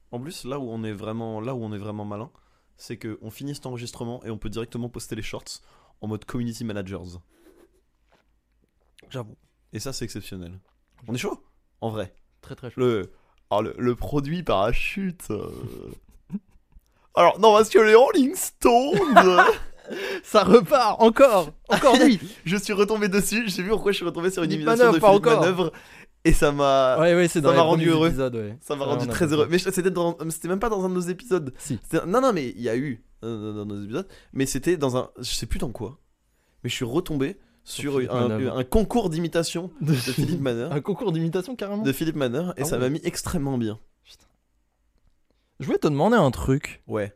En plus, là où on est vraiment malin, c'est que on finit cet enregistrement et on peut directement poster les shorts en mode community managers. J'avoue. Et ça, c'est exceptionnel. On est chaud. En vrai. Très très chaud. Le produit parachute. Alors, non, parce que les Rolling Stones. Ça repart encore lui. Je suis retombé dessus. J'ai vu pourquoi je suis retombé sur une Philippe imitation de Manœuvre, pas Philippe encore. Manœuvre. Et ça m'a. Ouais, c'est Ça dans les m'a rendu premiers heureux. épisodes, ouais. Ça m'a Ouais, rendu on a très fait heureux. ça. Mais c'était même pas dans un de nos épisodes. Si. Non, mais il y a eu dans nos épisodes. Mais c'était dans un. Je sais plus dans quoi. Mais je suis retombé sur Philippe Manœuvre. un concours d'imitation de Philippe Manœuvre. Un concours d'imitation carrément. De Philippe Manœuvre. Et Ah ça ouais. m'a mis extrêmement bien. Je voulais te demander un truc. Ouais.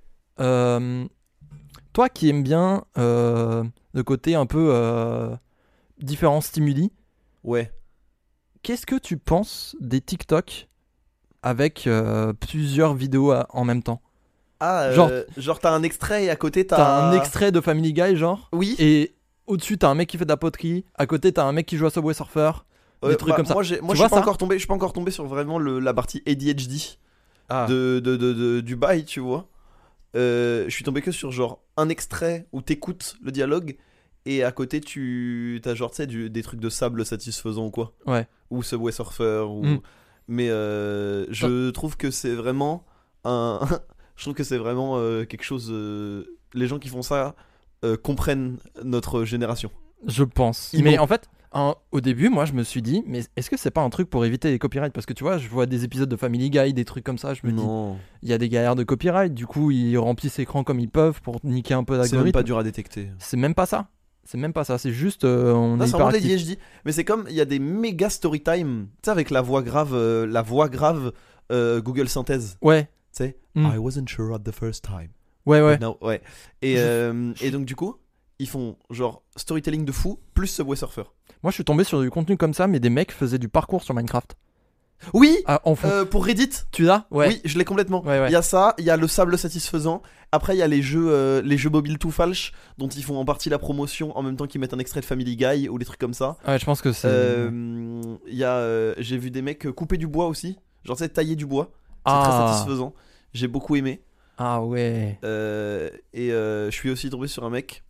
Toi qui aimes bien le côté un peu différents stimuli, Ouais. qu'est-ce que tu penses des TikTok avec plusieurs vidéos en même temps? Ah, Genre- genre t'as un extrait et à côté T'as un extrait de Family Guy, genre, Oui. et au-dessus t'as un mec qui fait de la poterie, à côté t'as un mec qui joue à Subway Surfer, des trucs comme ça. Moi, je vois suis pas ça encore tombé. Je suis pas encore tombé sur vraiment la partie ADHD Ah. du bail, tu vois. Je suis tombé que sur genre un extrait où t'écoutes le dialogue et à côté t'as genre tu sais des trucs de sable satisfaisant ou quoi. Ouais. Ou Subway Surfer ou. Mm. Mais je trouve que c'est vraiment un. Je trouve que c'est vraiment quelque chose. Les gens qui font ça comprennent notre génération. Je pense. Ils Mais m'ont- en fait, au début, moi, je me suis dit, mais est-ce que c'est pas un truc pour éviter les copyrights? Parce que tu vois, je vois des épisodes de Family Guy, des trucs comme ça, je me dis, Non, il y a des galères de copyright, du coup, ils remplissent l'écran comme ils peuvent pour niquer un peu c'est même l'algorithme. pas dur à détecter. C'est même pas ça. C'est même pas ça. C'est juste, on Non, est c'est vraiment de hyperactif. l'ADHD. Mais c'est comme il y a des méga story time, tu sais, avec la voix grave Google Synthèse. Ouais. Tu sais, Mm. I wasn't sure at the first time. Ouais, ouais. But now- ouais. Et donc, du coup, ils font genre storytelling de fou plus Subway Surfer. Moi, je suis tombé sur du contenu comme ça, mais des mecs faisaient du parcours sur Minecraft. Oui, Ah, en fond. pour Reddit. Tu l'as? Ouais. Oui, je l'ai complètement. Ouais, ouais. Il y a ça, il y a le sable satisfaisant. Après, il y a les jeux mobiles tout falche dont ils font en partie la promotion en même temps qu'ils mettent un extrait de Family Guy ou des trucs comme ça. Ouais, je pense que c'est. Il y a, j'ai vu des mecs couper du bois aussi, genre tu sais tailler du bois. C'est très satisfaisant. J'ai beaucoup aimé. Ah ouais. Je suis aussi tombé sur un mec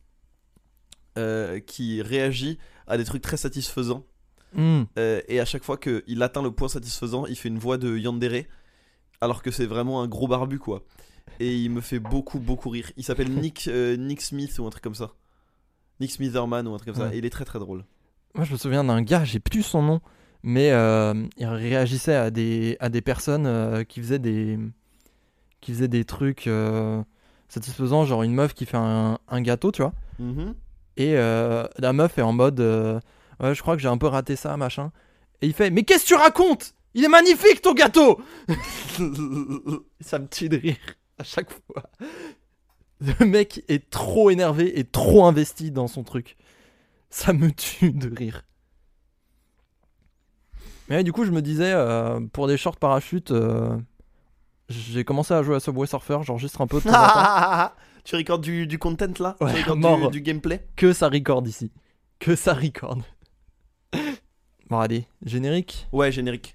qui réagit à des trucs très satisfaisants. Hmm. Et à chaque fois qu'il atteint le point satisfaisant, il fait une voix de Yandere, alors que c'est vraiment un gros barbu quoi. Et il me fait beaucoup rire. Il s'appelle Nick Smith ou un truc comme ça. Nick Smitherman ou un truc comme ça. Ouais. Et il est très très drôle. Moi, je me souviens d'un gars, j'ai plus son nom, mais il réagissait à des personnes qui faisaient des trucs satisfaisants, genre une meuf qui fait un gâteau, tu vois. Mhm. Et la meuf est en mode ouais, je crois que j'ai un peu raté ça, machin. Et il fait, mais qu'est-ce que tu racontes? Il est magnifique ton gâteau. Ça me tue de rire à chaque fois. Le mec est trop énervé et trop investi dans son truc. Ça me tue de rire. Mais ouais, du coup, je me disais, pour des shorts parachutes, j'ai commencé à jouer à Subway Surfer, j'enregistre un peu de temps en temps. Tu recordes du content là? Ouais, Tu recordes mort. du gameplay? Que ça recorde ici. Que ça recorde. Bon, allez, générique. Ouais, générique.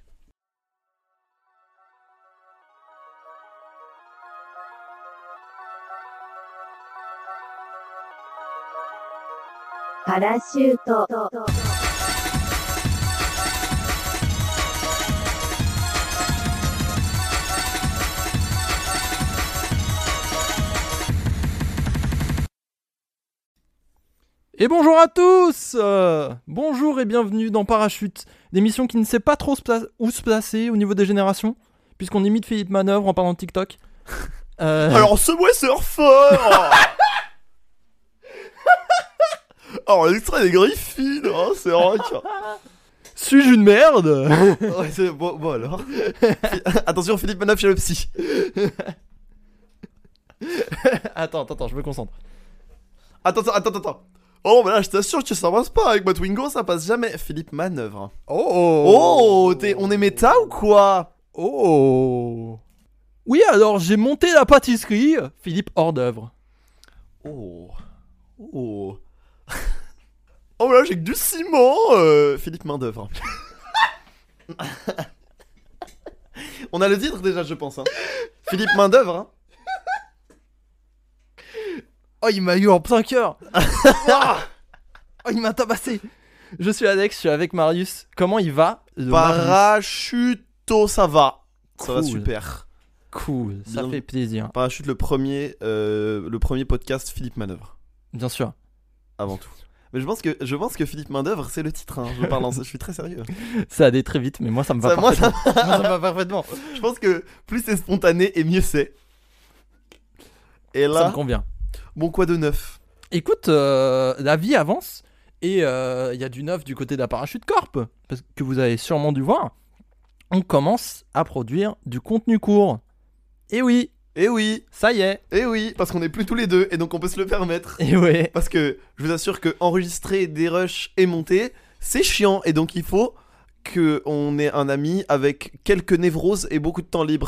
Parachute. Et bonjour à tous bonjour et bienvenue dans Parachute, l'émission qui ne sait pas trop où se placer au niveau des générations, puisqu'on imite Philippe Manœuvre en parlant de TikTok. Alors, Subway Surfer. Alors, l'extrait des Griffines, hein, c'est vrai que... Suis-je une merde? Ouais, c'est bon alors. Attention, Philippe Manœuvre chez le psy. Attends, je me concentre. Attends. Oh, mais là, je t'assure que ça passe pas. Avec ma Twingo, ça passe jamais. Philippe Manœuvre. Oh On est méta ou quoi? Oh Oui, alors j'ai monté la pâtisserie, Philippe hors d'œuvre. Oh. Oh, là, j'ai que du ciment. Philippe Main d'œuvre. On a le titre déjà, je pense. Hein. Philippe main d'œuvre, hein. Oh, il m'a eu en plein cœur. Oh, il m'a tabassé. Je suis Alex, je suis avec Marius. Comment il va Marius Parachuto, ça va. Ça va Cool. super. Cool, ça Bien. fait plaisir. Parachute, le premier podcast Philippe Manœuvre, Bien sûr. avant tout. Mais je pense que Philippe Main-d'œuvre, c'est le titre. Hein. Je suis très sérieux. Ça a allé très vite, mais moi ça me va Ça, moi, parfaitement. Moi, ça me va parfaitement. Je pense que plus c'est spontané et mieux c'est. Et Ça là, me convient. bon, quoi de neuf? Écoute, la vie avance et il y a du neuf du côté de la Parachute Corp, parce que vous avez sûrement dû voir. On commence à produire du contenu court. Et oui, Eh oui, ça y est. eh oui, parce qu'on n'est plus tous les deux et donc on peut se le permettre. Et ouais. Parce que je vous assure que enregistrer des rushs et monter, c'est chiant et donc il faut qu'on ait un ami avec quelques névroses et beaucoup de temps libre.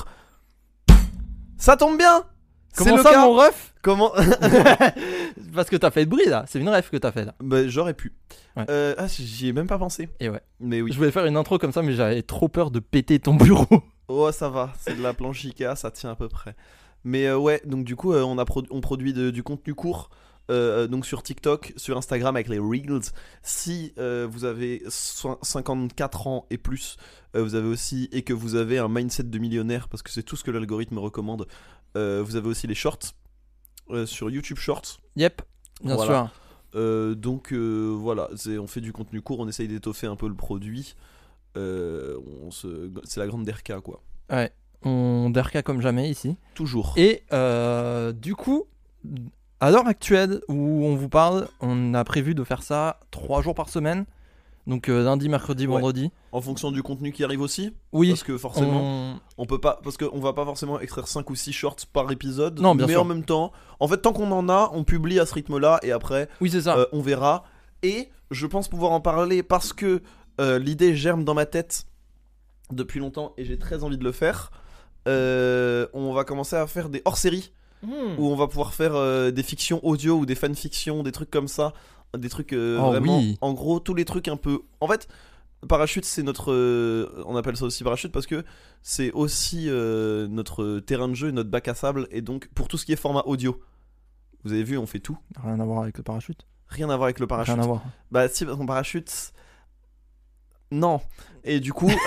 Ça tombe bien. C'est Comment le ça, cas. mon ref? Comment? Parce que t'as fait de bruit là. C'est une ref que t'as fait là. Bah, j'aurais pu. Ouais. J'y ai même pas pensé. Et ouais. Mais oui. Je voulais faire une intro comme ça, mais j'avais trop peur de péter ton bureau. Oh, ça va, c'est de la planche Ikea, ça tient à peu près. Mais ouais, donc du coup, on produit du contenu court, donc sur TikTok, sur Instagram avec les Reels. Si vous avez 54 ans et plus, vous avez aussi, et que vous avez un mindset de millionnaire, parce que c'est tout ce que l'algorithme recommande, vous avez aussi les shorts, sur YouTube Shorts. Yep, bien Voilà. sûr. Donc voilà, on fait du contenu court, on essaye d'étoffer un peu le produit. C'est la grande DRK quoi. Ouais, on derka comme jamais ici. Toujours. Et du coup, à l'heure actuelle où on vous parle, on a prévu de faire ça 3 jours par semaine. Donc lundi, mercredi, Ouais. vendredi. En fonction du contenu qui arrive aussi. Oui, Parce que forcément, on peut pas. Parce qu'on va pas forcément extraire 5 ou 6 shorts par épisode. Non, bien mais sûr. en même temps, en fait, tant qu'on en a, on publie à ce rythme-là. Et après, oui, c'est ça. on verra. Et je pense pouvoir en parler parce que l'idée germe dans ma tête depuis longtemps. Et j'ai très envie de le faire. On va commencer à faire des hors-séries. Où on va pouvoir faire des fictions audio ou des fanfictions, des trucs comme ça. Des trucs Oh, vraiment. oui. En gros, tous les trucs un peu. En fait, Parachute, c'est notre. On appelle ça aussi Parachute parce que c'est aussi notre terrain de jeu, notre bac à sable. Et donc, pour tout ce qui est format audio, vous avez vu, on fait tout. Rien à voir avec le parachute. Rien à voir avec le Parachute. Rien à voir. Bah, si, parce qu'on Parachute. Non. Et du coup,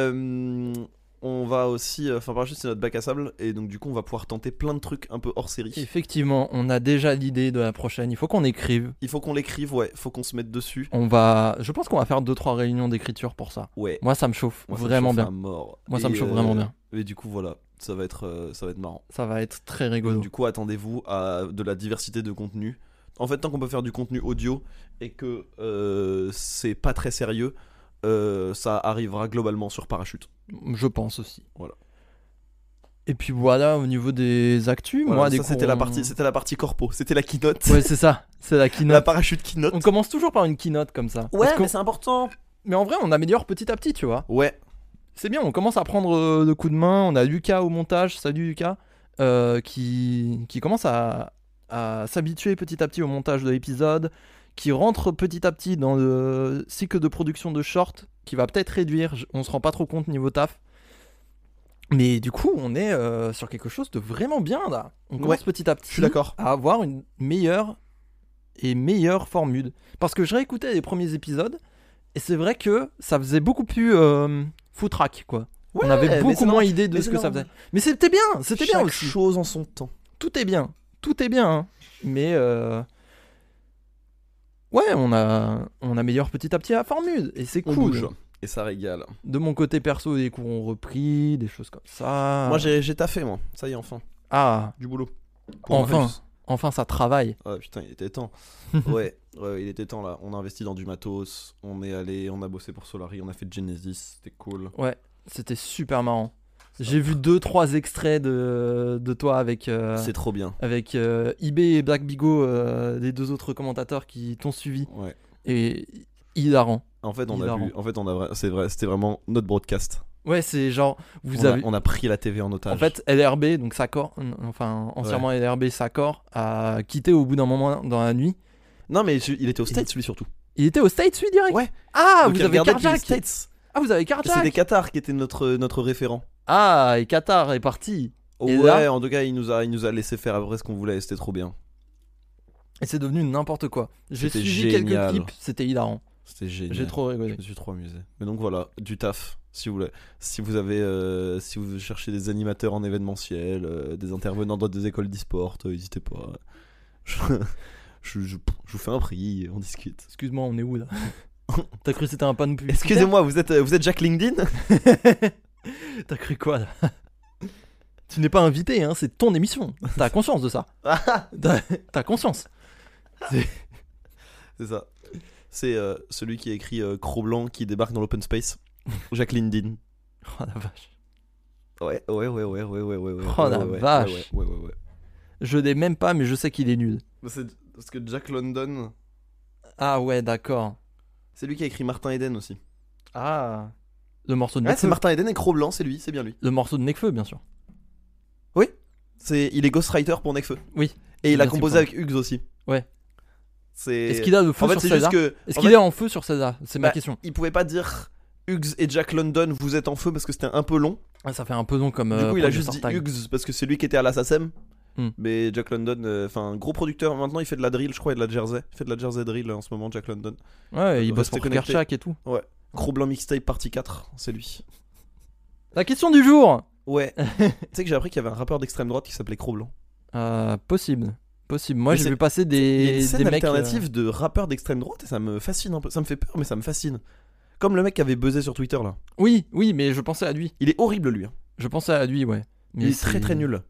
on va aussi. Enfin, Parachute, c'est notre bac à sable. Et donc, du coup, on va pouvoir tenter plein de trucs un peu hors série. Effectivement, on a déjà l'idée de la prochaine. Il faut qu'on écrive. Il faut qu'on l'écrive, ouais. Faut qu'on se mette dessus. Je pense qu'on va faire 2-3 réunions d'écriture pour ça. Ouais. Moi, ça me chauffe Moi, ça me vraiment chauffe bien. à mort. Moi, ça me Et, chauffe vraiment bien. Et du coup, voilà. Ça va être marrant. Ça va être très rigolo. Du coup, attendez-vous à de la diversité de contenu. En fait, tant qu'on peut faire du contenu audio et que c'est pas très sérieux, ça arrivera globalement sur Parachute. Je pense aussi. Voilà. Et puis voilà, au niveau des actus, Voilà, moi, ça, c'était la partie corpo, c'était la keynote. Ouais, c'est ça, c'est la keynote. La Parachute keynote. On commence toujours par une keynote comme ça. Ouais, Parce qu'on- mais c'est important. mais en vrai, on améliore petit à petit, tu vois. Ouais. C'est bien, on commence à prendre le coup de main. On a Lucas au montage, salut Lucas, qui commence à s'habituer petit à petit au montage de l'épisode, qui rentre petit à petit dans le cycle de production de short, qui va peut-être réduire, on se rend pas trop compte niveau taf. Mais du coup, on est sur quelque chose de vraiment bien là. On commence petit à petit Je suis d'accord. à avoir une meilleure formule. Parce que je réécoutais les premiers épisodes, et c'est vrai que ça faisait beaucoup plus foutraque, quoi. Ouais, on avait mais beaucoup c'est moins normal. idée de Mais ce c'est que ça normal. faisait. Mais c'était bien Chaque aussi. chose en son temps. Tout est bien, hein. Mais ouais, on améliore petit à petit la formule, et c'est On cool. bouge. Et ça régale. De mon côté perso, des cours ont repris, des choses comme ça. Moi, j'ai taffé, moi. Ça y est, enfin. Ah, Du boulot. Pour enfin, Marius. enfin ça travaille. Ah putain, il était temps. ouais, il était temps là. On a investi dans du matos. On est allé, on a bossé pour Solari. On a fait Genesis. C'était cool. Ouais, c'était super marrant. J'ai vu 2-3 extraits de toi avec C'est trop bien. IB et Black Bigo, les deux autres commentateurs qui t'ont suivi. Ouais. Et hilarant. En fait, Hilarant. c'est vrai, c'était vraiment notre broadcast. Ouais, c'est genre, vous on, avez. on a pris la TV en otage. En fait, LRB, donc Sakor, enfin, entièrement LRB Sakor, a quitté au bout d'un moment dans la nuit. non, mais il était au States, lui surtout. Il était au States, lui, direct. Ouais. Ah, Donc, vous il avez regardait depuis les Karjak. States. Ah, vous avez Karjak. C'était Qatar qui était notre référent. Ah, et Qatar est parti. Et Ouais, là- en tout cas, il nous a laissé faire après ce qu'on voulait, et c'était trop bien. Et c'est devenu n'importe quoi. J'ai C'était suivi génial. quelques clips, c'était hilarant. C'était génial. J'ai trop Je rigolé. me suis trop amusé. Mais donc voilà, du taf. Si vous voulez. Si vous avez, si vous cherchez des animateurs en événementiel, des intervenants dans des écoles d'e-sport, n'hésitez pas. Je vous fais un prix, on discute. Excuse-moi, on est où là? T'as cru que c'était un panneau publicitaire? Excusez-moi, vous êtes Jack LinkedIn? T'as cru quoi là? Tu n'es pas invité, hein, c'est ton émission. T'as conscience de ça? T'as conscience? C'est ça. C'est celui qui a écrit Cro-Blanc qui débarque dans l'open space. Jack LinkedIn. Oh la vache. Ouais. Oh la ouais, vache. Ouais. Je l'ai même pas, mais je sais qu'il est nul. C'est parce que Jack London, Ah ouais, d'accord. c'est lui qui a écrit Martin Eden aussi. Ah. Le morceau de Ouais, c'est Nekfeu. Martin Eden et Cro-Blanc, c'est lui, c'est bien lui. Le morceau de Nekfeu, bien sûr. Il est ghostwriter pour Nekfeu. Oui. Et il a Bien composé sûr. avec Hugues aussi. Ouais. C'est. Est-ce qu'il a le feu En fait, sur c'est juste César? que. Est-ce en qu'il fait, est en feu sur César? C'est ma bah, question. Il pouvait pas dire Hugues et Jack London, vous êtes en feu parce que c'était un peu long. Ah, ça fait un peu long comme. Du coup, il a producer juste dit tag. Hugues parce que c'est lui qui était à la SACEM. Hmm. Mais Jack London, enfin, gros producteur. Maintenant, il fait de la drill, je crois, et de la jersey. Il fait de la jersey drill en ce moment, Jack London. Ouais, il bosse Restez pour connectés. Kershak et tout. Cro-Blanc Mixtape partie 4, c'est lui. La question du jour. Ouais. Tu sais que j'ai appris qu'il y avait un rappeur d'extrême droite qui s'appelait Cro-Blanc. Possible. Moi, Mais j'ai c'est- vu passer Il y a une des scène mecs. alternative de rappeurs d'extrême droite et ça me fascine un peu. Ça me fait peur, mais ça me fascine. Comme le mec qui avait buzzé sur Twitter là. Oui, mais je pensais à lui. Il est horrible lui. Hein. Je pensais à lui, ouais. Mais Il est très très nul.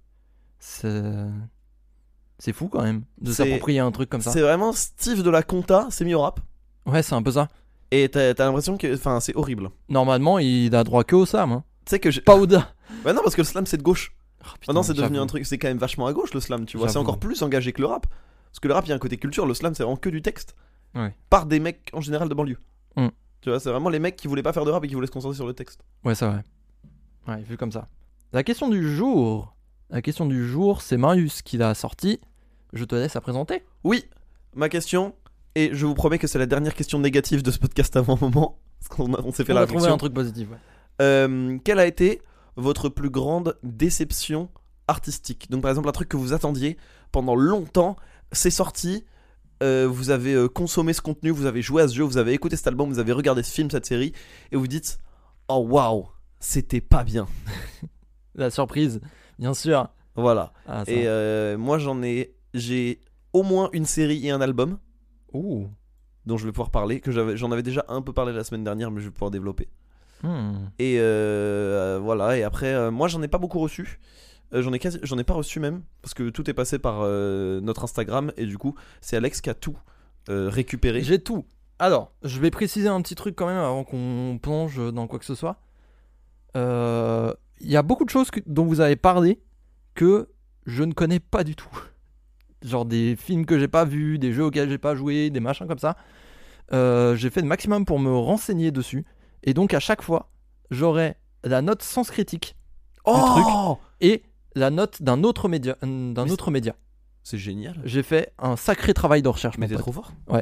C'est fou quand même de C'est- s'approprier un truc comme ça. C'est vraiment Steve de la Conta, c'est mis au rap. Ouais, c'est un peu ça. Et t'as l'impression que. Enfin, c'est horrible. Normalement, il a droit que au Sam. Hein. Tu sais que. Pas au Da. Bah non, parce que le slam c'est de gauche. Oh, putain, Maintenant c'est devenu j'avoue. un truc. C'est quand même vachement à gauche le slam, tu vois. C'est J'avoue. encore plus engagé que le rap. Parce que le rap il y a un côté culture, le slam c'est vraiment que du texte. Ouais. Par des mecs en général de banlieue. Mm. Tu vois, c'est vraiment les mecs qui voulaient pas faire de rap et qui voulaient se concentrer sur le texte. Ouais, c'est vrai. Ouais, vu comme ça. La question du jour. C'est Marius qui l'a sorti. Je te laisse à présenter. Oui, ma question, et je vous promets que c'est la dernière question négative de ce podcast avant un moment, parce qu'on s'est fait On la a trouvé réflexion. un truc positif. Ouais. Quelle a été votre plus grande déception artistique? Donc par exemple un truc que vous attendiez pendant longtemps, c'est sorti, vous avez consommé ce contenu, vous avez joué à ce jeu, vous avez écouté cet album, vous avez regardé ce film, cette série, et vous dites oh waouh, c'était pas bien. La surprise, bien sûr. Voilà. Ah, ça. Et moi j'ai au moins une série et un album Ouh. dont je vais pouvoir parler, que j'en avais déjà un peu parlé la semaine dernière, mais je vais pouvoir développer. Hmm. Et voilà, et après, moi j'en ai pas beaucoup reçu. J'en ai pas reçu même, parce que tout est passé par notre Instagram, et du coup, c'est Alex qui a tout récupéré. J'ai tout. Alors, je vais préciser un petit truc quand même avant qu'on plonge dans quoi que ce soit. Il y a beaucoup de choses dont vous avez parlé que je ne connais pas du tout. Genre des films que j'ai pas vus, des jeux auxquels j'ai pas joué, des machins comme ça. J'ai fait le maximum pour me renseigner dessus. Et donc à chaque fois, j'aurai la note sans critique Oh, et la note d'un autre média. Mais Autre média. c'est génial. J'ai fait un sacré travail de recherche. Mais mon t'es pote. trop fort. Ouais.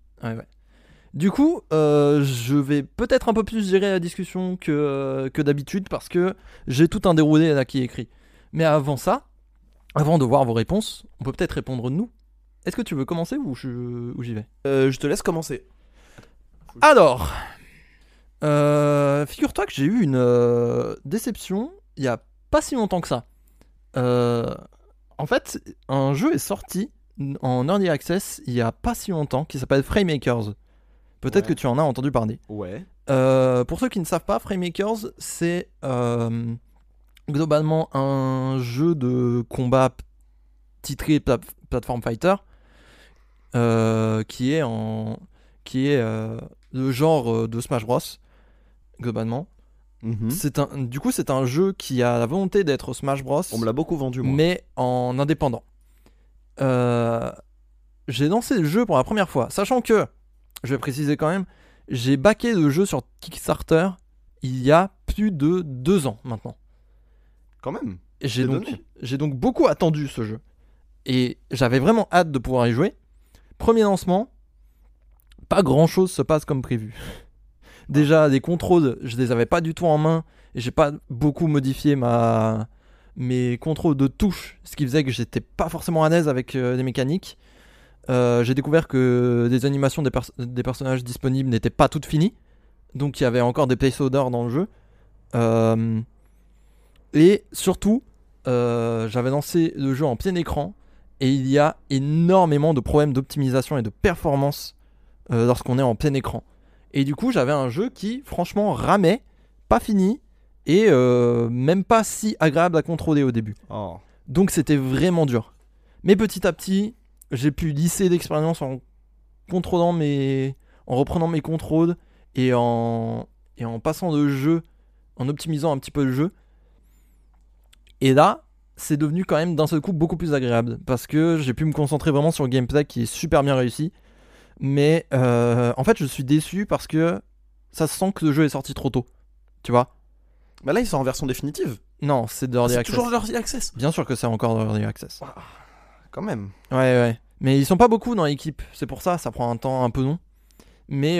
Du coup, je vais peut-être un peu plus gérer la discussion que d'habitude parce que j'ai tout un déroulé là qui est écrit. Mais avant ça, avant de voir vos réponses, on peut peut-être répondre nous. Est-ce que tu veux commencer ou j'y vais? Je te laisse commencer. Alors, figure-toi que j'ai eu une déception il y a pas si longtemps que ça. En fait, un jeu est sorti en early access il y a pas si longtemps qui s'appelle Framemakers. Peut-être Ouais. que tu en as entendu parler. Ouais. Pour ceux qui ne savent pas, Framemakers, c'est globalement un jeu de combat titré Platform Fighter qui est le genre de Smash Bros. Globalement. Mhm. Du coup, c'est un jeu qui a la volonté d'être Smash Bros. On me l'a beaucoup vendu, moi. Mais en indépendant. J'ai lancé le jeu pour la première fois, sachant que, je vais préciser quand même, j'ai backé le jeu sur Kickstarter il y a plus de 2 ans maintenant. Quand même. Et C'est donné. j'ai donc beaucoup attendu ce jeu. Et j'avais vraiment hâte de pouvoir y jouer. Premier lancement, pas grand chose se passe comme prévu. Déjà, les contrôles, je les avais pas du tout en main. Et j'ai pas beaucoup modifié ma mes contrôles de touche, ce qui faisait que j'étais pas forcément à l'aise avec les mécaniques. J'ai découvert que des animations des personnages disponibles n'étaient pas toutes finies, donc il y avait encore des placeholders dans le jeu. Et surtout, j'avais lancé le jeu en plein écran et il y a énormément de problèmes d'optimisation et de performance lorsqu'on est en plein écran. Et du coup, j'avais un jeu qui, franchement, ramait, pas fini et même pas si agréable à contrôler au début. Oh. Donc c'était vraiment dur. Mais petit à petit, j'ai pu lisser l'expérience en reprenant mes contrôles et en passant le jeu, en optimisant un petit peu le jeu. Et là, c'est devenu quand même d'un seul coup beaucoup plus agréable parce que j'ai pu me concentrer vraiment sur le gameplay qui est super bien réussi. Mais en fait, je suis déçu parce que ça se sent que le jeu est sorti trop tôt. Tu vois ? Bah là, ils sont en version définitive. Non, c'est de l'early C'est access. toujours l'early access. Bien sûr que c'est encore de l'early access. Quand même. Ouais. Mais ils sont pas beaucoup dans l'équipe. C'est pour ça prend un temps un peu long. Mais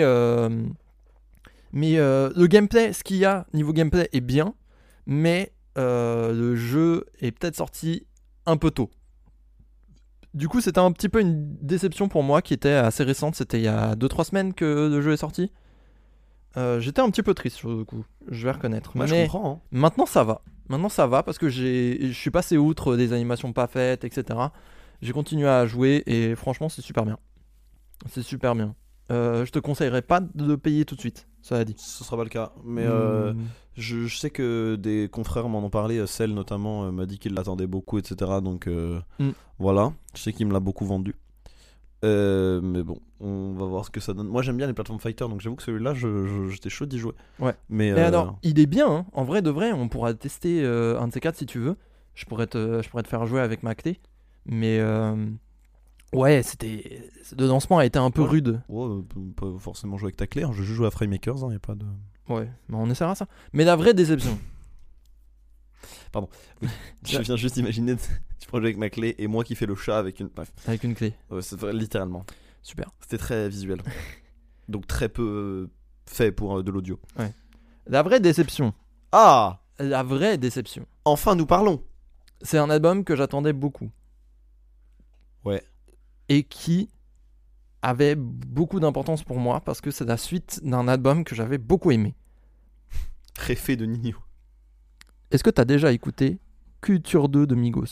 le gameplay, ce qu'il y a niveau gameplay est bien. Mais le jeu est peut-être sorti un peu tôt. Du coup, c'était un petit peu une déception pour moi qui était assez récente. C'était il y a 2-3 semaines que le jeu est sorti. J'étais un petit peu triste sur le coup, je vais reconnaître. Moi, mais je comprends. Hein. maintenant ça va parce que je suis passé outre des animations pas faites, etc. J'ai continué à jouer et franchement c'est super bien. C'est super bien. Je te conseillerais pas de le payer tout de suite, ça a dit. Ce sera pas le cas. Mais je sais que des confrères m'en ont parlé. Cell notamment m'a dit qu'il l'attendait beaucoup, etc. Donc voilà. Je sais qu'il me l'a beaucoup vendu. Mais bon, on va voir ce que ça donne. Moi j'aime bien les plateformes fighter, donc j'avoue que celui-là, j'étais chaud d'y jouer. Ouais. Mais alors, il est bien, hein. En vrai de vrai, on pourra tester un de ces quatre si tu veux. Je pourrais te faire jouer avec ma clé. Mais ouais, le lancement a été un peu rude. Ouais, pas forcément jouer avec ta clé. Hein. Je joue à Framemakers, y a pas de. Ouais, mais on essaiera ça. Mais la vraie déception. Pardon. Oui. Je viens juste d'imaginer, tu prends jouer avec ma clé et moi qui fais le chat avec une. Bref. Avec une clé. Ouais, c'est vrai, littéralement. Super. C'était très visuel. Donc très peu fait pour de l'audio. Ouais. La vraie déception. Ah, La vraie déception. enfin nous parlons. C'est un album que j'attendais beaucoup. Ouais. Et qui avait beaucoup d'importance pour moi parce que c'est la suite d'un album que j'avais beaucoup aimé. Réfé de Nino. Est-ce que t'as déjà écouté Culture 2 de Migos ?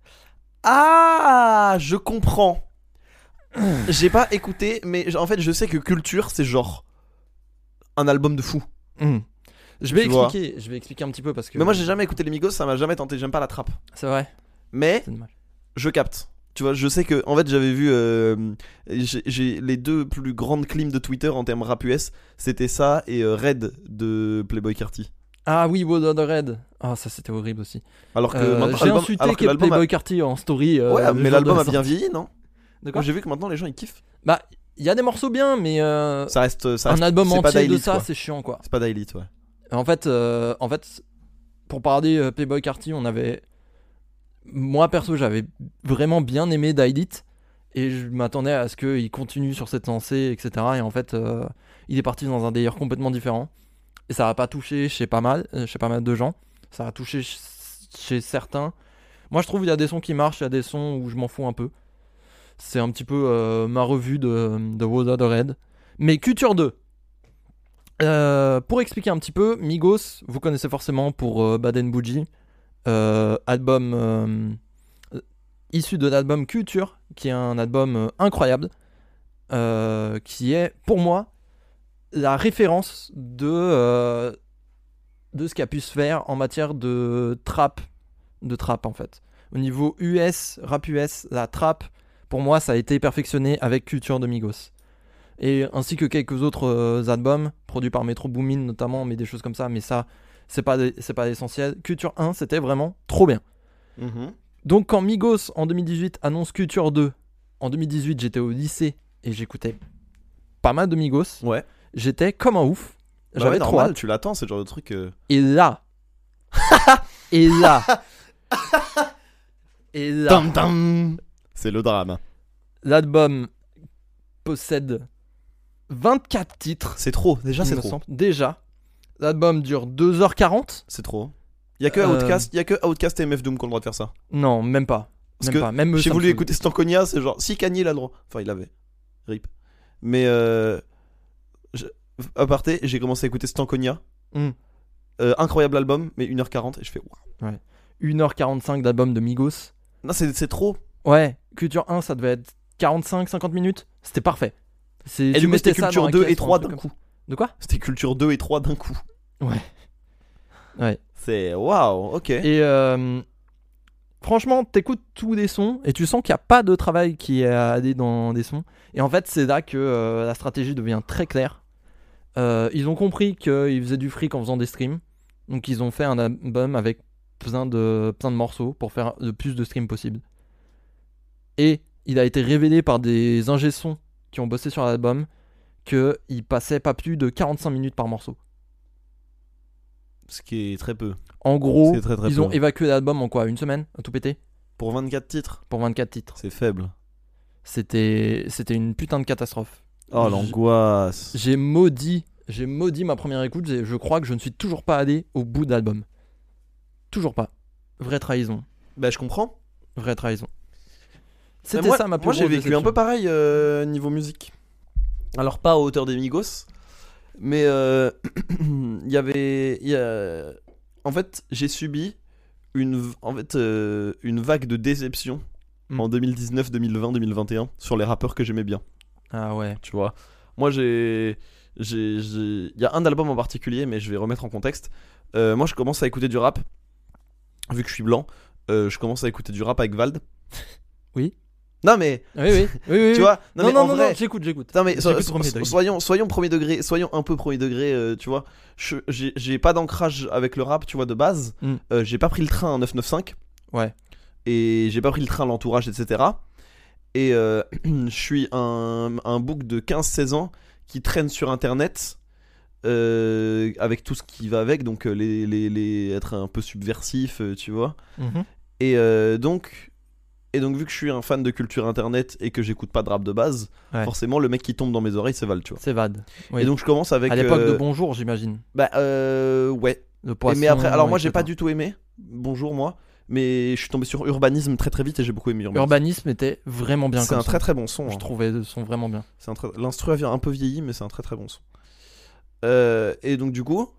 Ah, je comprends. J'ai pas écouté, mais en fait je sais que Culture c'est genre un album de fou. Je vais Tu vois. expliquer un petit peu parce que. Mais moi j'ai jamais écouté les Migos, ça m'a jamais tenté, j'aime pas la trappe. C'est vrai. Mais C'est dommage. je capte. Tu vois, je sais que en fait j'avais vu j'ai les deux plus grandes clims de Twitter en termes rap US, c'était ça et Red de Playboi Carti. Ah oui, World of the Red. Ah, ça c'était horrible aussi. Alors que maintenant j'ai insulté alors que l'album Playboi Carti en story. ouais, mais l'album a bien sorti. vieilli, non? De quoi Moi j'ai vu que maintenant les gens ils kiffent. Bah, il y a des morceaux bien, mais Ça reste un album c'est pas entier de d'Ailith, ça, quoi. c'est chiant quoi. C'est pas d'Ailith, ouais. En fait, pour parler Playboi Carti, moi perso, j'avais vraiment bien aimé Dailith et je m'attendais à ce qu'il continue sur cette lancée, etc. Et en fait, il est parti dans un délire complètement différent et ça a pas touché chez pas mal de gens. Ça a touché chez certains. Moi, je trouve qu'il y a des sons qui marchent, il y a des sons où je m'en fous un peu. C'est un petit peu ma revue de World of the Red. Mais Culture 2. Pour expliquer un petit peu, Migos, vous connaissez forcément pour Bad and Bougie, album issu de l'album Culture, qui est un album incroyable, qui est pour moi la référence de ce qui a pu se faire en matière de trap en fait. Au niveau US, rap US, la trap, pour moi ça a été perfectionné avec Culture de Migos. Et ainsi que quelques autres albums produits par Metro Boomin notamment, mais des choses comme ça, mais ça c'est pas l'essentiel. Culture 1 c'était vraiment trop bien. Donc quand Migos en 2018 annonce Culture 2, en 2018 j'étais au lycée et j'écoutais pas mal de Migos. Ouais. J'étais comme un ouf. Bah J'avais ouais, trop normal, hâte. tu l'attends, c'est le genre de truc Et là Tam, tam. C'est le drame. l'album possède 24 titres. C'est trop, déjà il c'est me trop. semble. Déjà, l'album dure 2h40. C'est trop. Il y a que Outkast et MF Doom qui ont le droit de faire ça. Non, même pas. Parce Même que pas. Même eux, j'ai ça me voulu saoule. écouter Stankonia, c'est genre si Kanye il a le droit. Enfin, il avait. Rip. Mais à parté, j'ai commencé à écouter Stankonia. Mm. Incroyable album, mais 1h40 et je fais waouh. 1h45 d'album de Migos. Non, c'est trop. Ouais, Culture 1, ça devait être 45-50 minutes. C'était parfait. Et Tu du coup, c'était mettais ça Culture dans un 2 et caisse ou un 3 truc d'un comme coup. ça. De quoi? C'était Culture 2 et 3 d'un coup. Ouais. C'est waouh, ok. Et franchement, t'écoutes tous des sons et tu sens qu'il n'y a pas de travail qui est addé dans des sons. Et en fait, c'est là que la stratégie devient très claire. Ils ont compris qu'ils faisaient du fric en faisant des streams. Donc ils ont fait un album avec plein de morceaux pour faire le plus de streams possible. Et il a été révélé par des ingé-sons qui ont bossé sur l'album qu'ils passaient pas plus de 45 minutes par morceau. Ce qui est très peu. En gros, C'est très, très ils peu. ont évacué l'album en quoi? Une semaine? À tout péter? Pour 24 titres, Pour 24 titres. c'est faible. C'était une putain de catastrophe. Oh J- l'angoisse. J'ai maudit ma première écoute. Je crois que je ne suis toujours pas allé au bout de l'album. Toujours pas. Vraie trahison. Bah, je comprends. Vraie trahison. Mais C'était moi, ça ma plus moi j'ai grosse vécu un déception. peu pareil niveau musique. Alors pas à hauteur des Migos, mais en fait j'ai subi une vague de déception Mm. en 2019, 2020, 2021 sur les rappeurs que j'aimais bien. Ah ouais. Tu vois, moi il y a un album en particulier, mais je vais remettre en contexte. Moi je commence à écouter du rap vu que je suis blanc. Je commence à écouter du rap avec Vald. Oui. Non mais Oui. tu vois, Non, mais non, en non, vrai, non, j'écoute. non mais J'écoute premier degré. soyons premier degré, soyons un peu premier degré, tu vois. J'ai pas d'ancrage avec le rap, tu vois, de base. Mm. J'ai pas pris le train en 995 Ouais. et j'ai pas pris le train à l'entourage, etc. Et je suis un bouc de 15-16 ans qui traîne sur internet avec tout ce qui va avec, donc être un peu subversif, tu vois. Mhm. Et donc vu que je suis un fan de culture internet et que j'écoute pas de rap de base, Ouais. forcément le mec qui tombe dans mes oreilles c'est Val, tu vois. C'est Vald. Oui. Et donc je commence avec à l'époque de Bonjour, j'imagine. ouais. De Et Poisson. mais après, alors moi j'ai etc. pas du tout aimé. Bonjour moi, mais je suis tombé sur Urbanisme très très vite et j'ai beaucoup aimé Urbanisme. Urbanisme était vraiment bien. C'est comme un son. très très bon son. Je hein. trouvais le son vraiment bien. L'instru a un peu vieilli, mais c'est un très très bon son. Et donc du coup,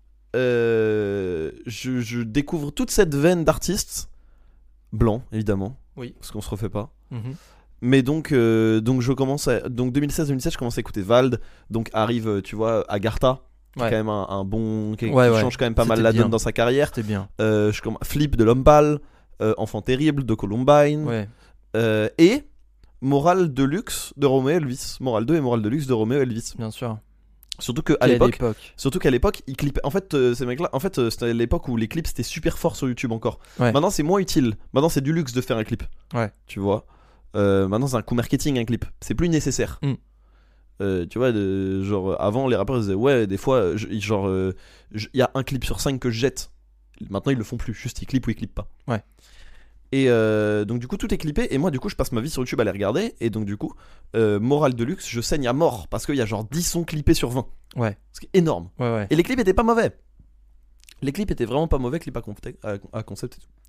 je découvre toute cette veine d'artistes blancs évidemment. Oui. Parce qu'on se refait pas. Mhm. Mais donc je commence donc 2016-2017 je commence à écouter Vald, donc arrive tu vois Agartha qui est Ouais. quand même un bon qui Ouais. change quand même pas mal C'était la bien. donne dans sa carrière. C'était bien. Flip de l'homme pâle, Enfant terrible de Columbine, Ouais. et Morale de luxe de Romeo Elvis, Morale 2 et Morale de luxe de Romeo Elvis. Bien sûr. Surtout qu'à Quelle l'époque époque. ils clippaient. En fait, ces mecs-là, c'était l'époque où les clips c'était super fort sur YouTube encore. Ouais. Maintenant, c'est moins utile. Maintenant, c'est du luxe de faire un clip. Ouais. Tu vois. Maintenant, c'est un coup marketing un clip. C'est plus nécessaire. Tu vois, genre avant, les rappeurs ils disaient ouais, des fois, il y a un clip sur 5 que je jette. Maintenant, ils le font plus. Juste ils clippent ou ils clippent pas. Ouais. Et donc du coup tout est clippé et moi du coup je passe ma vie sur YouTube à les regarder et donc du coup Morale de luxe je saigne à mort parce qu'il y a genre 10 sons clippés sur 20, Ouais. ce qui est énorme. Ouais. Et les clips étaient pas mauvais. Les clips étaient vraiment pas mauvais, clips à concept et tout.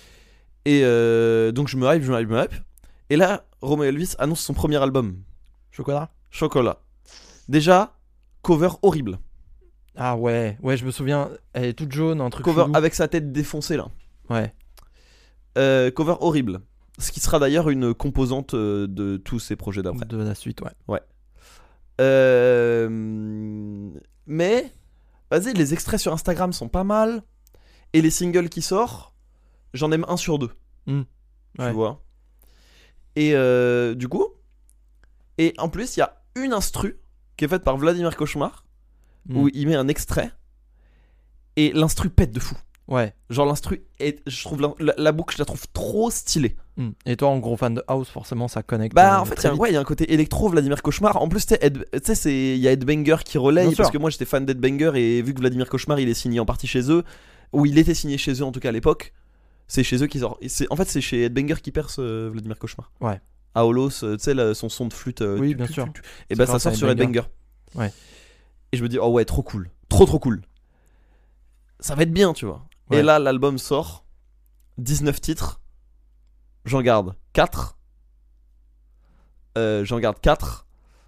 Et donc je me hype. Et là Romeo Elvis annonce son premier album, Chocolat. Chocolat. Déjà cover horrible. Ah ouais. Ouais, je me souviens. Elle est toute jaune, un truc. Cover chelou. avec sa tête défoncée là. Ouais. Cover horrible. Ce qui sera d'ailleurs une composante de tous ces projets d'après. De la suite, ouais. Mais vas-y, les extraits sur Instagram sont pas mal. Et les singles qui sortent, j'en aime 1 sur 2. Ouais. Tu vois. Et du coup, et en plus, il y a une instru qui est faite par Vladimir Cauchemar où il met un extrait. Et l'instru pète de fou. Ouais. Genre l'instru, je trouve la boucle, je la trouve trop stylée. Et toi, en gros fan de House, forcément, ça connecte. Bah en fait, très vite. il y a un côté électro, Vladimir Cauchemar. En plus, tu sais, il y a Ed Banger qui relaye Bien parce sûr. que moi j'étais fan d'Ed Banger et vu que Vladimir Cauchemar il est signé en partie chez eux, ou il était signé chez eux en tout cas à l'époque, c'est chez eux qu'ils sort. En fait, c'est chez Ed Banger qui perce Vladimir Cauchemar. Ouais. Aolos, tu sais, son son de flûte. Oui, bien sûr. Et bah C'est ça grâce à sort Ed sur Ed Banger. Banger. Ouais. Et je me dis, oh ouais, trop cool. Trop cool. Ça va être bien, tu vois. Ouais. Et là, l'album sort, 19 titres, j'en garde 4. J'en garde 4.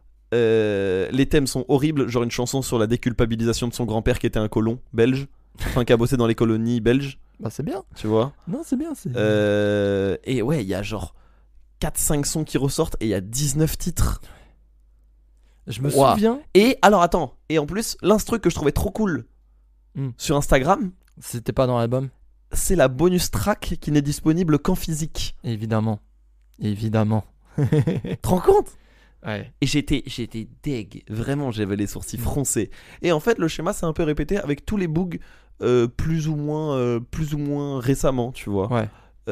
Les thèmes sont horribles, genre une chanson sur la déculpabilisation de son grand-père qui était un colon belge, enfin qui a bossé dans les colonies belges, Bah, c'est bien. tu vois. Non, c'est bien. Et ouais, il y a genre 4-5 sons qui ressortent et il y a 19 titres. Je me Ouah. souviens. Et alors attends, et en plus, l'instru que je trouvais trop cool sur Instagram, C'était pas dans l'album. c'est la bonus track qui n'est disponible qu'en physique. Évidemment. Évidemment. Tu te rends compte? Ouais. Et j'étais deg, vraiment j'avais les sourcils froncés. Et en fait le schéma s'est un peu répété avec tous les bugs plus ou moins récemment, tu vois. Ouais.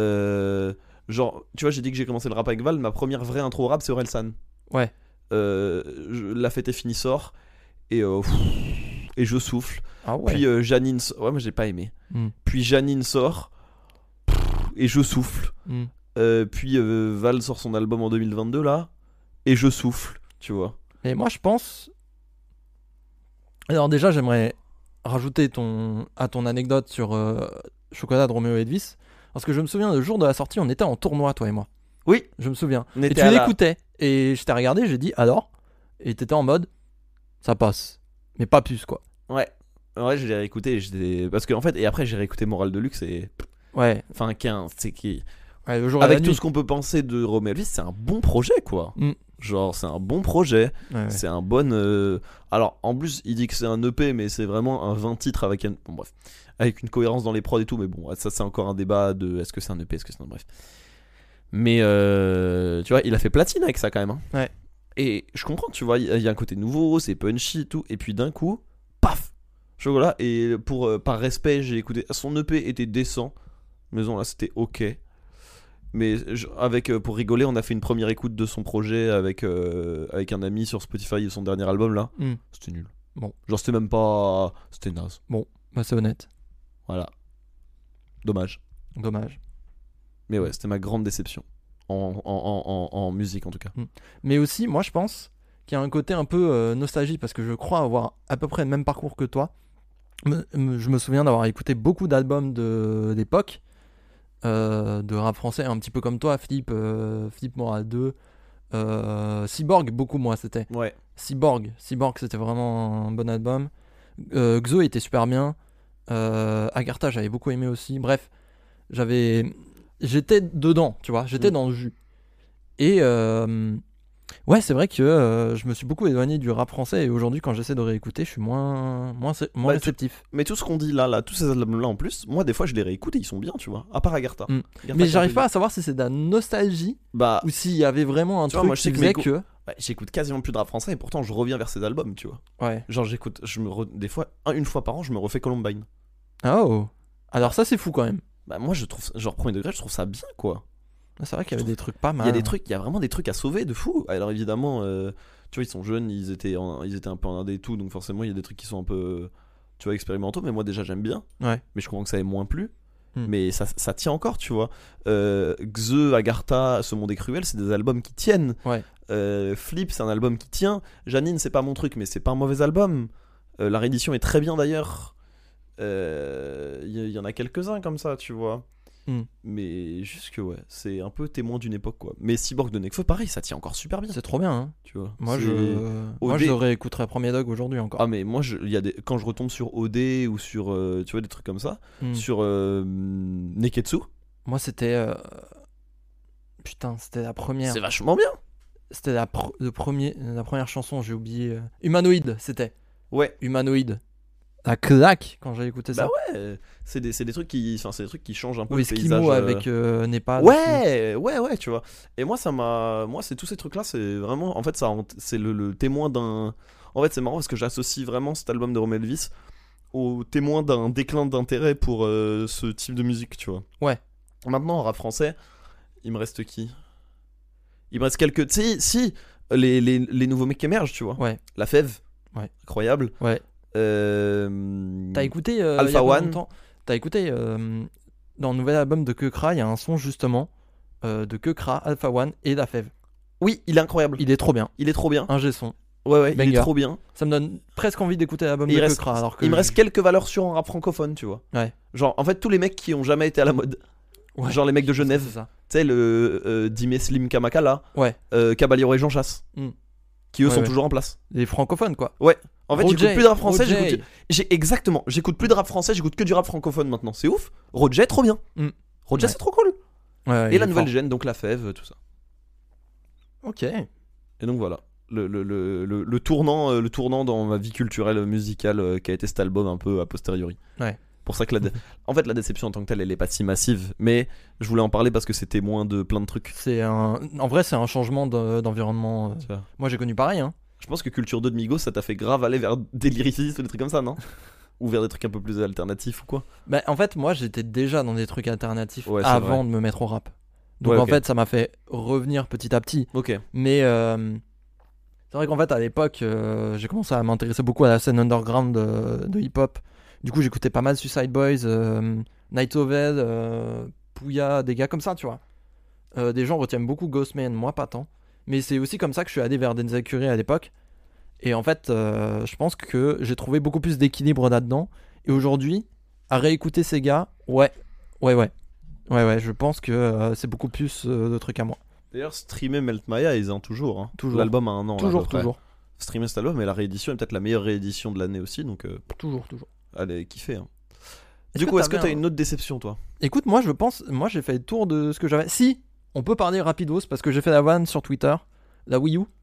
Genre, tu vois, j'ai dit que j'ai commencé le rap avec Val, ma première vraie intro au rap c'est Orelsan. Ouais. La fête est finie sort et je souffle. Ah ouais. Puis Janine ouais, moi j'ai pas aimé. Puis Janine sort et je souffle. Puis Val sort son album en 2022 là et je souffle, tu vois. Et moi je pense. Alors déjà j'aimerais rajouter à ton anecdote sur Chocolat de Roméo et Elvis. Parce que je me souviens le jour de la sortie, on était en tournoi toi et moi. Oui, Je me souviens. on Et était tu à la- l'écoutais. Et je t'ai regardé, j'ai dit alors. Et t'étais en mode ça passe. Mais pas plus quoi. Ouais, je l'ai réécouté parce que en fait, et après j'ai réécouté Morale de Luxe et Ouais. enfin 15, c'est qui Ouais, le jour et la avec tout nuit. ce qu'on peut penser de Roméo Elvis, c'est un bon projet quoi. Genre c'est un bon projet, Ouais, ouais. c'est un bon alors en plus, il dit que c'est un EP mais c'est vraiment un 20 titres avec bon bref, avec une cohérence dans les prods et tout mais bon, ça c'est encore un débat de est-ce que c'est un EP, est-ce que c'est un bref. Mais tu vois, il a fait platine avec ça quand même hein. Ouais. Et je comprends, tu vois, il y a un côté nouveau, c'est punchy et tout et puis d'un coup, paf, Chocolat. Et par respect, j'ai écouté. Son EP était décent. Maison là, c'était ok. Mais pour rigoler, on a fait une première écoute de son projet avec un ami sur Spotify, son dernier album là. C'était nul. Bon. Genre, c'était même pas. C'était naze. Bah c'est honnête. Voilà. Dommage. Dommage. Mais ouais, c'était ma grande déception. En musique en tout cas. Mais aussi, moi je pense qu'il y a un côté un peu nostalgie parce que je crois avoir à peu près le même parcours que toi. Je me souviens d'avoir écouté beaucoup d'albums d'époque de rap français, un petit peu comme toi, Flip Moral 2, Cyborg, beaucoup moi c'était. Ouais. Cyborg c'était vraiment un bon album. Xo était super bien. Agartha j'avais beaucoup aimé aussi. Bref, j'étais dedans, tu vois, j'étais dans le jus. Et ouais, c'est vrai que je me suis beaucoup éloigné du rap français et aujourd'hui, quand j'essaie de réécouter, je suis moins réceptif. Mais tout ce qu'on dit là, tous ces albums-là en plus, moi des fois je les réécoute et ils sont bien, tu vois. À part Agartha. Agartha Mais qui j'arrive a pas à savoir si c'est de la nostalgie Bah, ou s'il y avait vraiment un tu vois, truc moi, je sais qui que faisait mes que. ouais, j'écoute quasiment plus de rap français et pourtant je reviens vers ces albums, tu vois. Ouais. Genre j'écoute, des fois, une fois par an, je me refais Columbine. Oh. Alors ça, c'est fou quand même. Bah moi je trouve, genre premier degré, je trouve ça bien quoi. C'est vrai qu'il y avait des trucs pas mal. Il y a vraiment des trucs à sauver de fou. Alors évidemment, tu vois, ils sont jeunes, ils étaient un peu en indé et tout, donc forcément il y a des trucs qui sont un peu, tu vois, expérimentaux. Mais moi déjà j'aime bien. Ouais. Mais je comprends que ça ait moins plu. Mais ça tient encore, tu vois. Xe, Agartha, Ce Monde est cruel, c'est des albums qui tiennent. Ouais. Flip, c'est un album qui tient. Janine, c'est pas mon truc, mais c'est pas un mauvais album. La réédition est très bien d'ailleurs. Y en a quelques-uns comme ça, tu vois. Mais juste que ouais, c'est un peu témoin d'une époque quoi. Mais Cyborg de Nekfeu, pareil, ça tient encore super bien. C'est trop bien, hein. Tu vois. Moi, je réécouterais Premier Dog aujourd'hui encore. Ah mais moi, quand je retombe sur OD ou sur, tu vois, des trucs comme ça, sur Neketsu. Moi, c'était putain, c'était la première. C'est vachement bien. C'était la première chanson, j'ai oublié. Humanoïde, c'était. Ouais. Humanoïde. La claque quand j'ai écouté ça. Bah ouais, c'est des trucs qui changent un peu Ou le Eskimo paysage. avec Népal. Ouais, tu vois. Et moi c'est tous ces trucs là, c'est vraiment, en fait, c'est le témoin d'un. En fait, c'est marrant parce que j'associe vraiment cet album de Roméo Elvis au témoin d'un déclin d'intérêt pour ce type de musique, tu vois. Ouais. Maintenant, en rap français, il me reste qui? Il me reste quelques. Tu sais, si, les nouveaux mecs qui émergent, tu vois. Ouais. La Fève. Ouais. Incroyable. Ouais. T'as écouté Alpha One. T'as écouté dans le nouvel album de Kekra, il y a un son justement de Kekra, Alpha One et La Fève. Oui, il est incroyable. Il est trop bien. Il est trop bien. Un G son. Ouais, il Banger. est trop bien. Ça me donne presque envie d'écouter l'album Et de il reste- Keukra, alors que Il me reste quelques valeurs sûres en rap francophone, tu vois. Ouais. Genre, en fait, tous les mecs qui ont jamais été à la mode. Ouais. Genre les mecs de Genève. C'est ça. Tu sais, le Dime Slim Kamakala, Ouais. Caballero et Jean Chasse. Mm. Qui eux Ouais, sont ouais. toujours en place. Les francophones, quoi. En fait, Roger, j'écoute plus de rap français, Roger. j'écoute plus de rap français, j'écoute que du rap francophone maintenant. C'est ouf. Roger, trop bien. Mm. Roger, Ouais. c'est trop cool. Ouais, Et il la est nouvelle fort. gêne, donc la fève, tout ça. Ok. Et donc voilà. Le tournant dans ma vie culturelle musicale qui a été cet album un peu a posteriori. Ouais. Pour ça que en fait la déception en tant que telle elle est pas si massive, mais je voulais en parler parce que c'est témoin de plein de trucs. En vrai, c'est un changement d'environnement. Tu vois. Moi, j'ai connu pareil, hein. Je pense que Culture 2 de Migos ça t'a fait grave aller vers des lyricistes ou des trucs comme ça, non? Ou vers des trucs un peu plus alternatifs ou quoi? Bah, en fait, moi, j'étais déjà dans des trucs alternatifs Ouais, c'est avant vrai. de me mettre au rap. Donc, Ouais, en ok. fait, ça m'a fait revenir petit à petit. Ok. Mais c'est vrai qu'en fait, à l'époque, j'ai commencé à m'intéresser beaucoup à la scène underground de hip-hop. Du coup, j'écoutais pas mal Suicide Boys, Night Ovel, Pouya, des gars comme ça, tu vois. Des gens retiennent beaucoup Ghostman, moi pas tant. Mais c'est aussi comme ça que je suis allé vers Denzel Curry à l'époque. Et en fait, je pense que j'ai trouvé beaucoup plus d'équilibre là-dedans. Et aujourd'hui, à réécouter ces gars, ouais, je pense que c'est beaucoup plus de trucs à moi. D'ailleurs, streamer Melt My Eyes, hein, toujours. Hein. Toujours. L'album a un an. là, à peu près. Toujours. Streamer cet album, et la réédition est peut-être la meilleure réédition de l'année aussi, donc Toujours. allez, kiffer. Hein. Est-ce Du que coup, est-ce que t'avais t'as une autre déception, toi? Écoute, moi j'ai fait le tour de ce que j'avais. Si, on peut parler rapidos parce que j'ai fait la vanne sur Twitter, la Wii U.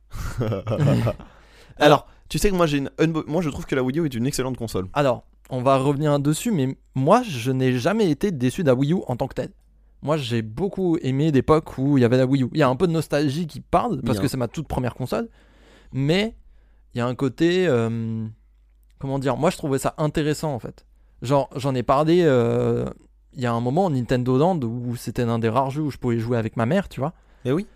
Alors, tu sais que moi, moi je trouve que la Wii U est une excellente console. Alors, on va revenir dessus, mais moi je n'ai jamais été déçu de la Wii U en tant que telle. Moi j'ai beaucoup aimé l'époque où il y avait la Wii U. Il y a un peu de nostalgie qui parle parce Bien. que c'est ma toute première console, mais il y a un côté, comment dire, moi je trouvais ça intéressant en fait. Genre, j'en ai parlé. Il y a un moment Nintendo Land où c'était l'un des rares jeux où je pouvais jouer avec ma mère, tu vois. Eh oui.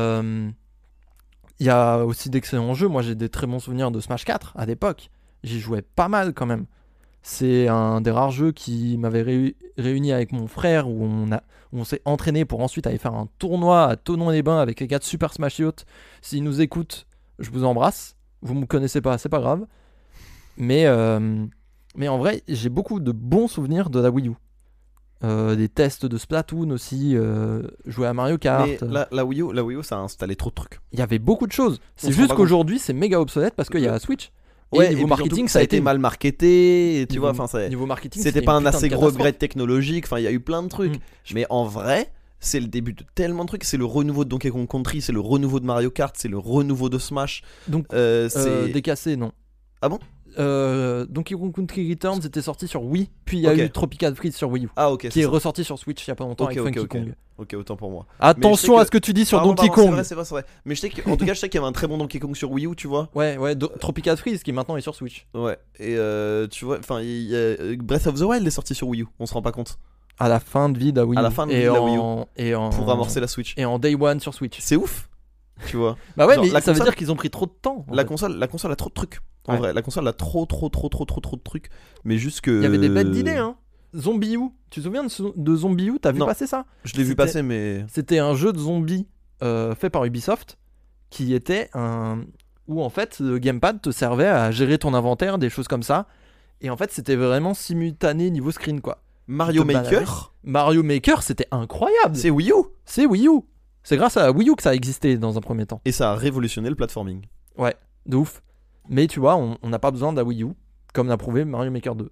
Il y a aussi d'excellents jeux. Moi, j'ai des très bons souvenirs de Smash 4 à l'époque. J'y jouais pas mal quand même. C'est un des rares jeux qui m'avait réuni avec mon frère où on s'est entraîné pour ensuite aller faire un tournoi à Thonon-les-Bains avec les gars de Super Smash Yacht. S'ils nous écoutent, je vous embrasse. Vous me connaissez pas, c'est pas grave. Mais en vrai, j'ai beaucoup de bons souvenirs de la Wii U. Des tests de Splatoon aussi, jouer à Mario Kart. Mais la Wii U, ça a installé trop de trucs. Il y avait beaucoup de choses. C'est se rend juste pas qu'aujourd'hui, c'est méga obsolète parce qu'il y a la Switch. Ouais, et niveau puis marketing, surtout, ça a été mal marketé. Et tu niveau- vois, enfin, ça. Niveau marketing, C'était pas une un putain de assez gros catastrophe. upgrade technologique. Enfin, il y a eu plein de trucs. Mais en vrai, c'est le début de tellement de trucs. C'est le renouveau de Donkey Kong Country, c'est le renouveau de Mario Kart, c'est le renouveau de Smash. Donc, C'est. décassé, non. Ah bon? Donkey Kong Country Returns était sorti sur Wii, puis il y a Ok. eu Tropical Freeze sur Wii U, Ah, ok. qui c'est est ça. ressorti sur Switch il y a pas longtemps Ok, avec ok, Funky ok. Kong. Ok, autant pour moi. Attention que- à ce que tu dis sur Pardon, Donkey pardon, Kong. c'est vrai. Mais je sais en tout cas, je sais qu'il y avait un très bon Donkey Kong sur Wii U, tu vois. Ouais, Tropical Freeze qui maintenant est sur Switch. Ouais. Et tu vois, enfin, Breath of the Wild est sorti sur Wii U. On se rend pas compte. À la fin de vie de la Wii U. À la fin de vie Et de la Wii U. Et en... Pour amorcer la Switch. Et en Day One sur Switch. C'est ouf. Tu vois. Bah ouais, Genre, mais la ça veut console- dire qu'ils ont pris trop de temps. en La fait. console a trop de trucs. En Ouais. vrai, la console a trop de trucs. Mais juste que. Il y avait des bêtes d'idées, hein. Zombie U. Tu te souviens de Zombie U? T'as vu Non. passer ça? Je l'ai vu C'était- passer, mais. C'était un jeu de zombies fait par Ubisoft qui était où en fait le gamepad te servait à gérer ton inventaire, des choses comme ça. Et en fait, c'était vraiment simultané niveau screen quoi. Mario te baladais. Maker, Mario Maker, c'était incroyable. c'est Wii U. C'est Wii U. C'est grâce à Wii U que ça a existé dans un premier temps. Et ça a révolutionné le platforming. Ouais, de ouf. Mais tu vois, on n'a pas besoin de la Wii U, comme l'a prouvé Mario Maker 2.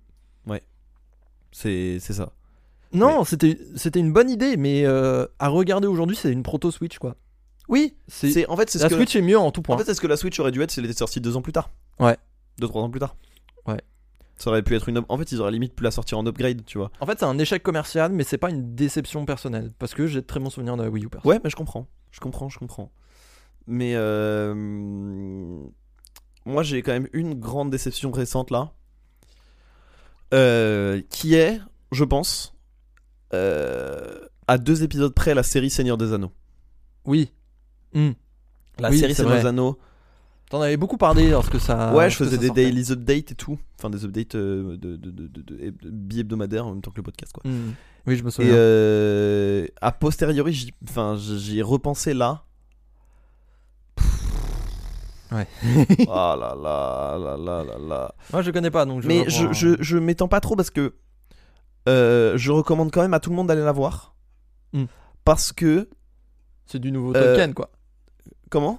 C'est ça. Non, c'était une bonne idée, mais à regarder aujourd'hui, c'est une proto Switch quoi. Oui, En fait, c'est ce la que. Switch est mieux en tout point. En fait, c'est ce que la Switch aurait dû être si elle était sortie 2 ans plus tard. Ouais. 2-3 ans plus tard. Ouais. Ça aurait pu être une. En fait, ils auraient limite pu la sortir en upgrade, tu vois. En fait, c'est un échec commercial, mais c'est pas une déception personnelle. Parce que j'ai de très bons souvenirs de la Wii U perso. Ouais, mais je comprends. Mais moi, j'ai quand même une grande déception récente là. Qui est, je pense, à 2 épisodes près, la série Seigneur des Anneaux. Oui. La Oui, série c'est Seigneur vrai. des Anneaux. T'en avais beaucoup parlé lorsque ça. Ouais, je lorsque faisais ça des sortait. daily updates et tout. Enfin, des updates bi-hebdomadaires en même temps que le podcast, quoi. Oui, je me Et souviens. a posteriori, j'y ai repensé là. Ouais. Ah là là là là là là. Moi, je connais pas, donc je. Mais reprends, je m'étends pas trop parce que je recommande quand même à tout le monde d'aller la voir. Parce que. C'est du nouveau Tolkien, quoi. Comment ?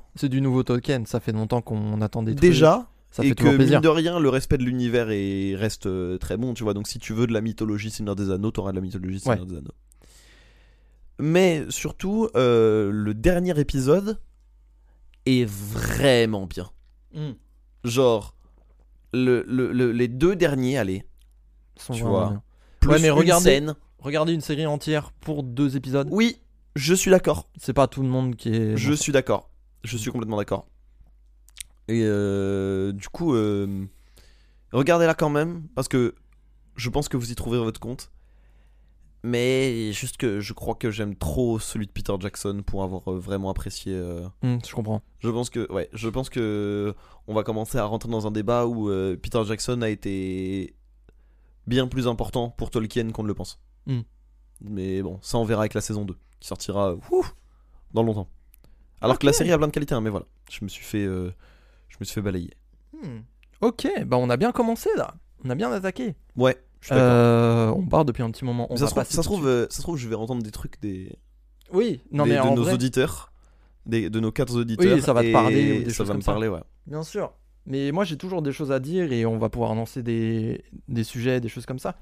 C'est du nouveau Tolkien. Ça fait longtemps qu'on attend des trucs. Déjà. Ça et fait que toujours plaisir. mine de rien, le respect de l'univers reste très bon, tu vois. Donc si tu veux de la mythologie Seigneur des Anneaux, t'auras de la mythologie Seigneur des Anneaux. Mais surtout, le dernier épisode est vraiment bien. Genre, les 2 derniers, allez, Sont tu vraiment vois. bien. Plus Ouais, mais une scène. regardez une série entière pour 2 épisodes. Oui, je suis d'accord. C'est pas tout le monde qui est. Je suis d'accord. Je suis complètement d'accord. Et du coup, regardez-la quand même, parce que je pense que vous y trouverez votre compte. Mais juste que je crois que j'aime trop celui de Peter Jackson pour avoir vraiment apprécié. Je comprends. Je pense que on va commencer à rentrer dans un débat où Peter Jackson a été bien plus important pour Tolkien qu'on ne le pense. Mais bon, ça on verra avec la saison 2 qui sortira dans longtemps. Alors que la série a plein de qualités, hein, mais voilà, je me suis fait balayer. Ok, bah on a bien commencé là. On a bien attaqué. Ouais, je suis d'accord. On part depuis un petit moment. Ça se trouve, je vais entendre des trucs Oui, non mais de en nos vrai, auditeurs, de nos 4 auditeurs. Oui, ça va te et parler ou des ça choses va comme me ça. parler, ouais. bien sûr. Mais moi j'ai toujours des choses à dire et on va pouvoir lancer des sujets, des choses comme ça.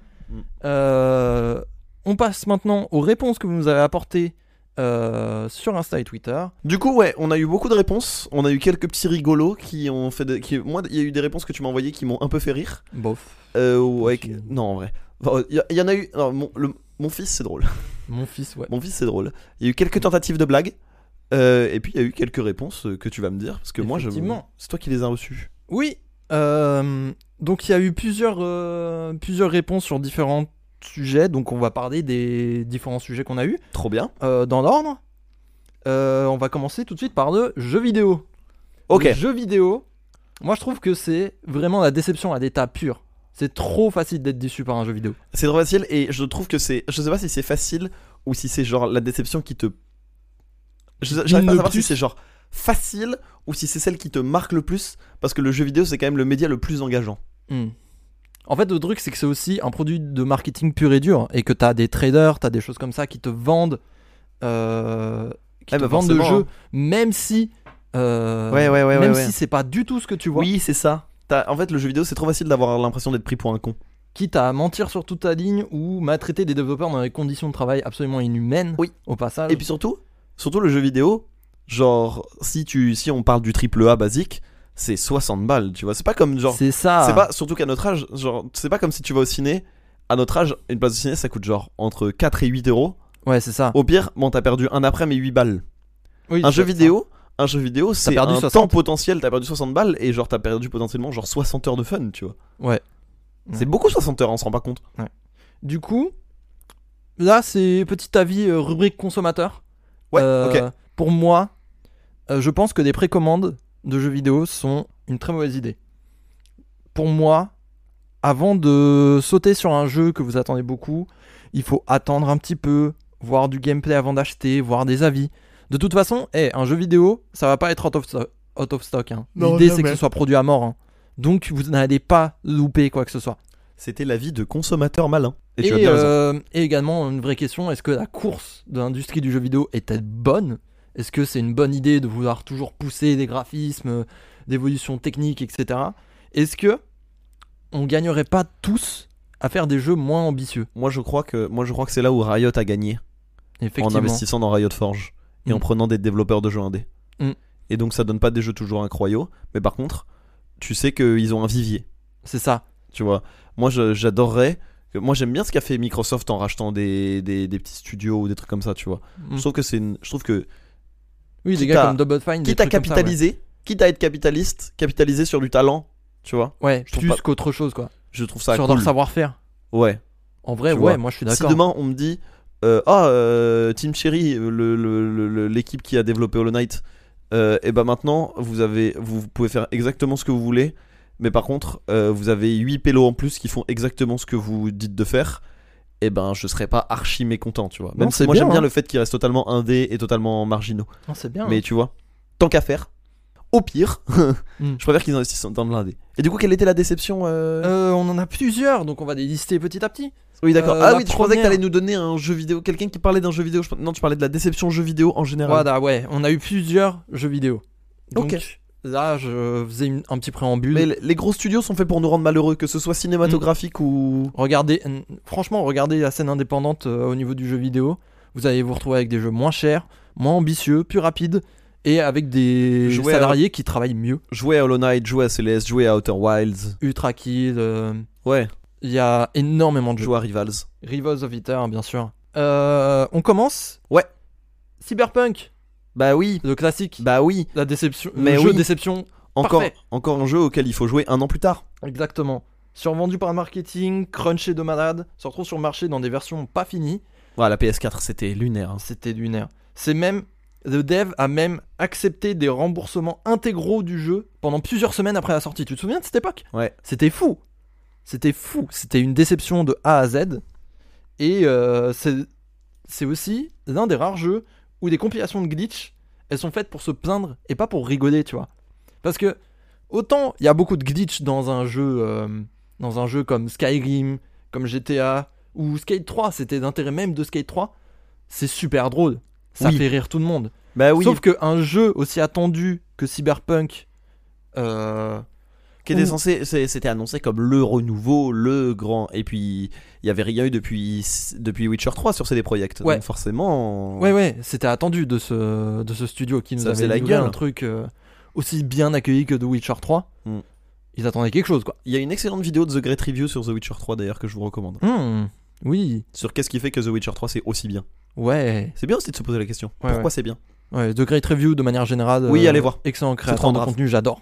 On passe maintenant aux réponses que vous nous avez apportées sur Insta et Twitter. Du coup, ouais, on a eu beaucoup de réponses. On a eu quelques petits rigolos qui ont fait moi, il y a eu des réponses que tu m'as envoyées qui m'ont un peu fait rire. Bof. Non, en vrai. Il y en a eu. Non, mon fils, c'est drôle. Mon fils, ouais. Mon fils, c'est drôle. Il y a eu quelques tentatives de blagues. Et puis il y a eu quelques réponses que tu vas me dire. Parce que moi, c'est toi qui les as reçues. Oui. Donc il y a eu plusieurs réponses sur différents sujets. Donc on va parler des différents sujets qu'on a eu. Trop bien. Dans l'ordre. On va commencer tout de suite par le jeu vidéo. Ok. Le jeu vidéo, moi je trouve que c'est vraiment la déception à l'état pur. C'est trop facile d'être déçu par un jeu vidéo. C'est trop facile et je trouve que c'est. Je sais pas si c'est facile ou si c'est genre la déception qui te. J'arrive pas à savoir si c'est genre facile ou si c'est celle qui te marque le plus parce que le jeu vidéo c'est quand même le média le plus engageant. En fait, le truc c'est que c'est aussi un produit de marketing pur et dur et que t'as des traders, t'as des choses comme ça qui te vendent. Vendent de jeux, même si. Si c'est pas du tout ce que tu vois. Oui, c'est ça. En fait, le jeu vidéo, c'est trop facile d'avoir l'impression d'être pris pour un con. Quitte à mentir sur toute ta ligne ou maltraiter des développeurs dans des conditions de travail absolument inhumaines. Oui. Au passage. Et puis surtout le jeu vidéo, genre, si on parle du AAA basique, c'est 60 balles, tu vois. C'est pas comme genre. C'est ça. C'est pas, surtout qu'à notre âge, genre, c'est pas comme si tu vas au ciné. À notre âge, une place de ciné, ça coûte genre entre 4 et 8 euros. Ouais, c'est ça. Au pire, bon, t'as perdu un après, mais 8 balles. Oui, un jeu vidéo, c'est perdu un 60. temps potentiel, t'as perdu 60 balles et genre t'as perdu potentiellement genre 60 heures de fun, tu vois. Ouais. C'est beaucoup 60 heures, on se rend pas compte. Ouais. Du coup, là c'est petit avis rubrique consommateur. Ouais, ok. Pour moi, je pense que des précommandes de jeux vidéo sont une très mauvaise idée. Pour moi, avant de sauter sur un jeu que vous attendez beaucoup, il faut attendre un petit peu, voir du gameplay avant d'acheter, voir des avis. De toute façon, un jeu vidéo, ça va pas être out of stock. Hein. L'idée, c'est que ce soit produit à mort. Hein. Donc, vous n'allez pas louper quoi que ce soit. C'était l'avis de consommateur malin. Et tu Et, as bien raison. Et également, une vraie question, est-ce que la course de l'industrie du jeu vidéo est-elle bonne ? Est-ce que c'est une bonne idée de vouloir toujours pousser des graphismes, d'évolution technique, etc. Est-ce que on gagnerait pas tous à faire des jeux moins ambitieux ? Moi, je crois que c'est là où Riot a gagné. Effectivement. En investissant dans Riot Forge. Et en prenant des développeurs de jeux indés. Et donc ça donne pas des jeux toujours incroyables, mais par contre, tu sais qu'ils ont un vivier. C'est ça. Tu vois, moi j'adorerais. Moi j'aime bien ce qu'a fait Microsoft en rachetant des petits studios ou des trucs comme ça, tu vois. Je trouve que oui, des gars comme Double Fine, quitte à capitaliser, quitte à être capitaliste, capitaliser sur du talent, tu vois. Ouais, plus qu'autre chose quoi. Je trouve ça sur cool. leur savoir-faire. Ouais. En vrai, ouais, moi je suis d'accord. Si demain on me dit Team Cherry, l'équipe qui a développé Hollow Knight, et ben maintenant vous pouvez faire exactement ce que vous voulez, mais par contre vous avez 8 pélos en plus qui font exactement ce que vous dites de faire, et ben je serais pas archi mécontent, tu vois. Même si moi j'aime bien le fait qu'ils restent totalement indés et totalement marginaux. Non, c'est bien. Mais tu vois, tant qu'à faire, Au pire, je préfère qu'ils investissent dans de l'indé. Et du coup, quelle était la déception On en a plusieurs, donc on va les lister petit à petit. Oui, d'accord. la Je pensais que première- t'allais nous donner un jeu vidéo. Quelqu'un qui parlait d'un jeu vidéo. Non, tu parlais de la déception jeu vidéo en général. Voilà, ouais, on a eu plusieurs jeux vidéo. Donc Ok. là, je faisais un petit préambule. Mais les gros studios sont faits pour nous rendre malheureux, que ce soit cinématographique ou. Regardez, franchement, regardez la scène indépendante au niveau du jeu vidéo. Vous allez vous retrouver avec des jeux moins chers, moins ambitieux, plus rapides et avec des Jouer salariés qui travaillent mieux. Jouer à Hollow Knight, jouer à Celeste, jouer à Outer Wilds. Ultra Kill, Ouais, il y a énormément de jeux. jouer à Rivals. Rivals of Iter, bien sûr. On commence. Ouais. Cyberpunk, Bah oui, le classique. bah oui. La déception. Mais le jeu oui. déception. Encore, Parfait. encore un jeu auquel il faut jouer un an plus tard. Exactement. Survendu par le marketing, crunché de malade, se retrouve sur le marché dans des versions pas finies. Voilà, la PS4, c'était lunaire. Hein. C'était lunaire. C'est même. Le dev a même accepté des remboursements intégraux du jeu pendant plusieurs semaines après la sortie. Tu te souviens de cette époque? Ouais. C'était fou. C'était fou. C'était une déception de A à Z. Et c'est aussi l'un des rares jeux où des compilations de glitch, elles sont faites pour se plaindre et pas pour rigoler, tu vois. Parce que autant il y a beaucoup de glitch dans un jeu comme Skyrim, comme GTA ou Skate 3, c'était d'intérêt même de Skate 3, c'est super drôle. Ça Oui. fait rire tout le monde. Bah oui. Sauf qu'un jeu aussi attendu que Cyberpunk, Qui était Ouh. censé, c'était annoncé comme le renouveau, le grand. Et puis, il y avait rien eu depuis Witcher 3 sur CD Projekt. Ouais. Donc forcément. ouais, c'était attendu de ce studio qui nous Ça faisait avait la livré gueule. un truc aussi bien accueilli que The Witcher 3. Mm. Ils attendaient quelque chose, quoi. Il y a une excellente vidéo de The Great Review sur The Witcher 3 d'ailleurs que je vous recommande. Oui, Sur qu'est-ce qui fait que The Witcher 3 c'est aussi bien. ouais. C'est bien aussi de se poser la question. Ouais, Pourquoi ouais. c'est bien? Ouais, The Great Review de manière générale. Oui, allez voir. Excellent trop créateur de grave. contenu, j'adore.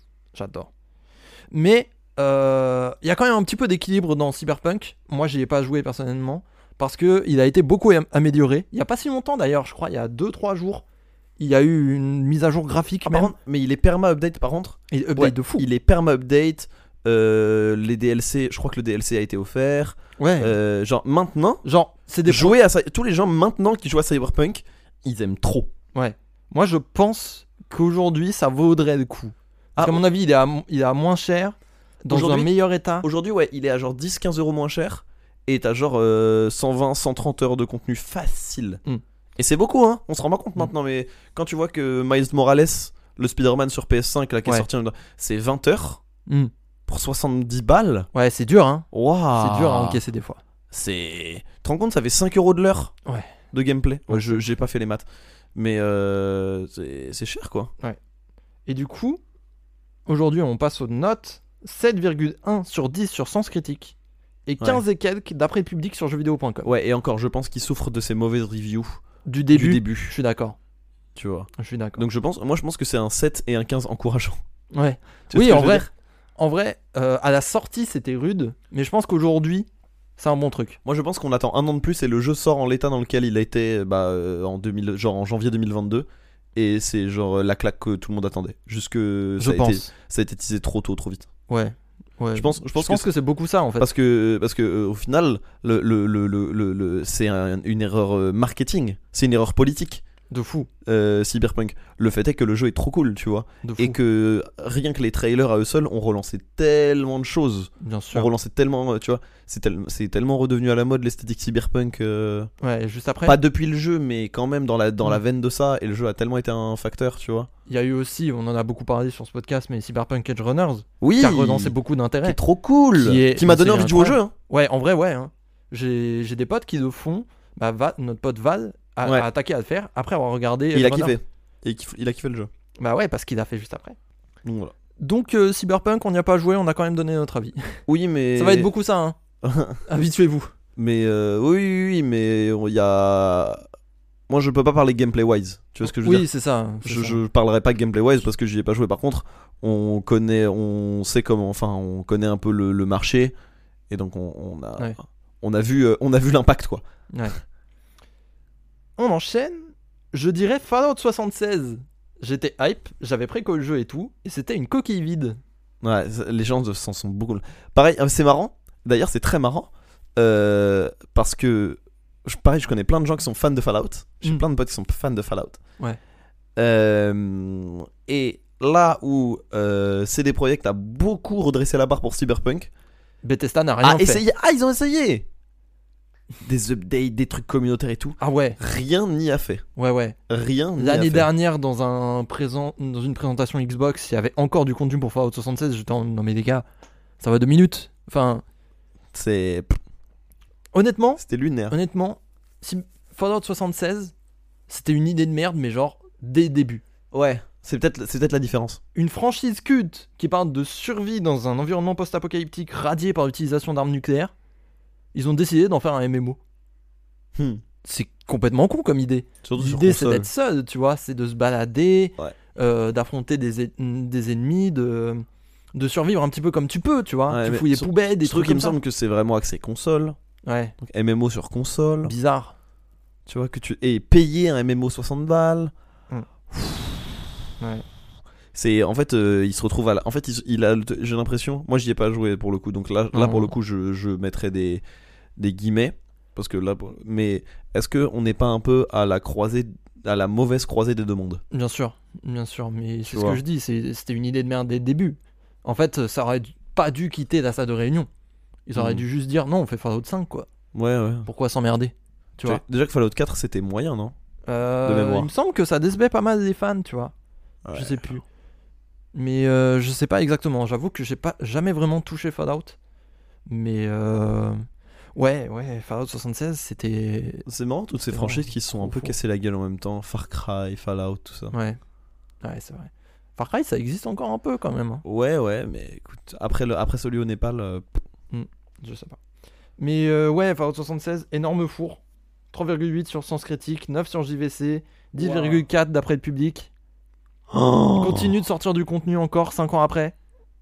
Mais il y a quand même un petit peu d'équilibre dans Cyberpunk. Moi, j'y ai pas joué personnellement parce que il a été beaucoup amélioré. Il y a pas si longtemps d'ailleurs, je crois, il y a 2-3 jours, il y a eu une mise à jour graphique Ah, par même. contre, mais il est perma-update par contre. Et update Ouais, de fou. Il est perma-update. Les DLC, je crois que le DLC a été offert. Ouais. Genre maintenant, Genre, c'est des tous les gens maintenant qui jouent à Cyberpunk, ils aiment trop. Ouais. Moi, je pense qu'aujourd'hui, ça vaudrait le coup. Parce Ah, qu'à mon avis, il est à moins cher, dans un Aujourd'hui- meilleur état. Aujourd'hui, ouais, il est à genre 10-15 euros moins cher. Et t'as genre 120-130 heures de contenu facile. Mm. Et c'est beaucoup, hein. On se rend pas compte Mm. maintenant, mais quand tu vois que Miles Morales, le Spider-Man sur PS5, là, qui est Ouais. sorti, c'est 20 heures Hmm. pour 70 balles. Ouais, c'est dur, hein. Waouh! C'est dur à encaisser des fois. C'est. Tu te rends compte, ça fait 5 euros de l'heure Ouais. de gameplay. Ouais, j'ai pas fait les maths. Mais c'est cher, quoi. Et du coup, aujourd'hui, on passe aux notes 7,1 sur 10 sur Sens Critique et 15 et quelques d'après le public sur jeuxvideo.com. Ouais, et encore, je pense qu'il souffre de ces mauvaises reviews Du début, du début. je suis d'accord. Tu vois. Je suis d'accord. Donc je pense que c'est un 7 et un 15 encourageant. Ouais. Tu vois Oui, ce que en je veux vrai, dire à la sortie, c'était rude, mais je pense qu'aujourd'hui, c'est un bon truc. Moi je pense qu'on attend un an de plus et le jeu sort en l'état dans lequel il a été en janvier 2022. Et c'est genre la claque que tout le monde attendait. Juste que Je pense. ça a été teasé trop tôt, trop vite. Ouais. Je pense que c'est beaucoup ça en fait. Parce que au final, c'est une erreur marketing, c'est une erreur politique. De fou. Cyberpunk. Le fait est que le jeu est trop cool, tu vois. De fou. Et que rien que les trailers à eux seuls ont relancé tellement de choses. Bien Ont sûr. relancé tellement, tu vois. C'est tellement redevenu à la mode l'esthétique cyberpunk. Ouais, juste après, Pas depuis le jeu, mais quand même dans la Mm. veine de ça. Et le jeu a tellement été un facteur, tu vois. il y a eu aussi, on en a beaucoup parlé sur ce podcast, mais Cyberpunk Edge Runners, Oui. qui a relancé beaucoup Qui est d'intérêt. trop cool. Qui m'a est- donné c'est envie de jouer au jeu. incroyable. Hein. Ouais, en vrai, ouais. Hein. J'ai des potes qui le font. Bah, notre pote Val Ouais. a attaqué à le faire après avoir regardé. Et il a Edge Runners. kiffé. Et il a kiffé le jeu. Bah ouais, parce qu'il a fait juste après. Donc voilà. Donc Cyberpunk, on n'y a pas joué, on a quand même donné notre avis. Oui, mais. Ça va être beaucoup ça, hein. Habituez-vous. Mais oui, mais il y a. Moi, je peux pas parler gameplay wise. Tu vois ce que je veux dire? Oui, c'est ça. c'est ça. Je parlerai pas gameplay wise parce que j'y ai pas joué. Par contre, on sait comment. Enfin, on connaît un peu le marché et donc Ouais. on a vu l'impact quoi. Ouais. On enchaîne. Je dirais Fallout 76. J'étais hype, j'avais préco le jeu et tout, et c'était une coquille vide. Ouais, les gens s'en sont beaucoup. Pareil, c'est marrant. D'ailleurs, c'est très marrant parce que pareil, je connais plein de gens qui sont fans de Fallout. J'ai Mm. plein de potes qui sont fans de Fallout. Ouais. Et là où CD Projekt a beaucoup redressé la barre pour Cyberpunk, Bethesda n'a rien fait. Ils ont essayé des updates, des trucs communautaires et tout. Ah ouais, Rien n'y a fait. ouais. Rien n'y a L'année fait. dernière, dans une présentation Xbox, il y avait encore du contenu pour Fallout 76. J'étais non mais les gars, ça va 2 minutes. Enfin, honnêtement, C'était lunaire. si Fallout 76, c'était une idée de merde, mais genre dès le début. Ouais, c'est peut-être la différence. Une franchise culte qui parle de survie dans un environnement post-apocalyptique radié par l'utilisation d'armes nucléaires, ils ont décidé d'en faire un MMO. C'est complètement con comme idée. Surtout sur L'idée c'est console. d'être seul, tu vois, c'est de se balader, Ouais. d'affronter des ennemis, de survivre un petit peu comme tu peux, tu vois. Ouais, tu mais fouilles les poubelles, des Ce truc, trucs il me comme ça. semble que c'est vraiment axé console. Ouais, Donc MMO sur console. bizarre. Tu vois, et payer un MMO 60 balles. Ouais. C'est en fait, il se retrouve en fait, j'ai l'impression. Moi, j'y ai pas joué pour le coup. Donc là Non. pour le coup, je mettrais des guillemets parce que là. Mais est-ce que on n'est pas un peu à la mauvaise croisée des deux mondes? Bien sûr, mais c'est ce vois. que je dis, c'était une idée de merde dès le début. En fait, ça aurait pas dû quitter la salle de réunion. Ils auraient dû juste dire non, on fait Fallout 5 quoi. Ouais. Pourquoi s'emmerder, tu vois. Déjà que Fallout 4 c'était moyen, non? De mémoire. Il me semble que ça décevait pas mal des fans, tu vois. Ouais. Je sais plus. Mais je sais pas exactement. J'avoue que j'ai pas jamais vraiment touché Fallout. Mais ouais, Fallout 76 c'était. C'est marrant toutes ces C'est franchises vraiment qui se sont un trop peu fort. cassées la gueule en même temps. Far Cry, Fallout, tout ça. Ouais, c'est vrai. Far Cry ça existe encore un peu quand même. Hein. Ouais, mais écoute, après celui au Népal, Je sais pas. Mais ouais, Fallout 76, énorme four. 3,8 sur Sens Critique, 9 sur JVC, 10,4 d'après le public. Il continue de sortir du contenu encore 5 ans après.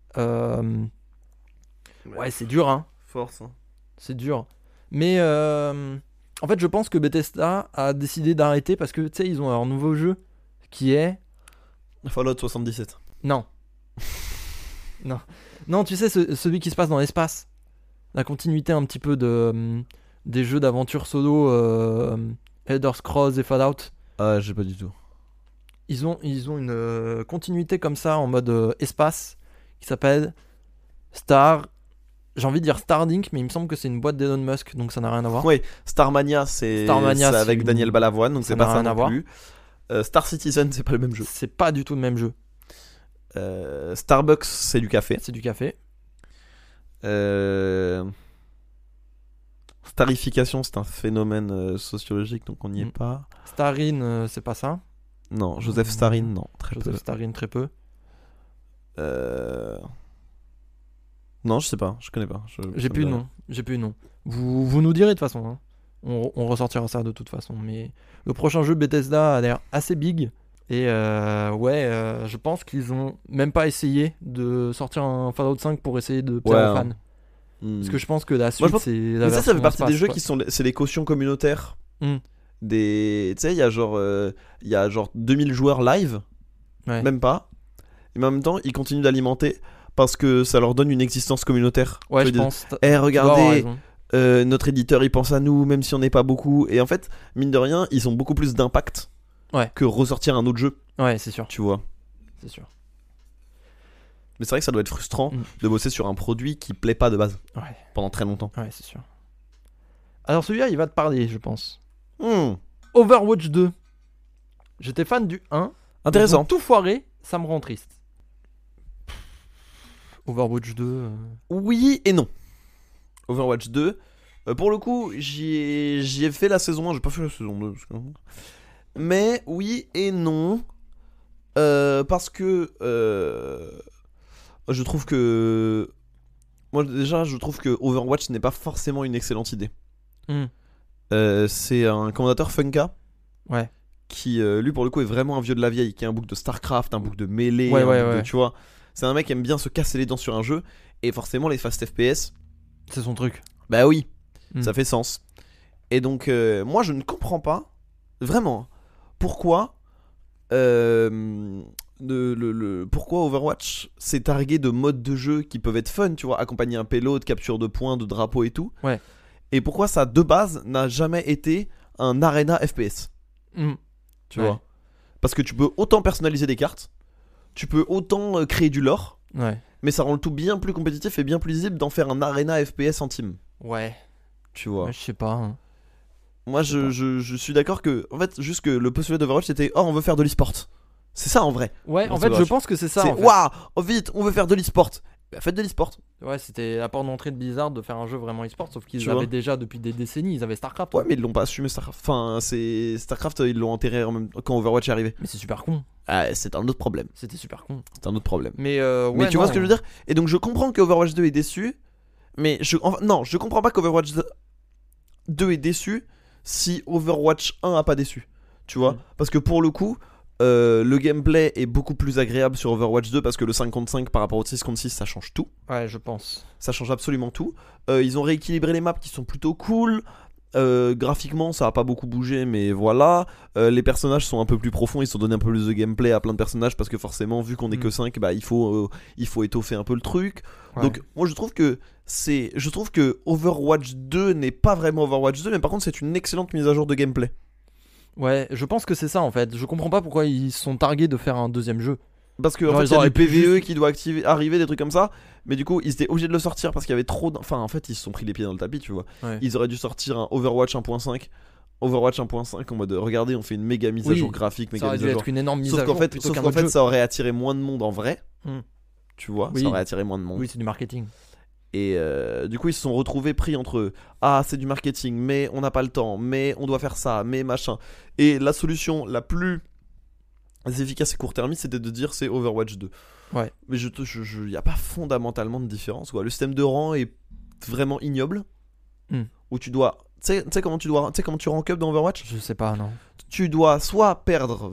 Ouais, c'est dur, hein. Force. Hein. C'est dur. Mais en fait, je pense que Bethesda a décidé d'arrêter parce que tu sais, ils ont leur nouveau jeu qui est. Fallout 77. Non. Non, tu sais, celui qui se passe dans l'espace. La continuité un petit peu des jeux d'aventure solo Elder Scrolls et Fallout. Ah, j'ai pas du tout. Ils ont une continuité comme ça en mode espace qui s'appelle j'ai envie de dire Starlink, mais il me semble que c'est une boîte d'Elon Musk, donc ça n'a rien à voir. Ouais, Starmania, c'est avec une- Daniel Balavoine, donc ça c'est n'a pas ça rien à non voir. plus. Star Citizen, c'est pas le même jeu. C'est pas du tout le même jeu. Starbucks, c'est du café. C'est du café. Starification, c'est un phénomène sociologique, donc on n'y est pas. Starine, c'est pas ça. Non, Joseph Starin, non, très Joseph peu. Starine, très peu. Non, je sais pas, je connais pas. J'ai plus de nom. Vous nous direz de toute façon. Hein. On ressortira ça de toute façon. Mais le prochain jeu Bethesda a l'air assez big. Et je pense qu'ils ont même pas essayé de sortir un Fallout 5 pour essayer de plaire aux fans. Parce que je pense que la suite, pense- c'est la Mais ça version fait partie des espace, jeux quoi. qui sont c'est les cautions communautaires. Mm. Tu sais, il y a genre 2000 joueurs live, Ouais. même pas. Mais en même temps, ils continuent d'alimenter parce que ça leur donne une existence communautaire. Ouais, Tu je vois, pense. Eh, Tu dois avoir regardez, raison. notre éditeur il pense à nous, même si on n'est pas beaucoup. Et en fait, mine de rien, ils ont beaucoup plus d'impact que ressortir un autre jeu, Ouais, c'est sûr. tu vois. C'est sûr. Mais c'est vrai que ça doit être frustrant Mm. de bosser sur un produit qui plaît pas de base Ouais, pendant très longtemps. c'est sûr. Alors celui-là, il va te parler, je pense. Hmm. Overwatch 2. J'étais fan du 1. Ils Intéressant. ont tout foiré, ça me rend triste. Overwatch 2. Oui et non. Overwatch 2. Pour le coup, j'y ai fait la saison 1, j'ai pas fait la saison 2. Mais oui et non. Parce que je trouve que. Moi déjà, je trouve que Overwatch n'est pas forcément une excellente idée. Hmm. C'est un commentateur Funka. Ouais. Qui lui pour le coup est vraiment un vieux de la vieille, qui a un book de Starcraft, un book de Melee, Ouais, un ouais, book de, ouais. tu vois. C'est un mec qui aime bien se casser les dents sur un jeu. Et forcément les fast FPS, C'est son truc. bah oui, Mm. ça fait sens. Et donc moi je ne comprends pas vraiment pourquoi pourquoi Overwatch s'est targué de modes de jeu qui peuvent être fun, tu vois, accompagner un payload, capture de points, de drapeaux et tout. Ouais. Et pourquoi ça de base n'a jamais été un arena FPS, Mm. tu Ouais. vois. Parce que tu peux autant personnaliser des cartes, tu peux autant créer du lore, Ouais. mais ça rend le tout bien plus compétitif et bien plus lisible d'en faire un arena FPS en team. Ouais. Tu vois. Ouais, je sais pas. Hein. Moi, je suis d'accord que, en fait, juste que le postulat d'Overwatch c'était oh, on veut faire de l'e-sport. C'est ça en vrai. Ouais, Dans en fait, je Overwatch. pense que c'est ça. C'est En fait. waouh, oh, vite, on veut faire de l'e-sport. Bah, faites de l'e-sport. Ouais, c'était la porte d'entrée de Blizzard de faire un jeu vraiment e-sport, sauf qu'ils Tu avaient vois. déjà depuis des décennies, ils avaient StarCraft. Ouais, mais ils l'ont pas assumé StarCraft. Enfin, c'est StarCraft, ils l'ont enterré en même quand Overwatch est arrivé. Mais c'est super con. Ah, c'est un autre problème. C'était super con. C'est un autre problème. Mais, ouais, Mais tu vois non. ce que je veux dire. Et donc je comprends que Overwatch 2 est déçu, mais non, je comprends pas qu'Overwatch 2 est déçu si Overwatch 1 a pas déçu. Tu vois, parce que pour le coup, le gameplay est beaucoup plus agréable sur Overwatch 2 parce que le 5 contre 5 par rapport au 6 contre 6, ça change tout. Ouais, je pense. Ça change absolument tout. Ils ont rééquilibré les maps qui sont plutôt cool. Graphiquement, ça a pas beaucoup bougé, mais voilà. Les personnages sont un peu plus profonds. Ils se sont donné un peu plus de gameplay à plein de personnages parce que forcément, vu qu'on est que 5, bah, il faut étoffer un peu le truc. Ouais. Donc, moi, je trouve que Overwatch 2 n'est pas vraiment Overwatch 2, mais par contre, c'est une excellente mise à jour de gameplay. Ouais, je pense que c'est ça en fait. Je comprends pas pourquoi ils sont targués de faire un deuxième jeu. Parce que Genre, en fait, ils il y a auraient du pu PVE juste- qui doit arriver, des trucs comme ça. Mais du coup, ils étaient obligés de le sortir parce qu'il y avait trop. Enfin, en fait, ils se sont pris les pieds dans le tapis, tu vois. Ouais. Ils auraient dû sortir un Overwatch 1.5. Overwatch 1.5 en mode regardez, on fait une méga mise à Oui, jour graphique, Ça méga aurait mise dû à jour. être une énorme mise Sauf à qu'en jour fait, plutôt qu'un autre jeu. ça aurait attiré moins de monde en vrai. Hmm. Tu vois, Oui. ça aurait attiré moins de monde. Oui, c'est du marketing. Et du coup, ils se sont retrouvés pris entre ah, c'est du marketing, mais on n'a pas le temps, mais on doit faire ça, mais machin. Et la solution la plus efficace et court-termiste, c'était de dire c'est Overwatch 2. Ouais. Mais il n'y a pas fondamentalement de différence. Quoi. Le système de rang est vraiment ignoble. Où tu dois. Tu sais comment tu rank up dans Overwatch. Je sais pas, non. Tu dois soit perdre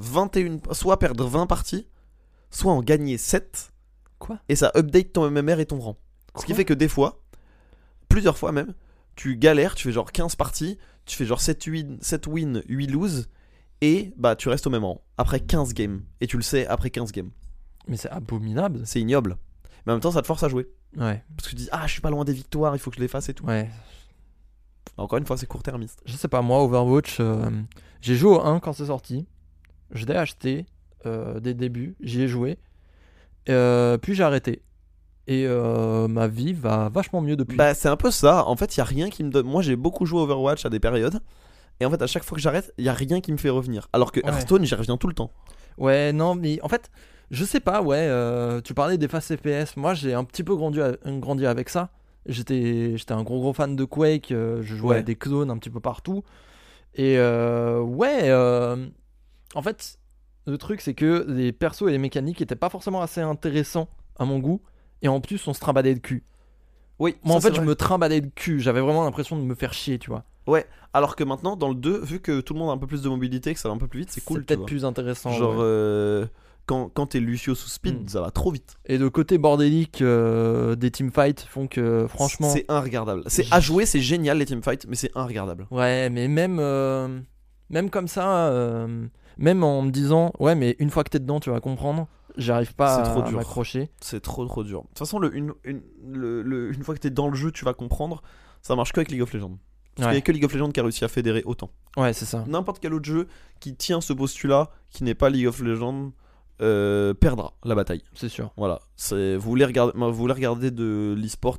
20 parties, soit en gagner 7. Quoi ? Et ça update ton MMR et ton rang. Ce qui Quoi fait que des fois, plusieurs fois même, tu galères, tu fais genre 15 parties, tu fais genre 7 wins, 8 lose, et bah tu restes au même rang après 15 games. Et tu le sais après 15 games. Mais c'est abominable. C'est ignoble. Mais en même temps, ça te force à jouer. Ouais. Parce que tu dis, ah, je suis pas loin des victoires, il faut que je les fasse et tout. Ouais. Encore une fois, c'est court-termiste. Je sais pas, moi, Overwatch, j'ai joué au 1 quand c'est sorti. Je l'ai acheté dès le début, j'y ai joué. Puis j'ai arrêté. Et ma vie va vachement mieux depuis. Bah, c'est un peu ça. En fait, il y a rien qui me donne. Moi, j'ai beaucoup joué à Overwatch à des périodes. Et en fait, à chaque fois que j'arrête, il y a rien qui me fait revenir. Alors que Ouais. Hearthstone, j'y reviens tout le temps. Ouais, non, mais en fait, je sais pas, ouais. Tu parlais des phases FPS. Moi, j'ai un petit peu grandi avec ça. J'étais un gros fan de Quake. Je jouais Ouais. à des clones un petit peu partout. Et ouais, en fait, le truc, c'est que les persos et les mécaniques étaient pas forcément assez intéressants à mon goût. Et en plus, on se trimballait le cul. Oui, Moi, en ça, fait, c'est je vrai. me trimballais le cul. J'avais vraiment l'impression de me faire chier, tu vois. Ouais, alors que maintenant, dans le 2, vu que tout le monde a un peu plus de mobilité, que ça va un peu plus vite, c'est cool. C'est peut-être tu plus intéressant. vois. Genre, ouais. quand t'es Lucio sous speed, Mm. ça va trop vite. Et le côté bordélique des teamfights font que, franchement. C'est inregardable. C'est à jouer, c'est génial les teamfights, mais c'est inregardable. Ouais, mais même comme ça, même en me disant, ouais, mais une fois que t'es dedans, tu vas comprendre. J'arrive pas C'est trop à dur. m'accrocher. C'est trop dur. De toute façon, une fois que t'es dans le jeu, tu vas comprendre. Ça marche que avec League of Legends. Parce qu'il n'y a Ouais, que League of Legends qui a réussi à fédérer autant. ouais, c'est ça. N'importe quel autre jeu qui tient ce postulat, qui n'est pas League of Legends, perdra la bataille. C'est sûr. Voilà. Vous voulez regarder de l'e-sport,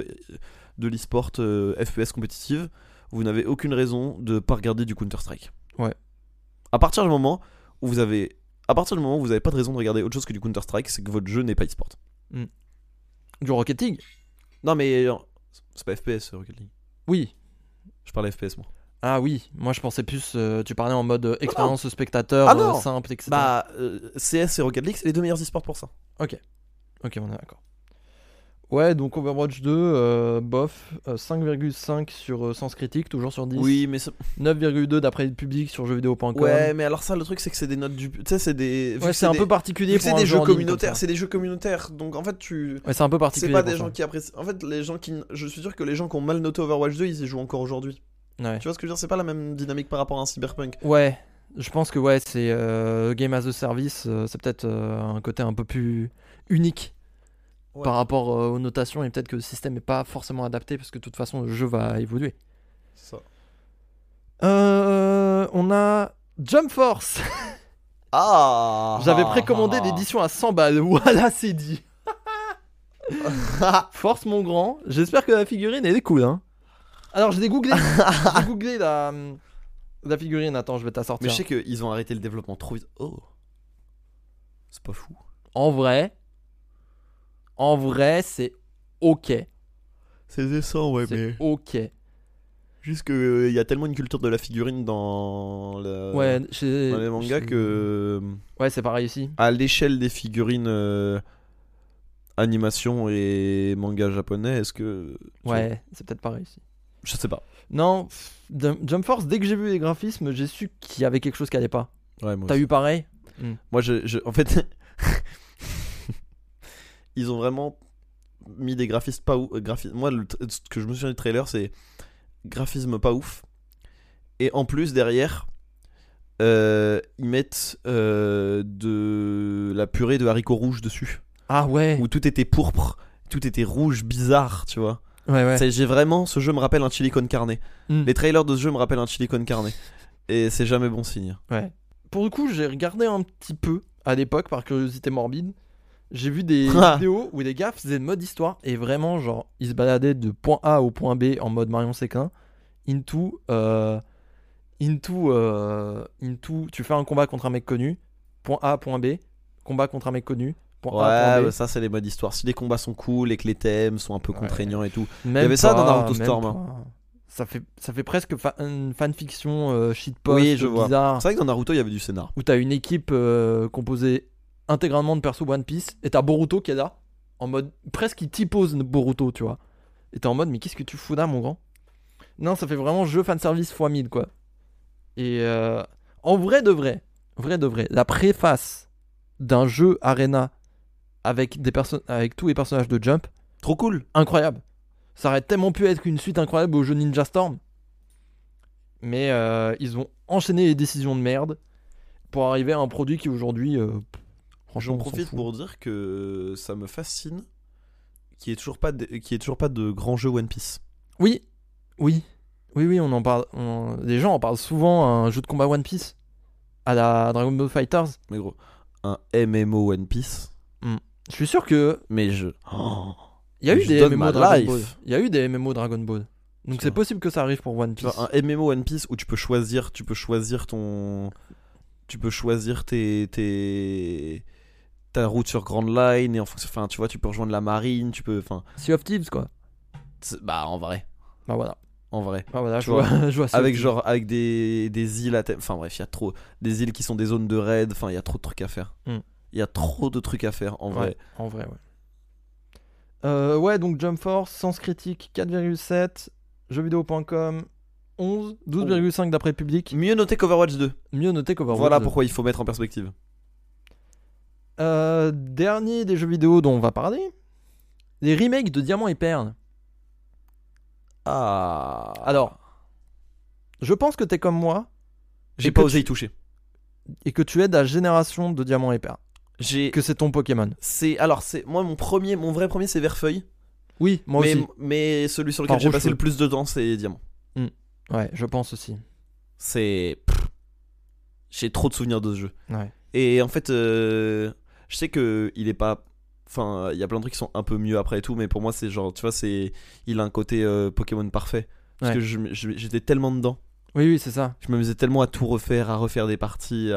FPS compétitive, vous n'avez aucune raison de pas regarder du Counter-Strike. Ouais. À partir du moment où vous n'avez pas de raison de regarder autre chose que du Counter-Strike, c'est que votre jeu n'est pas e-sport. Du Rocket League ? Non mais c'est pas FPS Rocket League. Oui. Je parle FPS moi. Ah oui, moi je pensais plus, tu parlais en mode expérience spectateur, Ah non. simple, etc. Bah CS et Rocket League, c'est les deux meilleurs e-sports pour ça. Ok, on est d'accord. Ouais, donc Overwatch 2, bof, 5,5 sur Sens Critique, toujours sur 10. Oui, mais 9,2 d'après le public sur jeuxvideo.com. ouais, mais alors ça le truc c'est que c'est des notes du tu sais c'est des vu Ouais, que c'est un des- peu particulier vu que pour c'est un des jeu jeux en ligne communautaires, comme ça. c'est des jeux communautaires. Donc en fait tu Ouais, c'est un peu particulier. c'est pas des pour gens ça. qui apprécient. En fait, les gens qui je suis sûr que les gens qui ont mal noté Overwatch 2, ils y jouent encore aujourd'hui. Ouais. Tu vois ce que je veux dire, c'est pas la même dynamique par rapport à un Cyberpunk. Ouais, je pense que ouais, c'est Game as a Service, c'est peut-être un côté un peu plus unique Ouais. par rapport aux notations et peut-être que le système n'est pas forcément adapté parce que de toute façon le jeu va évoluer. C'est ça. On a Jump Force. Ah. J'avais précommandé l'édition à 100 balles. Voilà, c'est dit. Force mon grand. J'espère que la figurine elle est cool, hein. Alors j'ai googlé la figurine. Attends, je vais Mais t'assortir. je sais qu'ils ont arrêté le développement trop vite. Oh. C'est pas fou. En vrai, c'est ok. C'est décent, ouais, C'est ok. juste que y a tellement une culture de la figurine dans, Ouais, dans les mangas que Ouais, c'est pareil ici. à l'échelle des figurines animation et manga japonais, est-ce que Ouais, c'est peut-être pareil ici. je sais pas. Non, Jump Force, dès que j'ai vu les graphismes, j'ai su qu'il y avait quelque chose qui allait pas. Ouais, moi T'as aussi. eu pareil? Moi, en fait, ils ont vraiment mis des graphismes pas ouf. Moi, ce que je me souviens du trailer, c'est graphisme pas ouf. Et en plus, derrière, ils mettent de la purée de haricots rouges dessus. Ah ouais. Où tout était pourpre, tout était rouge, bizarre, tu vois. Ouais. J'ai vraiment, ce jeu me rappelle un chili con carne. Les trailers de ce jeu me rappellent un chili con carne. Et c'est jamais bon signe. Ouais. Pour le coup, j'ai regardé un petit peu à l'époque par curiosité morbide. J'ai vu des vidéos où les gars faisaient le mode histoire et vraiment, genre, ils se baladaient de point A au point B en mode Marion Séquin. Into, tu fais un combat contre un mec connu. Point A, point B. Combat contre un mec connu. Point A, Ouais, point B. bah ça c'est les modes histoire. Si les combats sont cool et que les thèmes sont un peu contraignants et tout. Même Il y avait ça dans pas, Naruto même Storm, pas. Ça fait presque une fanfiction shitpost Oui, je vois. bizarre. C'est vrai que dans Naruto il y avait du scénar. Où t'as une équipe composée intégralement de persos One Piece et t'as Boruto qui est là en mode presque il typose Boruto, tu vois, et t'es en mode mais qu'est-ce que tu fous là mon grand. Non, ça fait vraiment jeu fanservice x 1000 quoi. Et en vrai de vrai, la préface d'un jeu Arena avec tous les personnages de Jump, Trop cool. incroyable. Ça aurait tellement pu être une suite incroyable au jeu Ninja Storm, mais ils ont enchaîné les décisions de merde pour arriver à un produit qui aujourd'hui franchement J'en on s'en profite fout. pour dire que ça me fascine qu'il n'y ait toujours pas de grand jeu One Piece. Oui, on en parle. Les gens en parlent souvent, un jeu de combat One Piece à la Dragon Ball Fighters. Mais gros, un MMO One Piece. Je suis sûr que Mais il y a eu je des donne MMO ma Dragon life. Ball. Il y a eu des MMO Dragon Ball. Donc Tu c'est vois. possible que ça arrive pour One tu Piece. vois, un MMO One Piece où tu peux choisir ta route sur Grand Line et en fonction, enfin, tu vois, tu peux rejoindre la marine, tu peux, enfin, Sea of Thieves quoi. bah en vrai, Bah voilà. Tu Je vois Sea of avec Thieves. avec des îles à thème, enfin bref, il y a trop des îles qui sont des zones de raid, enfin il y a trop de trucs à faire. Il y a trop de trucs à faire en vrai. Ouais, en vrai, ouais. Ouais, donc Jump Force, Sens Critique 4,7, jeuxvideo.com 11, 12,5 d'après public. Mieux noté qu'Overwatch 2. Mieux noté qu'Overwatch. Voilà pourquoi il faut mettre en perspective. Dernier des jeux vidéo dont on va parler, les remakes de Diamant et Perle. Ah. Alors, je pense que t'es comme moi J'ai et pas que osé tu- y toucher. et que tu es de la génération de Diamant et Perle. Que c'est ton Pokémon. C'est moi mon vrai premier c'est Verfeuille. Oui, moi aussi. Mais celui sur lequel Enfin, j'ai rouge passé feu. le plus de temps c'est Diamant. Ouais, je pense aussi. C'est j'ai trop de souvenirs de ce jeu. Ouais. Et en fait je sais que il est pas, enfin il y a plein de trucs qui sont un peu mieux après et tout, mais pour moi c'est genre, tu vois, il a un côté Pokémon parfait parce Ouais. que j'étais tellement dedans. Oui, c'est ça. Je m'amusais tellement à tout refaire, à refaire des parties,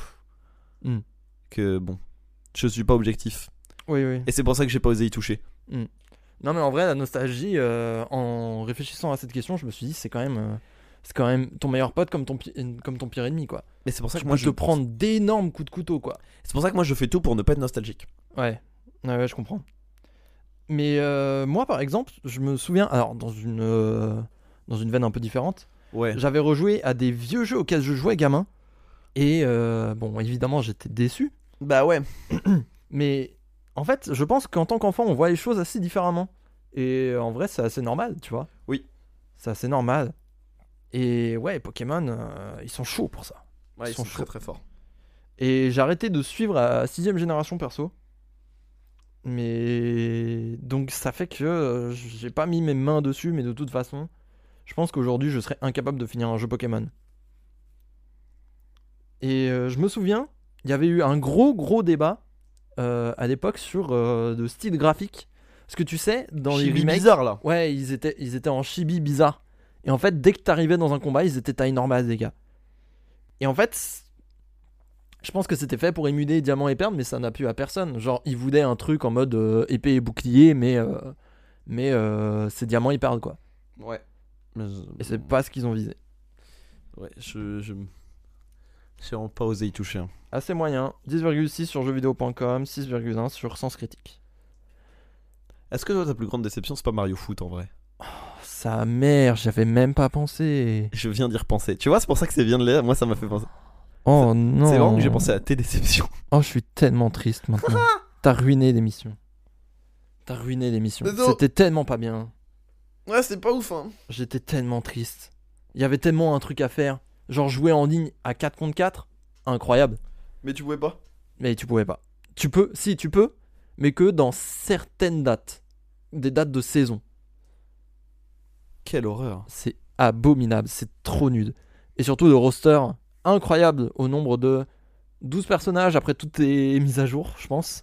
que bon, je suis pas objectif. Oui. Et c'est pour ça que j'ai pas osé y toucher. Non, mais en vrai, la nostalgie, en réfléchissant à cette question, je me suis dit, c'est quand même ton meilleur pote comme ton pire ennemi, quoi. Mais c'est pour ça Tu que moi peux te prendre d'énormes coups de couteau, quoi. c'est pour ça que moi je fais tout pour ne pas être nostalgique. Ouais, je comprends. Mais moi, par exemple, je me souviens, alors dans une veine un peu différente, Ouais. j'avais rejoué à des vieux jeux auxquels je jouais gamin. Et bon, évidemment, j'étais déçu. Bah ouais. Mais en fait, je pense qu'en tant qu'enfant, on voit les choses assez différemment. Et en vrai, c'est assez normal, tu vois. Oui. C'est assez normal. Et ouais, Pokémon, ils sont chauds pour ça. Ouais, ils sont chauds. très très forts. Et j'ai arrêté de suivre la 6ème génération perso. Mais donc ça fait que j'ai pas mis mes mains dessus, mais de toute façon, je pense qu'aujourd'hui je serais incapable de finir un jeu Pokémon. Et je me souviens il y avait eu un gros débat à l'époque sur le style graphique. Parce que tu sais, dans les Chibi remakes, bizarre là. ouais, ils étaient en chibi bizarre. Et en fait, dès que t'arrivais dans un combat, ils étaient taille normale, les gars. Et en fait, je pense que c'était fait pour émuler Diamant et Perle, mais ça n'a plu à personne. Genre, ils voulaient un truc en mode épée et bouclier, mais c'est Diamant et Perle, quoi. Ouais. Et c'est pas ce qu'ils ont visé. Ouais, j'ai vraiment pas osé y toucher. Hein. Assez moyen. 10,6 sur jeuxvideo.com, 6,1 sur Sens Critique. Est-ce que toi ta plus grande déception c'est pas Mario Foot en vrai? Sa mère, j'avais même pas pensé. Je viens d'y repenser. Tu vois, c'est pour ça que c'est bien de l'air. Moi ça m'a fait penser. Oh non. C'est vraiment que j'ai pensé à tes déceptions. Oh, je suis tellement triste maintenant. T'as ruiné l'émission. T'as ruiné l'émission. Mais non. C'était tellement pas bien. Ouais, c'est pas ouf hein. J'étais tellement triste. Il y avait tellement un truc à faire. Genre jouer en ligne à 4 contre 4. Incroyable. Mais tu pouvais pas. Mais tu pouvais pas. Tu peux, si tu peux, mais que dans certaines dates. Des dates de saison. Quelle horreur. C'est abominable, c'est trop nul. Et surtout le roster, incroyable au nombre de 12 personnages après toutes les mises à jour, je pense.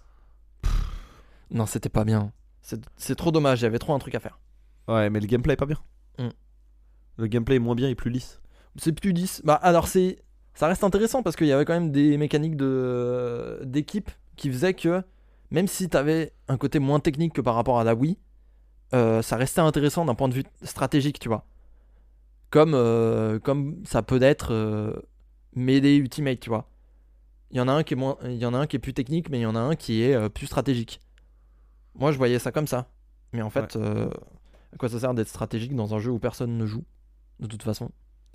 Non, c'était pas bien. C'est trop dommage, il y avait trop un truc à faire. Ouais, mais le gameplay est pas bien. Mm. Le gameplay est moins bien et plus lisse. C'est plus 10. Bah alors ça reste intéressant parce qu'il y avait quand même des mécaniques d'équipe qui faisaient que même si t'avais un côté moins technique que par rapport à la Wii, ça restait intéressant d'un point de vue stratégique, tu vois. Comme ça peut être Melee Ultimate, tu vois. Il y en a un qui est plus technique, mais il y en a un qui est plus stratégique. Moi, je voyais ça comme ça. Mais en fait, à quoi ça sert d'être stratégique dans un jeu où personne ne joue, de toute façon.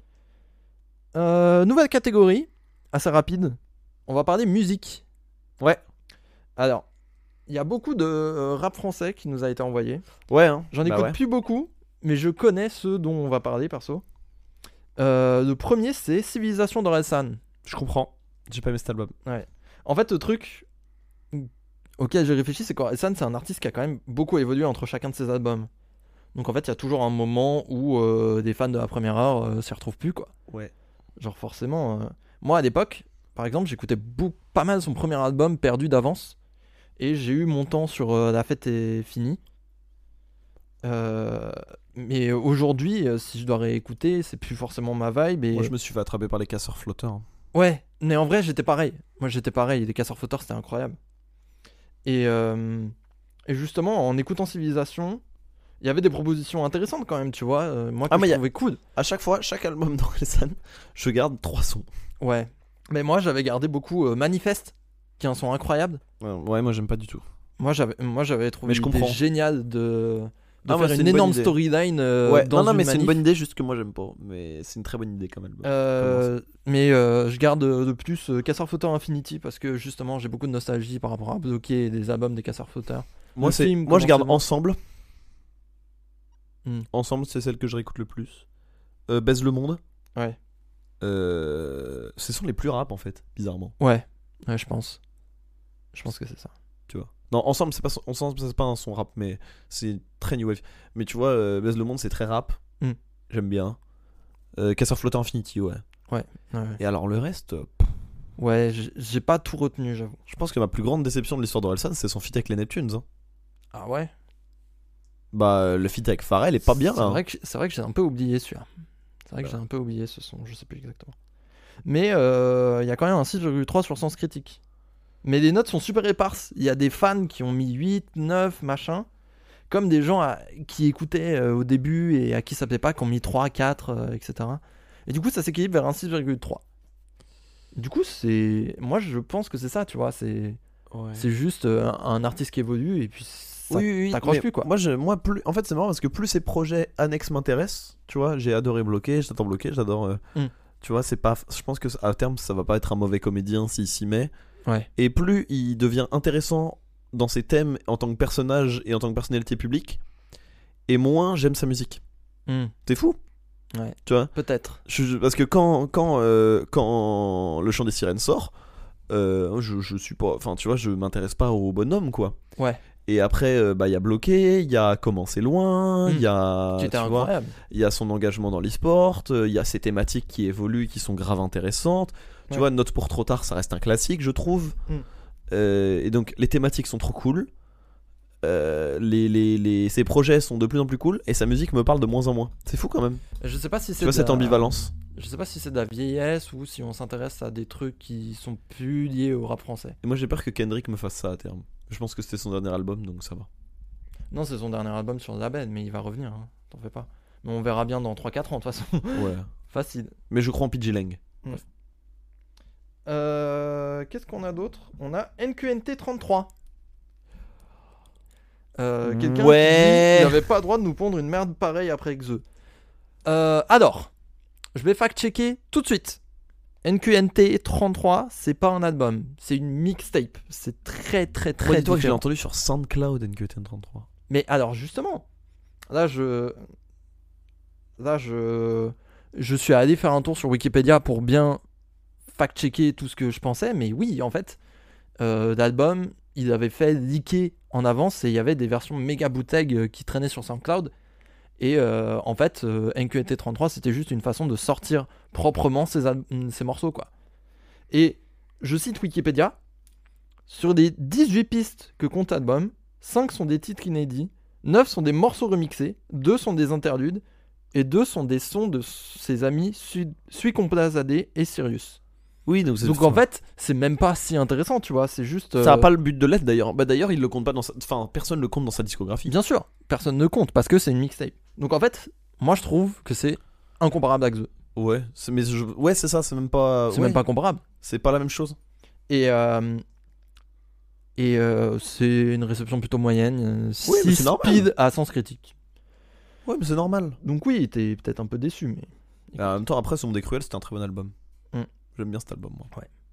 Nouvelle catégorie, assez rapide. On va parler musique. Ouais. Alors, il y a beaucoup de rap français qui nous a été envoyé. Ouais, hein. J'en Bah écoute ouais. plus beaucoup, mais je connais ceux dont on va parler perso. Le premier, c'est Civilisation d'Orelsan. Je comprends. J'ai pas aimé cet album. En fait, le truc auquel j'ai réfléchi, c'est qu'Orelsan, c'est un artiste qui a quand même beaucoup évolué entre chacun de ses albums. Donc en fait, il y a toujours un moment où des fans de la première heure s'y retrouvent plus, quoi. Ouais. Genre forcément... Moi, à l'époque, par exemple, j'écoutais pas mal son premier album, Perdu d'avance. Et j'ai eu mon temps sur La fête est finie. Mais aujourd'hui, si je dois réécouter, c'est plus forcément ma vibe. Et... Moi, je me suis fait attraper par les casseurs flotteurs. Hein. Ouais, mais en vrai, j'étais pareil. Moi, j'étais pareil. Les casseurs flotteurs, c'était incroyable. Et justement, en écoutant Civilisation, il y avait des propositions intéressantes quand même, tu vois. Moi, que je trouvais cool. À chaque fois, chaque album d'Orelsan, je garde 3 sons. Ouais. Mais moi, j'avais gardé beaucoup Manifeste, qui est un son incroyable. Ouais, moi, j'aime pas du tout. Moi, j'avais trouvé l'idée géniale de faire une énorme storyline dans non, une mais c'est manif. une bonne idée, juste que moi j'aime pas. Mais c'est une très bonne idée quand même. Mais je garde de plus Casseurs Flotteurs Infinity parce que justement j'ai beaucoup de nostalgie par rapport à bloquer des albums des Casseurs Flotteurs. Moi, je garde Ensemble. Ensemble, c'est celle que je réécoute le plus. Baise le monde. Ouais. Ce sont les plus rap en fait, bizarrement. Ouais, je pense. Je pense que c'est ça. Tu vois. Non, Ensemble, c'est pas un son rap, mais c'est très new wave. Mais tu vois, Baise le monde, c'est très rap. J'aime bien. Casseur Flotteur Infinity, ouais. Et alors le reste. Ouais, j'ai pas tout retenu, j'avoue. Je pense que ma plus grande déception de l'histoire d'Orelsan, c'est son feat avec les Neptunes. Hein. Ah ouais. Bah, le feat avec Pharrell est pas bien. C'est vrai que j'ai un peu oublié celui-là. C'est vrai que j'ai un peu oublié ce son, je sais plus exactement. Mais il y a quand même un 6,3 sur Sens Critique. Mais les notes sont super éparses. Il y a des fans qui ont mis 8, 9, machin. Comme des gens qui écoutaient au début et à qui ça plaît pas, qui ont mis 3, 4, etc. Et du coup, ça s'équilibre vers un 6,3. Du coup, moi, je pense que c'est ça, tu vois. C'est juste un artiste qui évolue et puis ça t'accroche plus, quoi. Moi, plus... En fait, c'est marrant parce que plus ces projets annexes m'intéressent, tu vois, j'ai adoré Bloqué, j'adore... Tu vois, c'est pas... Je pense que à terme, ça va pas être un mauvais comédien s'il s'y met. Ouais. Et plus il devient intéressant dans ses thèmes en tant que personnage et en tant que personnalité publique, et moins j'aime sa musique. T'es fou? Ouais. Tu vois? Peut-être. Parce que quand Le Chant des Sirènes sort, je suis pas... Enfin, tu vois, je m'intéresse pas au bonhomme, quoi. Ouais. Et après, il y a Bloqué, il y a Comment c'est loin, il y a... C'était incroyable. Il y a son engagement dans l'e-sport, il y a ses thématiques qui évoluent, qui sont grave intéressantes. Tu Ouais. vois, Note pour trop tard, ça reste un classique, je trouve. Mm. Et donc, les thématiques sont trop cool. Ses projets sont de plus en plus cool. Et sa musique me parle de moins en moins. C'est fou quand même. Je sais pas si c'est Tu vois de cette la- ambivalence. Je sais pas si c'est de la vieillesse ou si on s'intéresse à des trucs qui sont plus liés au rap français. Et moi, j'ai peur que Kendrick me fasse ça à terme. Je pense que c'était son dernier album, donc ça va. Non, c'est son dernier album sur le label, mais il va revenir, hein. T'en fais pas. Mais on verra bien dans 3-4 ans, de toute façon. Ouais. Facile. Mais je crois en PG Lang. Qu'est-ce qu'on a d'autre? On a NQNT 33. Quelqu'un Ouais. qui dit qu'il n'avait pas le droit de nous pondre une merde pareille après Xe. Alors, je vais fact-checker tout de suite. NQNT 33, c'est pas un album, c'est une mixtape. C'est très très très Moi, dis-toi que je l'ai différent. entendu sur SoundCloud NQT33. Mais alors justement, là je suis allé faire un tour sur Wikipédia pour bien fact-checker tout ce que je pensais, mais oui, en fait, l'album, il avait fait leaker en avance et il y avait des versions méga bootleg qui traînaient sur SoundCloud. Et en fait, NQNT33, c'était juste une façon de sortir proprement ces morceaux, quoi. Et je cite Wikipédia, sur des 18 pistes que compte l'album, 5 sont des titres inédits, 9 sont des morceaux remixés, 2 sont des interludes, et 2 sont des sons de ses amis Sui Complazade et Sirius. Oui, donc Donc en fait, c'est même pas si intéressant, tu vois, c'est juste... ça a pas le but de l'être d'ailleurs. Bah d'ailleurs, il le compte pas dans sa... Enfin, personne le compte dans sa discographie. Bien sûr, personne ne compte, parce que c'est une mixtape. Donc en fait, moi je trouve que c'est incomparable à Xe. Ouais, ouais, c'est ça, c'est même pas. C'est ouais, même pas comparable. c'est pas la même chose. Et c'est une réception plutôt moyenne. Oui, mais 6 c'est normal. speed à sens critique. Ouais, mais c'est normal. Donc oui, t'es peut-être un peu déçu, mais... Et en même temps, après, Son des Cruels, c'était un très bon album. Mm. J'aime bien cet album, moi.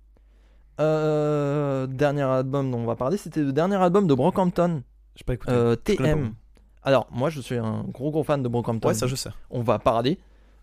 Dernier album dont on va parler, c'était le dernier album de Brockhampton, J'ai pas écouté. Je connais pas, moi. TM. Alors, moi je suis un gros fan de Brockhampton. Ouais, ça je sais. On va parler.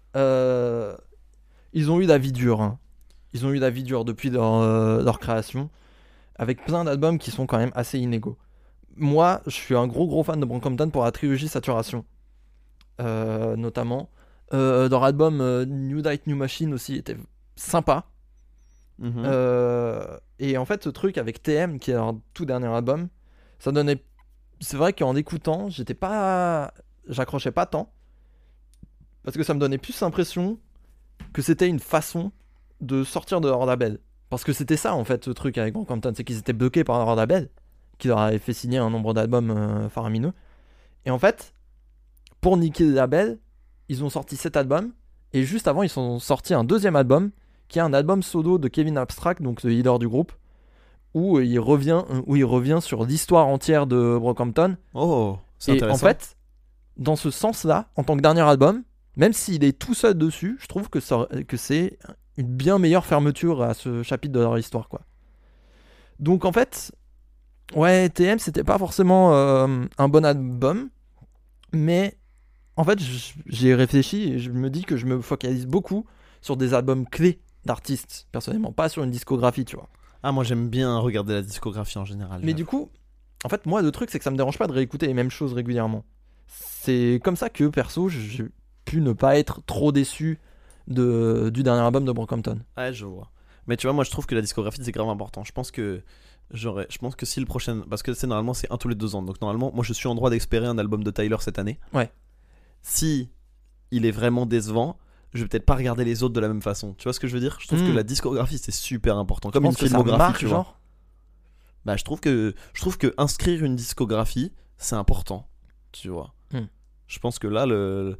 Ils ont eu la vie dure, hein. Ils ont eu la vie dure depuis leur création, avec plein d'albums qui sont quand même assez inégaux. Moi, je suis un gros fan de Brockhampton pour la trilogie Saturation, notamment. Leur album New Night New Machine aussi était sympa. Mhm. Et en fait, ce truc avec TM, qui est leur tout dernier album, ça donnait. C'est vrai qu'en écoutant, j'accrochais pas tant, parce que ça me donnait plus l'impression que c'était une façon de sortir de leur label. Parce que c'était ça en fait, ce truc avec Brockhampton, c'est qu'ils étaient bloqués par leur label, qui leur avait fait signer un nombre d'albums faramineux. Et en fait, pour niquer le label, ils ont sorti cet album, et juste avant, ils ont sorti un deuxième album, qui est un album solo de Kevin Abstract, donc le leader du groupe, où il revient sur l'histoire entière de Brockhampton. Oh, c'est Et intéressant. en fait, dans ce sens-là, en tant que dernier album, même s'il est tout seul dessus, je trouve que c'est une bien meilleure fermeture à ce chapitre de leur histoire, quoi. Donc en fait, ouais, TM, c'était pas forcément un bon album, mais en fait, j'ai réfléchi et je me dis que je me focalise beaucoup sur des albums clés d'artistes, personnellement, pas sur une discographie, tu vois. Ah, moi j'aime bien regarder la discographie en général. Mais du coup, en fait, moi, le truc, c'est que ça me dérange pas de réécouter les mêmes choses régulièrement. C'est comme ça que, perso, j'ai pu ne pas être trop déçu du dernier album de Brockhampton. Ouais, je vois. Mais tu vois, moi je trouve que la discographie c'est grave important. Je pense que si le prochain. Parce que normalement c'est un tous les 2 ans. Donc normalement, moi je suis en droit d'espérer un album de Tyler cette année. Ouais. Si il est vraiment décevant, je vais peut-être pas regarder les autres de la même façon. Tu vois ce que je veux dire? Je trouve que la discographie c'est super important. Comme Je une pense que ça filmographie, marque, tu vois. genre. Bah, je trouve que inscrire une discographie, c'est important, tu vois. Je pense que là,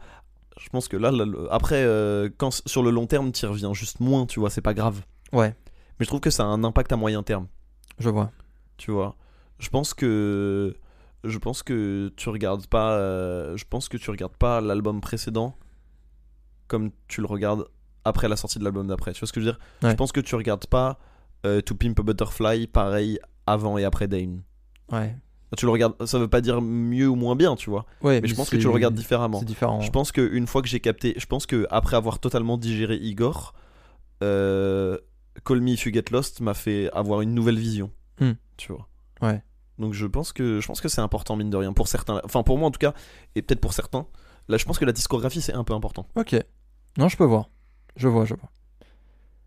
après, quand sur le long terme, t'y reviens juste moins, tu vois, c'est pas grave. Ouais, Mais je trouve que ça a un impact à moyen terme, je vois. tu vois. Je pense que tu regardes pas, l'album précédent comme tu le regardes après la sortie de l'album d'après. Tu vois ce que je veux dire? Ouais. Je pense que tu regardes pas To Pimp a Butterfly pareil avant et après Dane. Ouais. Tu le regardes, ça veut pas dire mieux ou moins bien, tu vois. Ouais, Mais je pense que tu le regardes différemment. C'est différent. Je pense qu'une fois que j'ai capté, je pense que après avoir totalement digéré Igor, Call Me If You Get Lost m'a fait avoir une nouvelle vision, tu vois. Ouais. Donc je pense que c'est important mine de rien pour certains, enfin pour moi en tout cas, et peut-être pour certains. Là, je pense que la discographie c'est un peu important. Ok. Non, je peux voir. Je vois.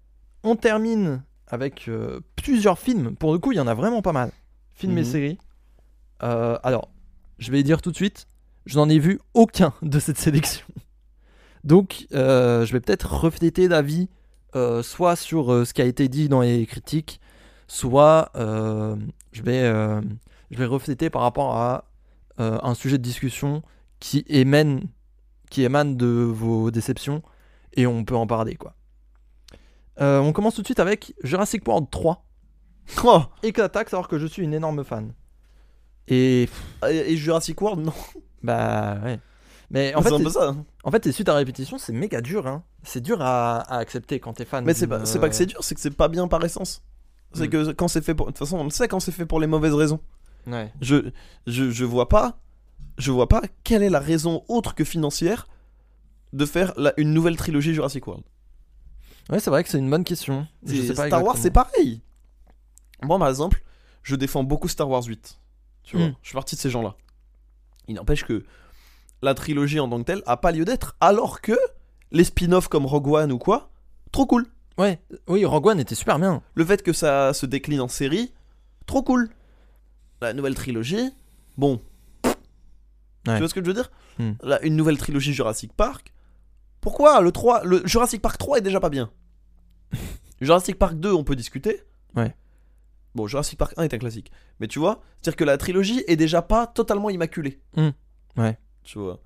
On termine avec plusieurs films. Pour le coup, il y en a vraiment pas mal. Films et Mhm. séries. Alors, je vais dire tout de suite, je n'en ai vu aucun de cette sélection. Donc, je vais peut-être refléter l'avis soit sur ce qui a été dit dans les critiques, soit je vais refléter par rapport à un sujet de discussion qui émane de vos déceptions et on peut en parler, quoi. On commence tout de suite avec Jurassic World 3. Oh, Éclataxe, alors que je suis une énorme fan. Et et Jurassic World, non. bah ouais. Mais en C'est fait, un peu ça. Hein. en fait, les suites à répétition, c'est méga dur. Hein. C'est dur à accepter quand t'es fan. Mais c'est pas que c'est dur, c'est que c'est pas bien par essence. C'est Mm. que quand c'est fait pour. De toute façon, on le sait quand c'est fait pour les mauvaises raisons. Ouais. Je vois pas. Je vois pas quelle est la raison autre que financière de faire une nouvelle trilogie Jurassic World. Ouais, c'est vrai que c'est une bonne question. Je sais pas Star Wars, exactement. c'est pareil. Moi, par exemple, je défends beaucoup Star Wars 8. Tu vois, Mm. je suis parti de ces gens-là. Il n'empêche que la trilogie en tant que telle a pas lieu d'être, alors que les spin-offs comme Rogue One ou quoi, trop cool. Ouais, oui, Rogue One était super bien. Le fait que ça se décline en série, trop cool. La nouvelle trilogie, bon. Ouais. Tu vois ce que je veux dire Hmm. Une nouvelle trilogie Jurassic Park. Pourquoi le Jurassic Park 3 est déjà pas bien. Jurassic Park 2, on peut discuter. Ouais. Bon, Jurassic Park 1 est un classique. Mais tu vois, c'est-à-dire que la trilogie est déjà pas totalement immaculée. Ouais. Tu vois.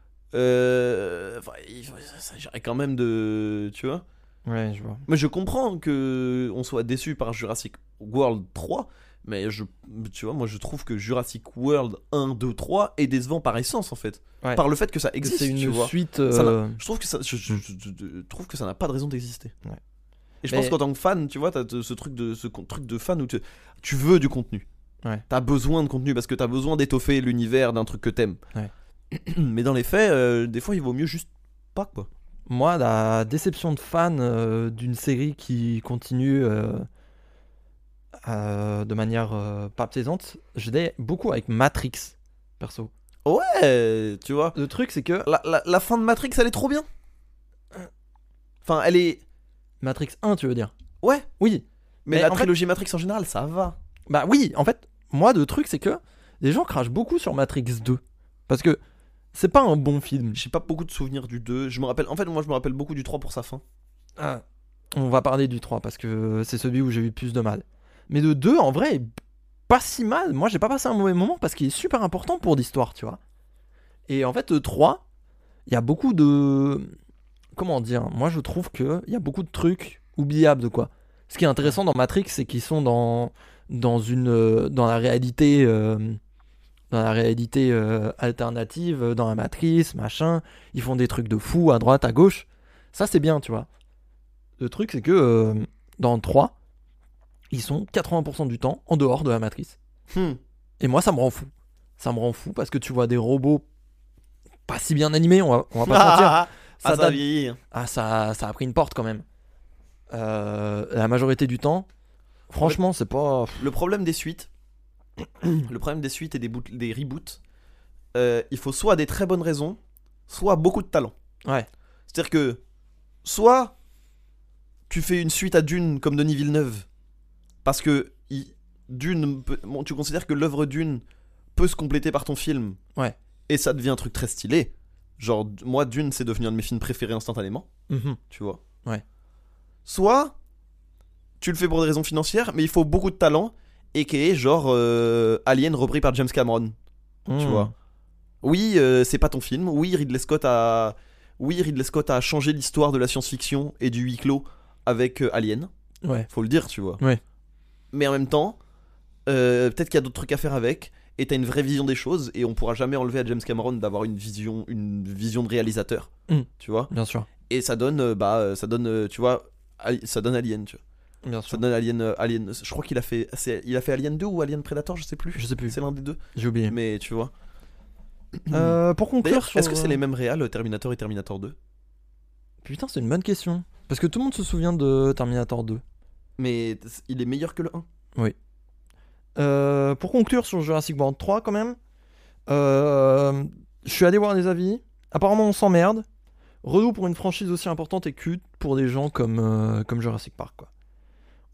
Il s'agirait quand même de. Tu vois. Ouais, je vois. Mais je comprends que on soit déçu par Jurassic World 3, mais tu vois, moi je trouve que Jurassic World 1, 2, 3 est décevant par essence en fait. Ouais. Par le fait que ça Que existe, c'est tu une vois. suite. Je trouve que ça, je trouve que ça n'a pas de raison d'exister. Ouais. Et je Mais- pense qu'en tant que fan, tu vois, t'as ce truc de fan où tu veux du contenu. Ouais. T'as besoin de contenu parce que t'as besoin d'étoffer l'univers d'un truc que t'aimes. Ouais. Mais dans les faits, des fois, il vaut mieux juste pas quoi. Moi, la déception de fan d'une série qui continue de manière pas plaisante, je l'ai beaucoup avec Matrix, perso. Ouais, tu vois. Le truc, c'est que La fin de Matrix, elle est trop bien. Enfin, elle est. Matrix 1, tu veux dire? Ouais, Oui. mais Mais la en fait- trilogie Matrix en général, ça va. Bah oui, en fait, moi, le truc, c'est que les gens crachent beaucoup sur Matrix 2. Parce que c'est pas un bon film. J'ai pas beaucoup de souvenirs du 2. Je me rappelle. En fait, moi, je me rappelle beaucoup du 3 pour sa fin. Ah, on va parler du 3 parce que c'est celui où j'ai eu le plus de mal. Mais le 2, en vrai, est pas si mal. Moi, j'ai pas passé un mauvais moment parce qu'il est super important pour l'histoire, tu vois. Et en fait, le 3, il y a beaucoup de. Comment dire? Moi, je trouve qu'il y a beaucoup de trucs oubliables, quoi. Ce qui est intéressant dans Matrix, c'est qu'ils sont dans la réalité. Dans la réalité alternative, dans la matrice, machin. Ils font des trucs de fou à droite, à gauche. Ça, c'est bien, tu vois. Le truc, c'est que dans le 3, ils sont 80% du temps en dehors de la matrice. Et moi, ça me rend fou. Ça me rend fou parce que tu vois des robots pas si bien animés, on va pas se mentir. Ça date- vieillit. Ah, ça a pris une porte quand même. La majorité du temps, franchement, c'est pas. Le problème des suites, et des reboots, il faut soit des très bonnes raisons, soit beaucoup de talent. Ouais. C'est-à-dire que soit tu fais une suite à Dune comme Denis Villeneuve, parce que tu considères que l'œuvre Dune peut se compléter par ton film. Ouais. Et ça devient un truc très stylé. Genre, moi, Dune, c'est devenu un de mes films préférés instantanément, tu vois. Ouais. Soit tu le fais pour des raisons financières, mais il faut beaucoup de talent, et qui est genre Alien repris par James Cameron, tu vois. Oui, c'est pas ton film. Oui, Ridley Scott a changé l'histoire de la science-fiction et du huis clos avec Alien. Ouais. Faut le dire, tu vois. Ouais. Mais en même temps, peut-être qu'il y a d'autres trucs à faire avec. Et t'as une vraie vision des choses. Et on pourra jamais enlever à James Cameron d'avoir une vision de réalisateur. Tu vois. Bien sûr. Et ça donne, tu vois, ça donne Alien, tu vois. Bien Ça sûr. donne Alien. Je crois qu'il a fait Alien 2 ou Alien Predator, je sais plus. Je sais plus. C'est l'un des deux. J'ai oublié. Mais tu vois. Pour conclure D'ailleurs, sur. est-ce que c'est les mêmes réals, Terminator et Terminator 2? Putain, c'est une bonne question. Parce que tout le monde se souvient de Terminator 2. Mais il est meilleur que le 1. Pour conclure sur Jurassic World 3 quand même, je suis allé voir des avis. Apparemment on s'emmerde. Relou pour une franchise aussi importante et culte pour des gens comme Jurassic Park, quoi.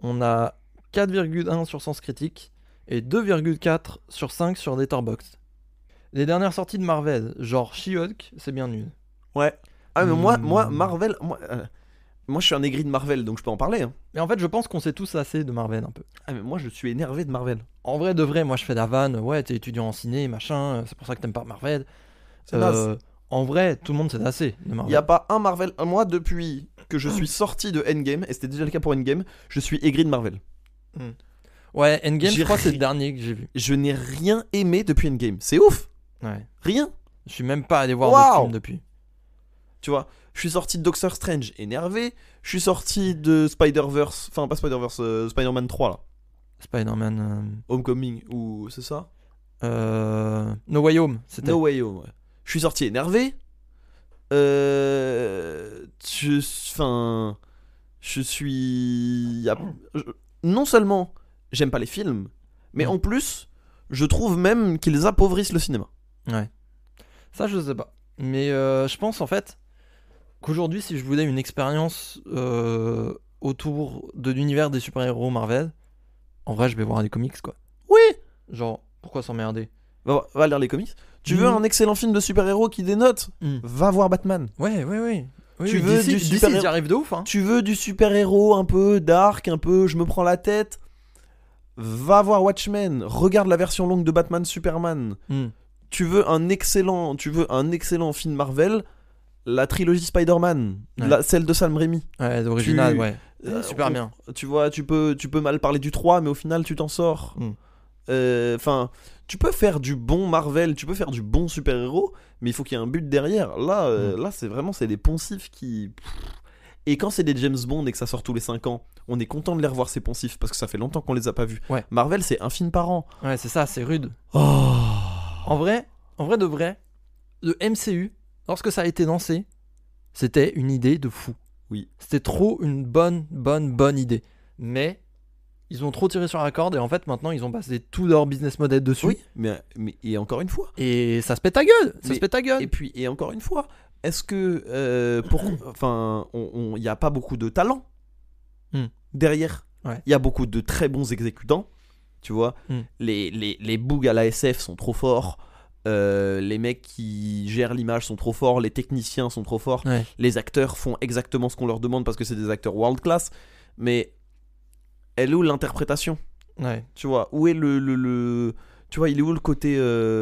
on a 4,1 sur Sens Critique et 2,4 sur 5 sur Letterboxd. Les dernières sorties de Marvel, genre She-Hulk, c'est bien nul. Ouais. Ah, mais moi Marvel. Moi, je suis un aigri de Marvel, donc je peux en parler. Hein. Mais en fait, je pense qu'on s'est tous lassés de Marvel un peu. Ah, mais moi, je suis énervé de Marvel. En vrai, de vrai, moi je fais la vanne, ouais, t'es étudiant en ciné, machin, c'est pour ça que t'aimes pas Marvel. C'est naze. En vrai, tout le monde s'est lassé de Marvel. Il y a pas un Marvel. Moi, depuis que je suis sorti de Endgame, et c'était déjà le cas pour Endgame, je suis aigri de Marvel. Ouais, Endgame, J'ai je crois que c'est le dernier que j'ai vu. Je n'ai rien aimé depuis Endgame. C'est ouf. Ouais. Rien. Je suis même pas allé voir Waouh. d'autres films depuis. Tu vois, je suis sorti de Doctor Strange énervé. Je suis sorti de Spider-Verse. Enfin, pas Spider-Verse, Spider-Man 3 là. Spider-Man. Homecoming, ou c'est ça? No Way Home, c'était. No Way Home, ouais. Je suis sorti énervé. Enfin. Je suis. Non seulement j'aime pas les films, mais en plus, je trouve même qu'ils appauvrissent le cinéma. Ouais. Ça, je sais pas. Mais je pense en fait qu'aujourd'hui, si je voulais une expérience autour de l'univers des super-héros Marvel, en vrai, je vais voir des comics quoi. Oui. Genre, pourquoi s'emmerder? Va lire les comics. Tu veux un excellent film de super-héros qui dénote? Va voir Batman. Ouais. Tu veux du super-héros, ils y arrivent de ouf, hein. Tu veux du super-héros un peu dark, un peu je me prends la tête? Va voir Watchmen. Regarde la version longue de Batman Superman. Tu veux un excellent film Marvel? La trilogie Spider-Man, celle de Sam Raimi. Ouais, l'original, ouais. Super bien. Tu vois, tu peux mal parler du 3, mais au final, tu t'en sors. Enfin, tu peux faire du bon Marvel, tu peux faire du bon super-héros, mais il faut qu'il y ait un but derrière. Là, c'est des poncifs qui... Et quand c'est des James Bond et que ça sort tous les 5 ans, on est content de les revoir ces poncifs, parce que ça fait longtemps qu'on les a pas vus. Ouais. Marvel, c'est un film par an. Ouais, c'est ça, c'est rude. Oh. En vrai de vrai, le MCU, lorsque ça a été lancé, c'était une idée de fou. Oui. C'était trop une bonne idée. Mais ils ont trop tiré sur la corde et en fait maintenant ils ont basé tout leur business model dessus. Oui, mais et encore une fois. Et ça se pète ta gueule. Et puis, et encore une fois, est-ce que enfin, il n'y a pas beaucoup de talent derrière. Ouais. Il y a beaucoup de très bons exécutants. Tu vois, les boogs à la SF sont trop forts. Les mecs qui gèrent l'image sont trop forts. Les techniciens sont trop forts. Ouais. Les acteurs font exactement ce qu'on leur demande parce que c'est des acteurs world class. Mais elle est où l'interprétation? Ouais. Tu vois, où est tu vois, il est où le côté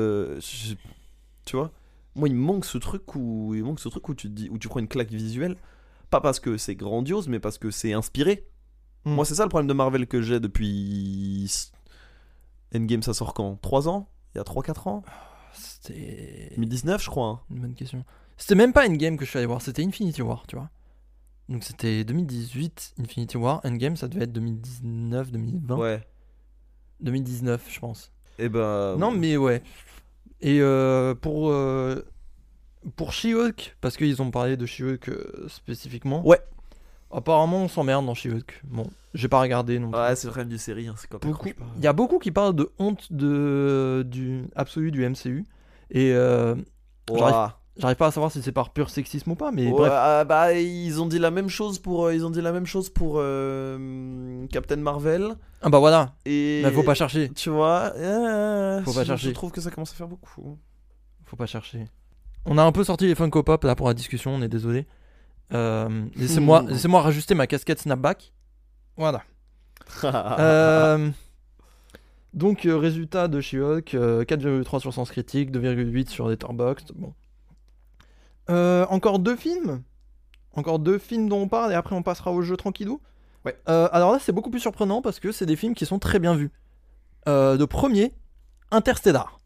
tu vois, moi il me manque ce truc où tu te dis, où tu prends une claque visuelle, pas parce que c'est grandiose mais parce que c'est inspiré. Moi c'est ça le problème de Marvel que j'ai depuis Endgame. Ça sort quand? 3 ans? Il y a 3-4 ans? C'était 2019 je crois, hein. Une bonne question. C'était même pas Endgame que je suis allé voir, c'était Infinity War, tu vois. Donc c'était 2018 Infinity War, Endgame ça devait être 2019, 2020. Ouais. 2019 je pense. Et ben non mais ouais. Et pour She-Hulk, parce qu'ils ont parlé de She-Hulk spécifiquement. Ouais. Apparemment on s'emmerde dans She-Hulk. Bon, j'ai pas regardé non plus. Ouais, c'est le problème du série, hein, c'est quand il y a beaucoup qui parlent de honte du absolu du MCU et j'arrive pas à savoir si c'est par pur sexisme ou pas, mais bref. Bah ils ont dit la même chose pour Captain Marvel. Ah bah voilà. Et mais faut pas chercher. Tu vois, faut pas chercher. Je trouve que ça commence à faire beaucoup. Faut pas chercher. On a un peu sorti les Funko Pop là pour la discussion, on est désolé. Laissez-moi rajuster ma casquette snapback. Voilà. Donc résultat de She-Hulk, 4,3 sur Sens Critique, 2,8 sur Letterboxd. Bon. Encore deux films dont on parle et après on passera au jeu tranquillou. Ouais. Alors là c'est beaucoup plus surprenant parce que c'est des films qui sont très bien vus. Le premier, Interstellar.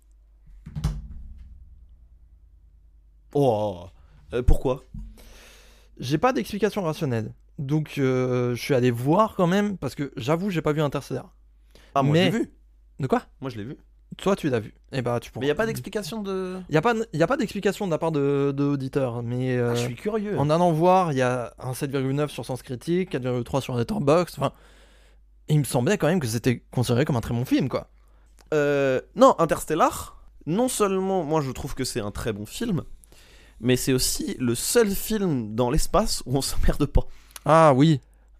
Pourquoi? J'ai pas d'explication rationnelle. Donc je suis allé voir quand même parce que j'avoue j'ai pas vu Interstellar. Ah moi je l'ai vu. De quoi? Moi je l'ai vu. Toi tu l'as vu. Et bah tu pourras. Mais y a pas d'explication de. Y a pas d'explication de la part de auditeurs. Mais je suis curieux. En allant voir, il y a un 7,9 sur Sens Critique, 4,3 sur Letterboxd. Enfin, il me semblait quand même que c'était considéré comme un très bon film quoi. Non, Interstellar. Non seulement moi je trouve que c'est un très bon film, mais c'est aussi le seul film dans l'espace où on s'emmerde pas. Ah oui.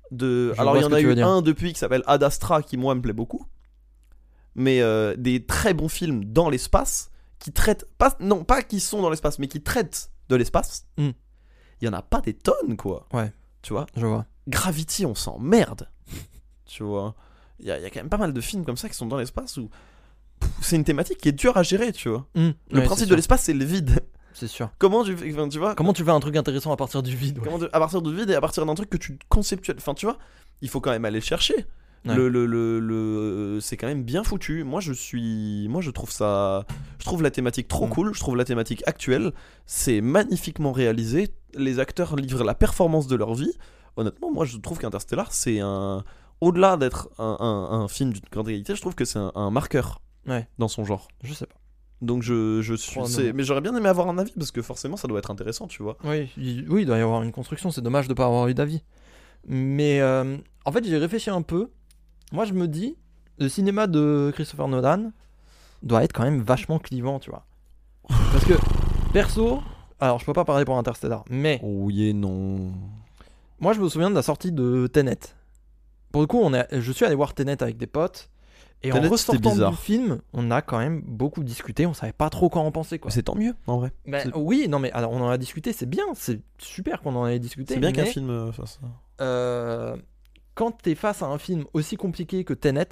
Alors il y ce en que a tu veux eu dire. un depuis qui s'appelle Ad Astra qui moi me plaît beaucoup. Mais des très bons films dans l'espace qui traitent pas qui sont dans l'espace mais qui traitent de l'espace. Mm. Il y en a pas des tonnes quoi. Ouais. Tu vois. Je vois. Gravity, on s'emmerde. Tu vois. Il y a quand même pas mal de films comme ça qui sont dans l'espace où c'est une thématique qui est dure à gérer, tu vois. Le Ouais, principe c'est de sûr. l'espace, c'est le vide. C'est sûr. Comment tu fais, enfin, tu vois, Comment tu fais un truc intéressant à partir du vide? Ouais. à partir du vide et à partir d'un truc que tu conceptuelles. Enfin, tu vois, il faut quand même aller le chercher. Ouais. C'est quand même bien foutu. Moi, je trouve ça. Je trouve la thématique trop cool. Je trouve la thématique actuelle. C'est magnifiquement réalisé. Les acteurs livrent la performance de leur vie. Honnêtement, moi, je trouve qu'Interstellar, c'est un. Au-delà d'être un film d'une grande qualité, je trouve que c'est un marqueur Ouais. dans son genre. Je sais pas. Donc je suis. Probablement. Mais j'aurais bien aimé avoir un avis parce que forcément, ça doit être intéressant, tu vois. Oui, il doit y avoir une construction. C'est dommage de pas avoir eu d'avis. Mais en fait, j'ai réfléchi un peu. Moi, je me dis, le cinéma de Christopher Nolan doit être quand même vachement clivant, tu vois. Parce que, perso, alors je peux pas parler pour Interstellar, mais Oui et non. moi, je me souviens de la sortie de Tenet. Pour le coup, je suis allé voir Tenet avec des potes. Et Tenet, en ressortant c'était bizarre. du film, on a quand même beaucoup discuté. On savait pas trop quoi en penser, quoi. C'est tant mieux, en vrai. Mais c'est- oui, non, mais alors on en a discuté, c'est bien, c'est super qu'on en ait discuté. C'est bien qu'un mais, film fasse ça. Quand t'es face à un film aussi compliqué que Tenet,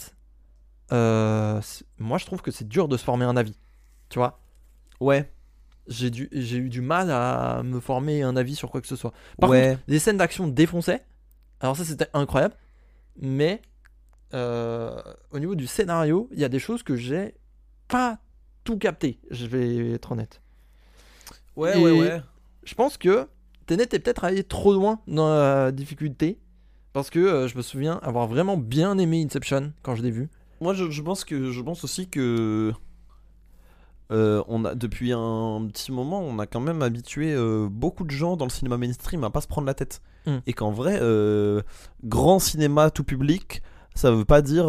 moi je trouve que c'est dur de se former un avis. Tu vois, Ouais. j'ai eu du mal à me former un avis sur quoi que ce soit. Par Ouais. contre, les scènes d'action défonçaient. Alors ça c'était incroyable. Mais au niveau du scénario, il y a des choses que j'ai pas tout capté. Je vais être honnête. Ouais, Et- ouais, ouais. Je pense que Tenet est peut-être allé trop loin dans la difficulté. Parce que je me souviens avoir vraiment bien aimé Inception quand je l'ai vu. Moi, je pense aussi que on a depuis un petit moment, on a quand même habitué beaucoup de gens dans le cinéma mainstream à pas se prendre la tête. Et qu'en vrai, grand cinéma tout public, ça veut pas dire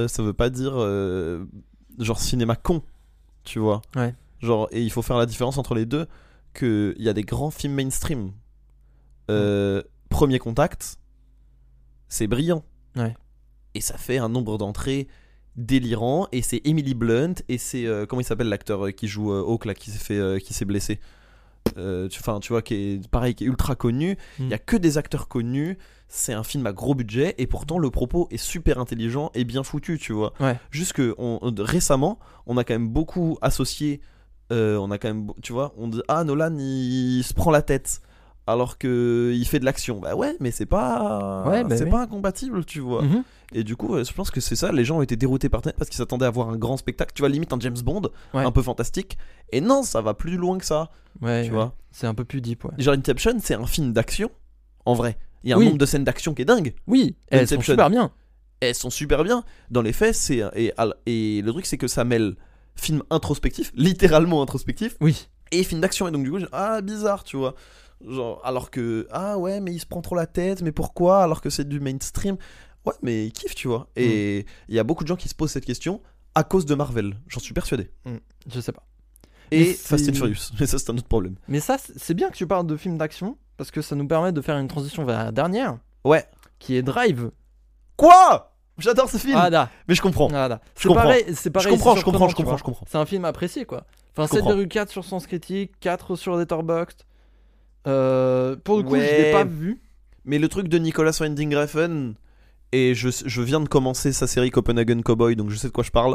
genre cinéma con, tu vois. Ouais. Genre, et il faut faire la différence entre les deux. Que il y a des grands films mainstream. Premier Contact, c'est brillant. Ouais. Et ça fait un nombre d'entrées délirant. Et c'est Emily Blunt. Et c'est. Comment il s'appelle l'acteur qui joue Hawk là, qui s'est blessé. Tu vois, qui est pareil, qui est ultra connu. Il y a que des acteurs connus. C'est un film à gros budget. Et pourtant, le propos est super intelligent et bien foutu, tu vois. Ouais. Juste que récemment, on a quand même beaucoup associé. On a quand même. Tu vois, on dit ah, Nolan, il se prend la tête. Alors que il fait de l'action. Bah ouais, mais c'est pas. Ouais, bah c'est oui. pas incompatible, tu vois. Mhm. Et du coup, je pense que c'est ça. Les gens ont été déroutés par Tenet parce qu'ils s'attendaient à voir un grand spectacle. Tu vois, limite un James Bond, Ouais. un peu fantastique. Et non, ça va plus loin que ça. Ouais, Tu ouais. vois. C'est un peu plus deep, ouais. Genre Inception, c'est un film d'action. En vrai, il y a un Oui. nombre de scènes d'action qui est dingue. Oui, elles sont Inception. super bien. Elles sont super bien. Dans les faits, et le truc, c'est que ça mêle film introspectif, littéralement introspectif, Oui. et film d'action. Et donc, du coup, bizarre, tu vois. Genre, alors que, ouais, mais il se prend trop la tête, mais pourquoi? Alors que c'est du mainstream. Ouais, mais il kiffe, tu vois. Et il y a beaucoup de gens qui se posent cette question à cause de Marvel. J'en suis persuadé. Je sais pas. Et Mais Fast c'est- and Furious. Mais ça, c'est un autre problème. Mais ça, c'est bien que tu parles de films d'action. Parce que ça nous permet de faire une transition vers la dernière. Ouais. Qui est Drive. Quoi? J'adore ce film. Ah là. Mais je comprends. Ah là. Je C'est comprends. pareil. C'est pareil. Je comprends, c'est je comprends, surprenant, je tu vois. comprends. C'est un film apprécié, quoi. Enfin, Je comprends. 7,4 sur Sens Critique, 4 sur Letterboxd. Pour le coup, je Ouais. l'ai pas vu. Mais le truc de Nicolas Winding Refn, et je viens de commencer sa série Copenhagen Cowboy, donc je sais de quoi je parle.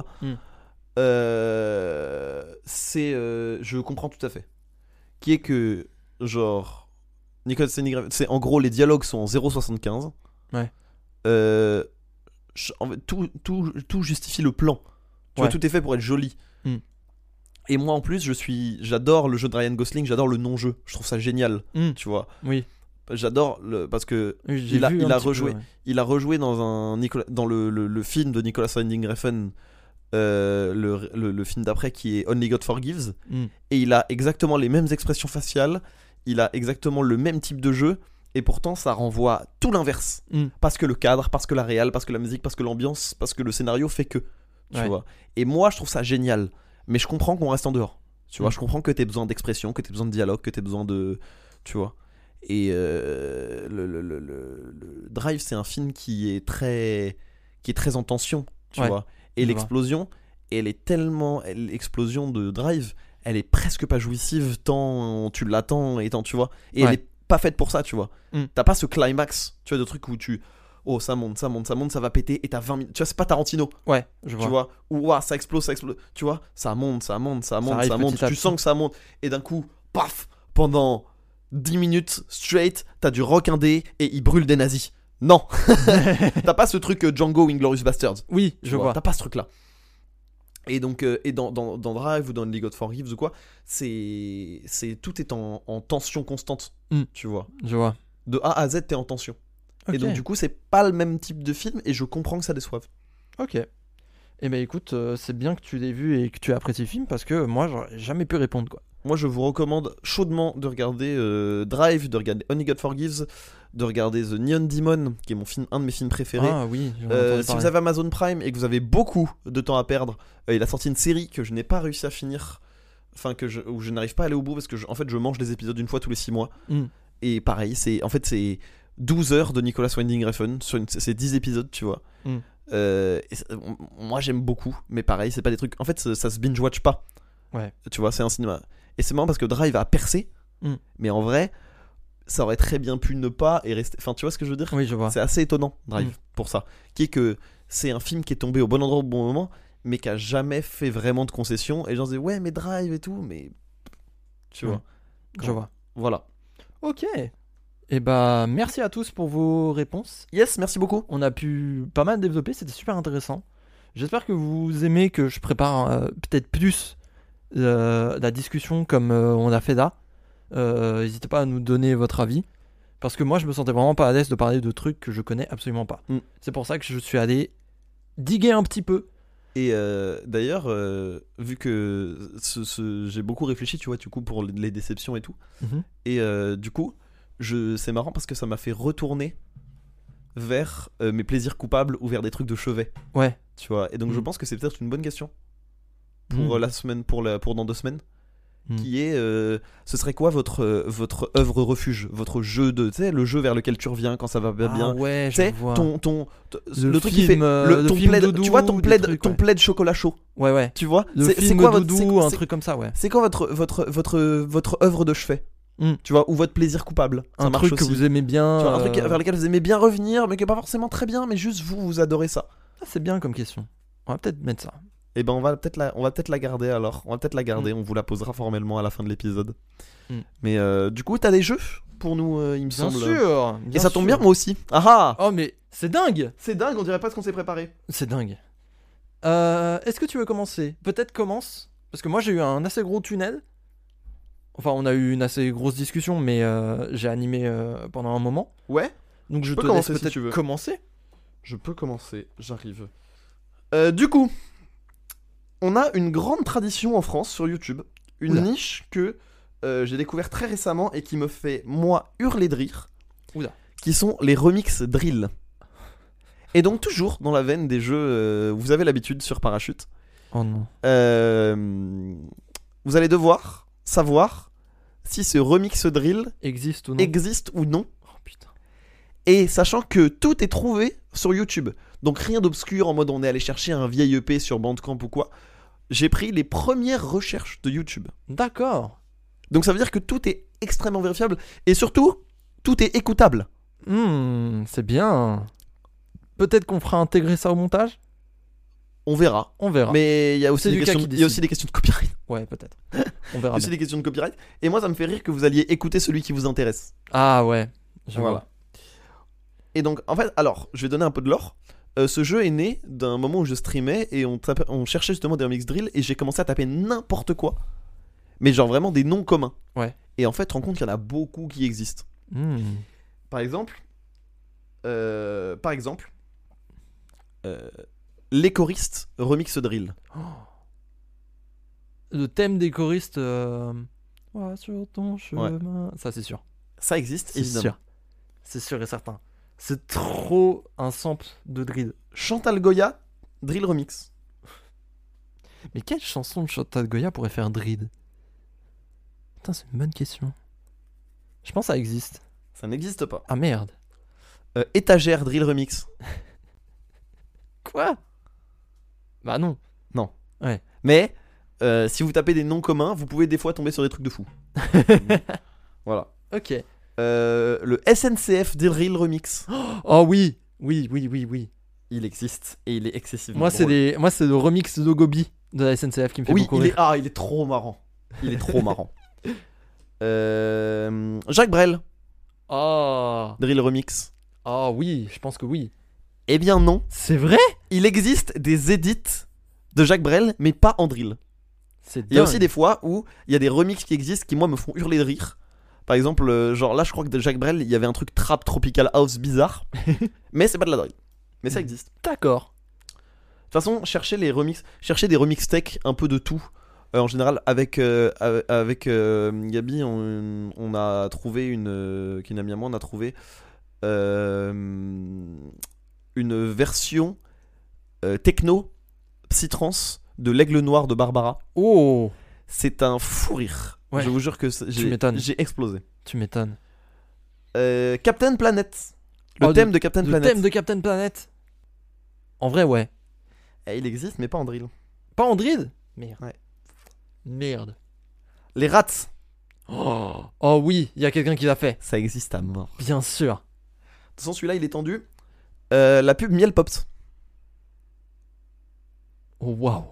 Je comprends tout à fait. Qui est que, genre, Nicolas Winding Refn, c'est en gros, les dialogues sont en 0,75. Ouais. En fait, tout justifie le plan. Tu vois, Ouais. tout est fait pour être joli. Mm. Et moi en plus, j'adore le jeu de Ryan Gosling, j'adore le non-jeu. Je trouve ça génial, tu vois. Oui. J'adore parce que Oui, j'ai il a, vu il un a petit rejoué. peu, ouais. Il a rejoué dans le film de Nicolas Winding Refn, le film d'après qui est Only God Forgives, et il a exactement les mêmes expressions faciales, il a exactement le même type de jeu, et pourtant ça renvoie tout l'inverse. Parce que le cadre, parce que la réal, parce que la musique, parce que l'ambiance, parce que le scénario fait que, tu Ouais. vois. Et moi je trouve ça génial, mais je comprends qu'on reste en dehors. Tu vois, je comprends que t'aies besoin d'expression, que t'aies besoin de dialogue, que t'aies besoin de, tu vois. Et le Drive, c'est un film qui est très en tension, tu Ouais, vois. Et je vois. l'explosion, l'explosion de Drive, elle est presque pas jouissive tant tu l'attends et tant tu vois. Et Ouais. elle est pas faite pour ça, tu vois. Mm. T'as pas ce climax, tu vois, de truc où oh, ça monte, ça monte, ça monte, ça va péter et t'as 20 minutes. Tu vois, c'est pas Tarantino, Ouais, je tu vois. vois. Où ouah, ça explose, tu vois. Ça monte, ça monte, ça monte, arrive ça monte. petit à Tu petit. sens que ça monte. Et d'un coup, paf, pendant 10 minutes straight, t'as du rock indé et il brûle des nazis. Non, t'as pas ce truc Django Inglorious Bastards. Oui, Tu je vois, vois. t'as pas ce truc là. Et donc et dans Drive ou dans League of Forgives ou quoi, c'est tout est en tension constante, Mm. tu vois. Je vois. De A à Z t'es en tension. Ok. Et donc du coup c'est pas le même type de film et je comprends que ça déçoive. Ok. Eh ben écoute, c'est bien que tu l'aies vu et que tu apprécies le film parce que moi j'aurais jamais pu répondre quoi. Moi je vous recommande chaudement de regarder Drive, de regarder Only God Forgives, de regarder The Neon Demon qui est un de mes films préférés. Ah oui, j'en ai entendu Si parler. vous avez Amazon Prime et que vous avez beaucoup de temps à perdre, il a sorti une série que je n'ai pas réussi à finir, enfin où je n'arrive pas à aller au bout parce que en fait je mange les épisodes une fois tous les 6 mois. Mm. Et pareil, c'est 12 heures de Nicolas Winding Refn sur c'est 10 épisodes, tu vois. Mm. Moi j'aime beaucoup, mais pareil, c'est pas des trucs. En fait, ça se binge-watch pas. Ouais. Tu vois, c'est un cinéma. Et c'est marrant parce que Drive a percé, Mm. mais en vrai, ça aurait très bien pu ne pas et rester. Enfin, tu vois ce que je veux dire? Oui, je vois. C'est assez étonnant, Drive, Mm. pour ça. Qui est que c'est un film qui est tombé au bon endroit au bon moment, mais qui a jamais fait vraiment de concessions. Et les gens se disaient, ouais, mais Drive et tout, mais. Tu Mm. vois. Je vois. Voilà. Ok. Et bah merci à tous pour vos réponses. Yes, merci beaucoup. On a pu pas mal développer, c'était super intéressant. J'espère que vous aimez que je prépare peut-être plus la discussion comme on a fait là. N'hésitez pas à nous donner votre avis. Parce que moi je me sentais vraiment pas à l'aise de parler de trucs que je connais absolument pas. Mm. C'est pour ça que je suis allé diguer un petit peu. Et d'ailleurs, vu que j'ai beaucoup réfléchi, tu vois, du coup, pour les déceptions et tout. Mhm. Et du coup, c'est marrant parce que ça m'a fait retourner vers mes plaisirs coupables ou vers des trucs de chevet, Ouais. tu vois. Et donc, je Mm. pense que c'est peut-être une bonne question pour Mm. la semaine, pour dans 2 semaines. Mm. Qui est, ce serait quoi votre œuvre refuge, votre jeu tu sais, le jeu vers lequel tu reviens quand ça va pas bien. Ah ouais, Tu je sais, vois. le truc qui film, fait le ton film plaid, doudou, tu vois ton des plaid, trucs, ton ouais. plaid chocolat chaud, Ouais, ouais. tu vois. Le C'est film quoi votre doudou, un c'est- truc comme ça, ouais. c'est quoi votre œuvre de chevet, Mm. tu vois, ou votre plaisir coupable. Ça Un marche truc que aussi. vous aimez bien. Tu vois, un truc vers lequel vous aimez bien revenir, mais qui est pas forcément très bien, mais juste vous adorez ça. Ah, c'est bien comme question. On va peut-être mettre ça. Et ben on va peut-être la garder alors. On va peut-être la garder. On vous la posera formellement à la fin de l'épisode. Mm. Mais du coup, t'as des jeux pour nous, il me Bien semble. sûr. Et ça tombe bien, moi aussi. Ah ah. Oh mais c'est dingue. C'est dingue, on dirait pas ce qu'on s'est préparé. C'est dingue. Est-ce que tu veux commencer? Peut-être commence. Parce que moi j'ai eu un assez gros tunnel. Enfin on a eu une assez grosse discussion mais j'ai animé pendant un moment. Ouais. Donc je peux te laisse commencer si peut-être tu veux. commencer. Je peux commencer. J'arrive. Du coup, on a une grande tradition en France sur YouTube, une Oula. niche que j'ai découvert très récemment et qui me fait moi hurler de rire. Oula. Qui sont les remix drill. Et donc toujours dans la veine des jeux, vous avez l'habitude sur Parachute. Oh non. Vous allez devoir savoir si ce remix drill Existe ou non? existe ou non. Oh putain. Et sachant que tout est trouvé sur YouTube. Donc rien d'obscur en mode on est allé chercher un vieil EP sur Bandcamp ou quoi. J'ai pris les premières recherches de YouTube. D'accord. Donc ça veut dire que tout est extrêmement vérifiable. Et surtout, tout est écoutable. C'est bien. Peut-être qu'on fera intégrer ça au montage. On verra. On verra. Mais il y a aussi C'est des Lucas questions, qui il y a décide. aussi des questions de copyright. Ouais, peut-être. On Il y verra a aussi bien. des questions de copyright. Et moi ça me fait rire que vous alliez écouter celui qui vous intéresse. Ah ouais. Je Voilà. vois. Et donc, en fait, alors, je vais donner un peu de lore. Ce jeu est né d'un moment où je streamais et on cherchait justement des remix drill et j'ai commencé à taper n'importe quoi. Mais genre vraiment des noms communs. Ouais. Et en fait, rends compte qu'il y en a beaucoup qui existent. Par exemple, les choristes remix drill. Le thème des choristes. Ouais, sur ton chemin. Ça, c'est sûr. Ça existe, C'est évidemment. sûr. C'est sûr et certain. C'est trop un sample de drill. Chantal Goya, drill remix. Mais quelle chanson de Chantal Goya pourrait faire drill? Putain, c'est une bonne question. Je pense que ça existe. Ça n'existe pas. Ah merde. Étagère Drill Remix. Quoi? Bah non. Mais si vous tapez des noms communs, vous pouvez des fois tomber sur des trucs de fou. Voilà. Ok. Le SNCF Drill Remix. Oh oui. Oui. Il existe et il est excessivement Moi drôle. c'est le remix de Gobi de la SNCF qui me fait Oui, beaucoup rire. il est trop marrant. Il est trop marrant. Jacques Brel, Oh. Drill Remix. Oh oui, je pense que oui. Eh bien non, C'est vrai? il existe des edits de Jacques Brel, mais pas en drill. C'est Il y a dingue. aussi des fois où il y a des remixes qui existent qui moi me font hurler de rire. Par exemple, genre là je crois que de Jacques Brel, il y avait un truc trap tropical house bizarre, mais c'est pas de la drill. Mais ça existe. D'accord. De toute façon, cherchez des remix tech un peu de tout. En général, avec Gabi, on a trouvé qui est une amie à moi, on a trouvé une version techno psytrance de l'aigle noir de Barbara. Oh. C'est un fou rire. Ouais. Je vous jure que m'étonnes. j'ai explosé. Tu m'étonnes. Captain Planet. Le Oh, thème de Captain Le Planet. thème de Captain Planet. En vrai, ouais. Il existe, mais pas en drill. Pas en drill? Merde. Ouais. Merde. Les rats, Oh oui, il y a quelqu'un qui l'a fait. ça existe à mort. Bien sûr. De toute façon, celui-là, il est tendu. La pub Miel Pops. Oh waouh.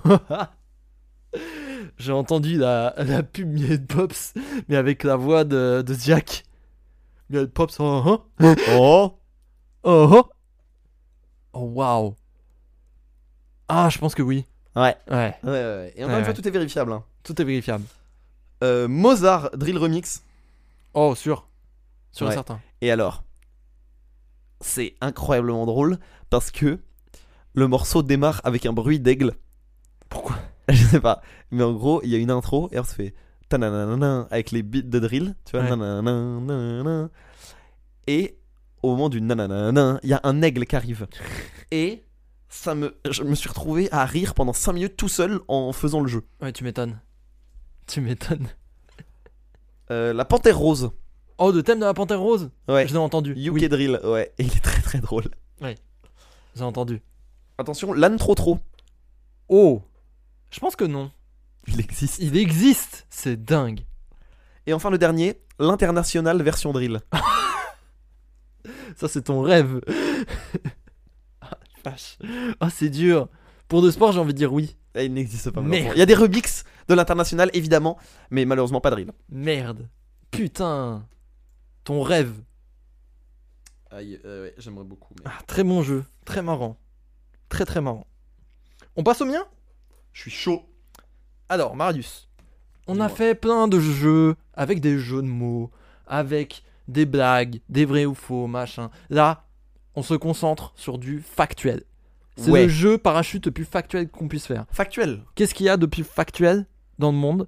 J'ai entendu la pub Miel Pops, mais avec la voix de Jack. Miel Pops, oh Oh oh. Oh waouh. Ah, je pense que oui. Ouais. Ouais, Et encore Ouais, une fois, ouais. tout est vérifiable. Hein. tout est vérifiable. Mozart Drill Remix. Oh, sûr. Sûr et Ouais. certain. Et alors, c'est incroyablement drôle parce que le morceau démarre avec un bruit d'aigle. Pourquoi? Je sais pas. Mais en gros, il y a une intro et alors ça fait tananana avec les beats de drill. Tu vois, Ouais. nananana. Et au moment du nananana, il y a un aigle qui arrive. Et je me suis retrouvé à rire pendant 5 minutes tout seul en faisant le jeu. Ouais, tu m'étonnes. Tu m'étonnes. La panthère rose. Oh, le thème de la Panthère Rose? Ouais. Je l'ai entendu. UK Oui, Drill. Ouais. Et il est très très drôle. j'ai entendu. Attention, l'âne trop. Oh. Je pense que non. Il existe. Il existe. C'est dingue. Et enfin le dernier, l'international version drill. Ça, c'est ton rêve. Ah, vache. Ah, c'est dur. Pour de sport, j'ai envie de dire oui. Et il n'existe pas. Merde. malheureusement. Il y a des remixes de l'international évidemment, mais malheureusement pas drill. Merde. Putain. Ton rêve. Aïe, ouais, j'aimerais beaucoup. Mais... Ah, très bon jeu. Très marrant. Très très marrant. On passe au mien? Je suis chaud. Alors, Marius. On a Dis-moi. fait plein de jeux avec des jeux de mots, avec des blagues, des vrais ou faux, machin. Là, on se concentre sur du factuel. C'est Ouais. le jeu parachute le plus factuel qu'on puisse faire. Factuel. Qu'est-ce qu'il y a de plus factuel dans le monde?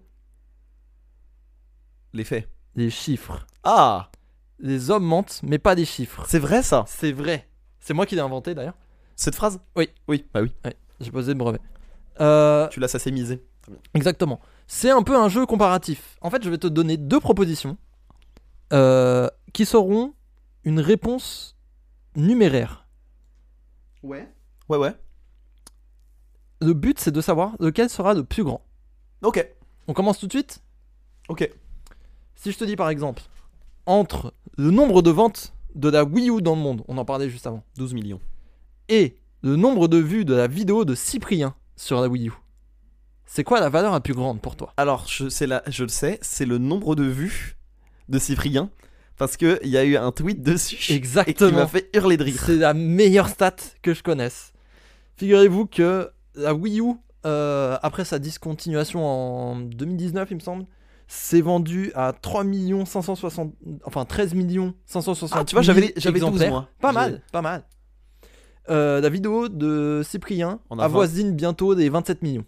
Les faits. Les chiffres. Ah, Les hommes mentent, mais pas des chiffres. c'est vrai ça. C'est vrai. C'est moi qui l'ai inventé d'ailleurs. Cette phrase. Oui. Oui. Bah oui. J'ai posé le brevet. Tu l'as sassémisé. Exactement. C'est un peu un jeu comparatif. En fait, je vais te donner deux propositions qui seront une réponse numéraire. Ouais. Ouais. Le but, c'est de savoir lequel sera le plus grand. Ok. On commence tout de suite. Ok. Si je te dis par exemple, entre le nombre de ventes de la Wii U dans le monde, on en parlait juste avant, 12 millions. et le nombre de vues de la vidéo de Cyprien sur la Wii U, c'est quoi la valeur la plus grande pour toi? Alors, je le sais, c'est le nombre de vues de Cyprien. Parce qu'il y a eu un tweet dessus. Et qui Exactement. m'a fait hurler de rire. C'est la meilleure stat que je connaisse. Figurez-vous que la Wii U, après sa discontinuation en 2019, il me semble, s'est vendue à 13 560 Ah, tu vois, j'avais 12 exemplaires. moi. Pas mal, pas mal. La vidéo de Cyprien On a avoisine bientôt les 27 millions.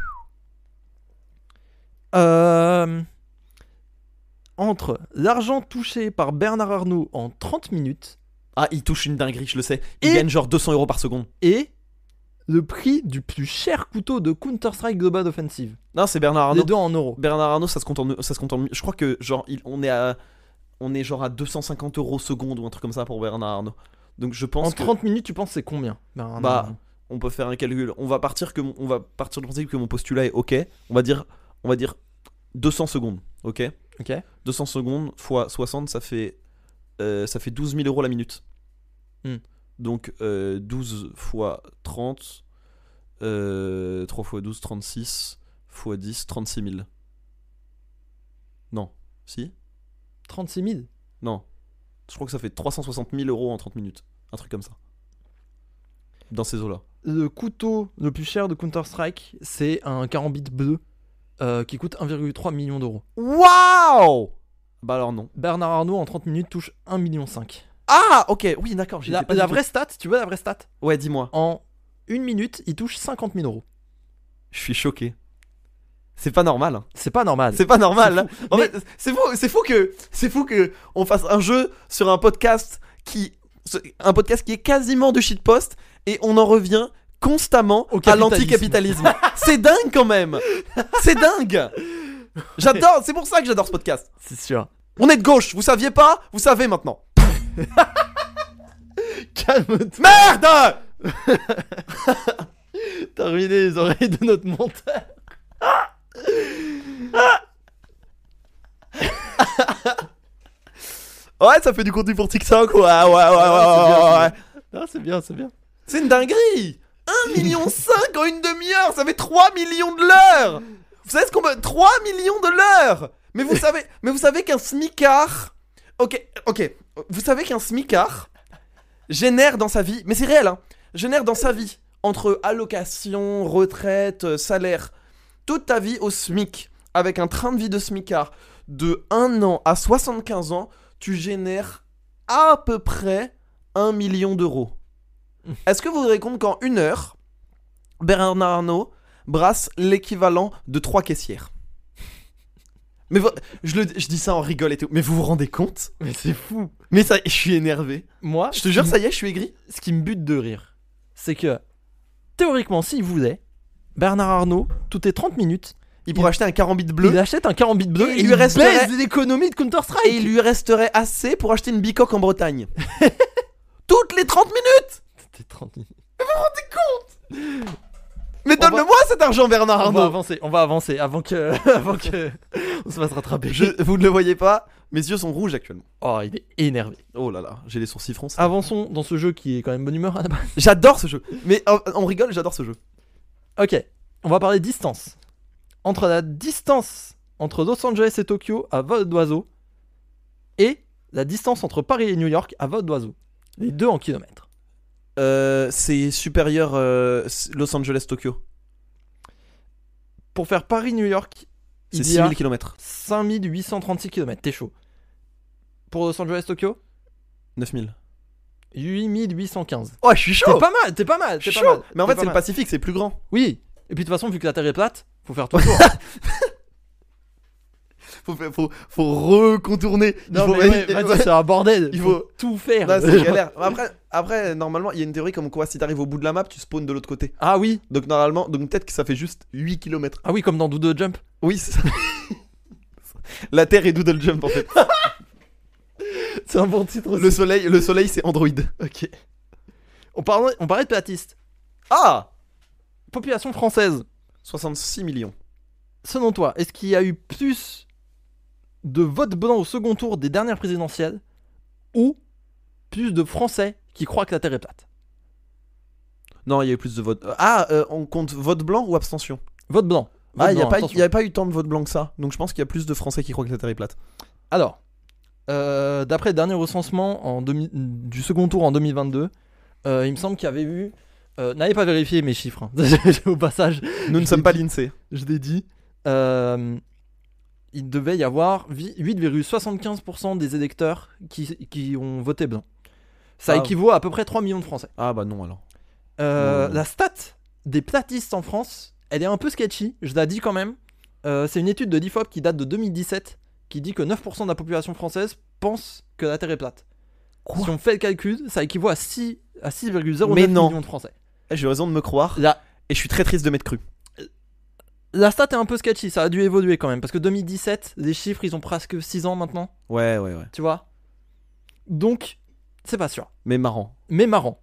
Entre l'argent touché par Bernard Arnault en 30 minutes Ah, il touche une dinguerie, je le sais. Il Et- gagne genre 200 € par seconde. et le prix du plus cher couteau de Counter-Strike Global Offensive. Non, c'est Bernard Arnault. Les deux en euros. Bernard Arnault, ça se compte en. Je crois que genre, on est on est genre à 250 € seconde ou un truc comme ça pour Bernard Arnault. Donc je pense En 30 minutes, tu penses c'est combien? Bah, on peut faire un calcul. On va partir du principe que mon postulat est ok. On va dire 200 secondes, ok. Ok. 200 secondes fois 60, ça fait 12 000 € la minute. Hmm. Donc 12 fois 30, 3 fois 12, 36, fois 10, 36 000. Non, si 36 000. Non. Je crois que ça fait 360 000 € en 30 minutes. Un truc comme ça. Dans ces eaux-là. Le couteau le plus cher de Counter-Strike, c'est un carambit bleu qui coûte 1,3 million d'euros. Waouh! Bah alors non. Bernard Arnault en 30 minutes touche 1,5 million. Ah, ok, oui, d'accord. La vraie stat, tu veux la vraie stat? Ouais, dis-moi. En 1 minute, il touche 50 000 €. Je suis choqué. C'est pas normal. Hein. C'est pas normal. C'est pas normal. Hein. En Mais- fait, c'est fou que on fasse un jeu sur un podcast qui est quasiment de shitpost et on en revient constamment Au à capitalisme. l'anticapitalisme. C'est dingue quand même. C'est dingue. J'adore. C'est pour ça que j'adore ce podcast. C'est sûr. On est de gauche. Vous saviez pas? Vous savez maintenant. Calme-toi. Merde. T'as ruiné les oreilles de notre monteur. Ouais, ça fait du contenu pour TikTok. Ouais. Ah, c'est bien, c'est bien. C'est une dinguerie. 1,5 million en une demi-heure, ça fait 3 millions de l'heure. Vous savez ce qu'on veut? 3 millions de l'heure. Mais vous savez qu'un smicard... Ok. Vous savez qu'un smicard génère dans sa vie... Mais c'est réel, hein. Génère dans sa vie, entre allocation, retraite, salaire, toute ta vie au SMIC, avec un train de vie de smicard de 1 an à 75 ans, tu génères à peu près 1 million d'euros. Est-ce que vous vous rendez compte qu'en 1 heure, Bernard Arnault brasse l'équivalent de 3 caissières? Mais je dis ça en rigole et tout. Mais vous vous rendez compte? Mais c'est fou. Mais ça, je suis énervé. Moi, Je te jure, ça y est, je suis aigri. ce qui me bute de rire, c'est que théoriquement, s'il voulait, Bernard Arnault, toutes les 30 minutes, Il pourrait acheter un carambit bleu il achète un carambit bleu Et et il lui il resterait- baise l'économie de Counter-Strike. et il lui resterait assez pour acheter une bicoque en Bretagne. Toutes les 30 minutes. C'était 30 minutes. Mais On donne-le-moi cet argent, Bernard On va Arnault. avancer avant que on se fasse rattraper. Vous ne le voyez pas, mes yeux sont rouges actuellement. Oh, il est énervé. Oh là là, j'ai les sourcils froncés. Avançons dans ce jeu qui est quand même bonne humeur à la base. J'adore ce jeu. Mais on rigole, j'adore ce jeu. Ok, on va parler distance. Entre la distance entre Los Angeles et Tokyo à vol d'oiseau et la distance entre Paris et New York à vol d'oiseau. Les deux en kilomètres. C'est supérieur Los Angeles-Tokyo. Pour faire Paris-New York, C'est il y a 6000 km. 5836 km. T'es chaud. Pour Los Angeles-Tokyo, 9000. 8815. Oh, je suis chaud. T'es pas mal. Je suis T'es chaud. pas mal. Mais en T'es fait, pas c'est le mal. Pacifique, c'est plus grand. Oui. Et puis de toute façon, vu que la Terre est plate, faut faire tout le tour. Faut recontourner. Non, Il faut- mais ouais, vas-y, c'est un bordel. Il faut faut- tout faire. Là, c'est galère. Après, normalement, il y a une théorie comme quoi si t'arrives au bout de la map, tu spawns de l'autre côté. Ah oui. Donc, normalement, peut-être que ça fait juste 8 km. Ah oui, comme dans Doodle Jump. Oui, c'est ça. La Terre est Doodle Jump en fait. C'est un bon titre aussi. Le soleil c'est Android. Ok. On parlait de platistes. Ah, Population française. 66 millions. Selon toi, est-ce qu'il y a eu plus de votes blancs au second tour des dernières présidentielles ou plus de Français qui croient que la Terre est plate? Non, il y a eu plus de votes. On compte vote blanc ou abstention? Vote blanc. Vote Il n'y blanc, attention. a pas eu tant de votes blancs que ça. Donc je pense qu'il y a plus de Français qui croient que la Terre est plate. Alors, d'après le dernier recensement du second tour en 2022, il me semble qu'il y avait eu... n'allez pas vérifier mes chiffres. Hein. Au passage, Nous ne sommes pas l'INSEE. je l'ai dit. Il devait y avoir 8,75% des électeurs qui ont voté blanc. Ça Ah. équivaut à peu près 3 millions de Français. Ah bah non alors. Non. La stat des platistes en France, elle est un peu sketchy, je la dis quand même. C'est une étude de l'IFOP qui date de 2017 qui dit que 9% de la population française pense que la Terre est plate. Quoi? Si on fait le calcul, ça équivaut à 6,09 Mais non. millions de Français. J'ai raison de me croire. Là, Et je suis très triste de m'être cru. La stat est un peu sketchy, ça a dû évoluer quand même. Parce que 2017, les chiffres, ils ont presque 6 ans maintenant, Ouais. tu vois. Donc, c'est pas sûr. Mais marrant. Mais marrant.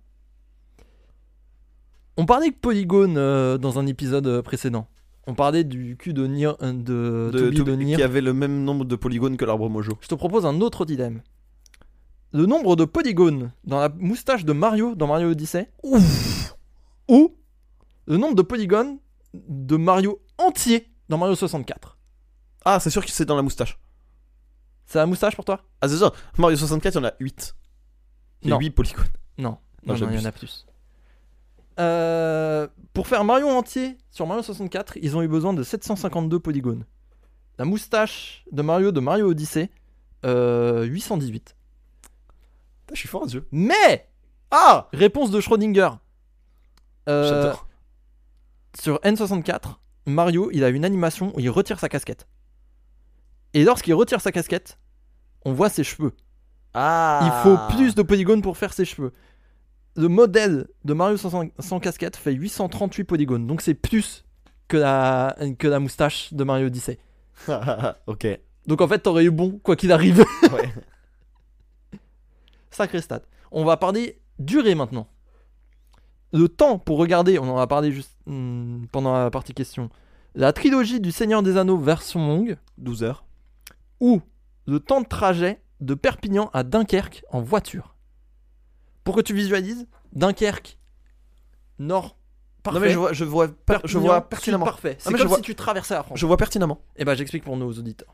On parlait de Polygone dans un épisode précédent. On parlait du cul de Nier, de Toby de Nier. Qui avait le même nombre de polygones que l'arbre Mojo. Je te propose un autre dilemme. Le nombre de polygones dans la moustache de Mario dans Mario Odyssey. Ouf. Ou le nombre de polygones de Mario entier dans Mario 64. Ah, c'est sûr que c'est dans la moustache. C'est la moustache pour toi? Ah, c'est ça. Mario 64, il y en a 8. Il y a Non. 8 polygones. Non, Non, il y j'abuse. en a plus. Pour faire Mario entier sur Mario 64, ils ont eu besoin de 752 polygones. La moustache de Mario Odyssey, 818. Je suis fort à ce jeu. Mais Ah, réponse de Schrödinger. j'adore. Sur N64, Mario, il a une animation où il retire sa casquette. Et lorsqu'il retire sa casquette, on voit ses cheveux. Ah. Il faut plus de polygones pour faire ses cheveux. Le modèle de Mario sans casquette fait 838 polygones. Donc c'est plus que la moustache de Mario Odyssey. Ok. Donc en fait, t'aurais eu bon, quoi qu'il arrive. Ouais. Sacré stat. On va parler durée maintenant. Le temps pour regarder, on en a parlé juste pendant la partie question. La trilogie du Seigneur des Anneaux version longue. 12 heures. Ou le temps de trajet de Perpignan à Dunkerque en voiture. Pour que tu visualises, Dunkerque, nord, parfait. Non, mais je vois Perpignan, pertinemment. sud, parfait. C'est mais comme je vois- si tu traversais la France. Je vois pertinemment. Et bah j'explique pour nos auditeurs.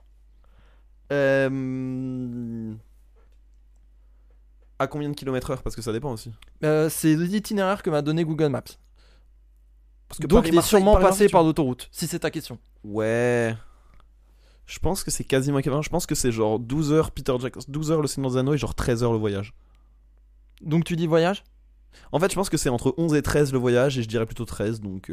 À combien de kilomètres heure? Parce que ça dépend aussi. C'est l'itinéraire que m'a donné Google Maps. Parce que Donc il est Paris-Marseille, sûrement passé Paris-Marseille, par l'autoroute, si c'est ta question. Ouais. Je pense que c'est quasiment équivalent. Je pense que c'est genre 12 heures Peter Jackson, 12 heures le Seigneur des Anneaux et genre 13 heures le voyage. Donc tu dis voyage? En fait, je pense que c'est entre 11 et 13 le voyage et je dirais plutôt 13 donc.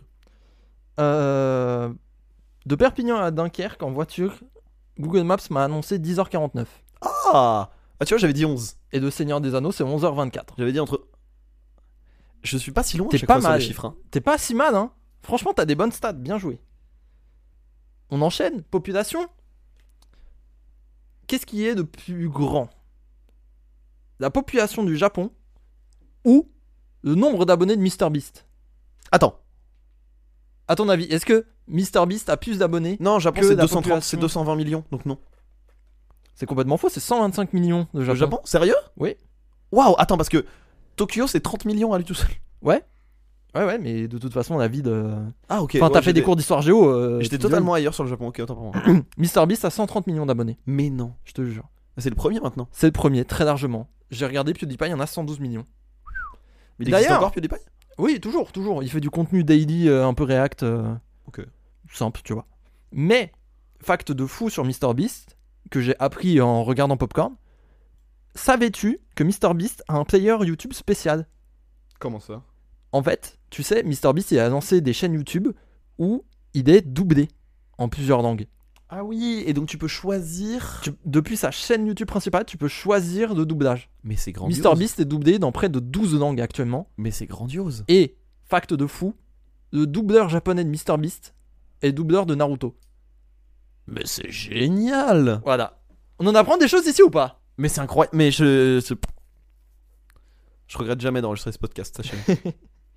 De Perpignan à Dunkerque en voiture, Google Maps m'a annoncé 10h49. Ah, tu vois, j'avais dit 11. Et de Seigneur des Anneaux, c'est 11h24. J'avais dit entre. Je suis pas si loin à T'es chaque pas fois sur mal. les chiffres. Hein. T'es pas si mal, hein? Franchement, t'as des bonnes stats, bien joué. On enchaîne, population. Qu'est-ce qui est de plus grand? La population du Japon ou le nombre d'abonnés de MrBeast? Attends. À ton avis, est-ce que MrBeast a plus d'abonnés? Non, Japon Que c'est la 230, population. c'est 220 millions donc non. C'est complètement faux, c'est 125 millions de Le Japon. Japon? Sérieux? Oui. Waouh, attends, parce que Tokyo c'est 30 millions à lui tout seul. Ouais, ouais, mais de toute façon, la vie de. Ah, ok. Enfin, ouais, t'as fait des j'étais- cours d'histoire géo. J'étais je te totalement ailleurs sur le Japon, ok, autant pour moi. dis. MrBeast a 130 millions d'abonnés, Mais non. je te jure. C'est le premier maintenant. C'est le premier, très largement. J'ai regardé PewDiePie, il y en a 112 millions. Mais il existe D'ailleurs- encore PewDiePie? Oui, toujours. Il fait du contenu daily, un peu React. Ok. Simple, tu vois. Mais, fact de fou sur MrBeast, que j'ai appris en regardant Popcorn. Savais-tu que MrBeast a un player YouTube spécial? Comment ça? En fait, tu sais, MrBeast il a lancé des chaînes YouTube où il est doublé en plusieurs langues. Ah oui, et donc tu peux choisir. Depuis sa chaîne YouTube principale, tu peux choisir le doublage. Mais c'est grandiose. MrBeast est doublé dans près de 12 langues actuellement. Mais c'est grandiose. Et, fact de fou, le doubleur japonais de MrBeast est doubleur de Naruto. Mais c'est génial. Voilà. On en apprend des choses ici ou pas? Mais c'est incroyable. Mais je regrette jamais d'enregistrer ce podcast, sachez-le.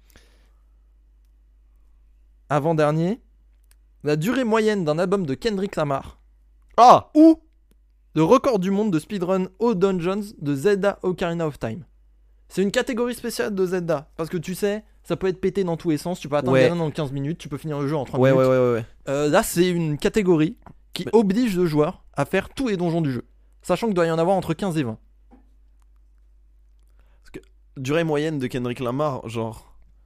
Avant-dernier, la durée moyenne d'un album de Kendrick Lamar Ah. ou le record du monde de speedrun All Dungeons de Zelda Ocarina of Time. C'est une catégorie spéciale de Zelda parce que tu sais, ça peut être pété dans tous les sens. Tu peux attendre Ouais. Ganon dans 15 minutes, tu peux finir le jeu en 3 Ouais, minutes. ouais. Là, c'est une catégorie qui Mais- oblige le joueur à faire tous les donjons du jeu, sachant qu'il doit y en avoir entre 15 et 20. Durée moyenne de Kendrick Lamar, genre.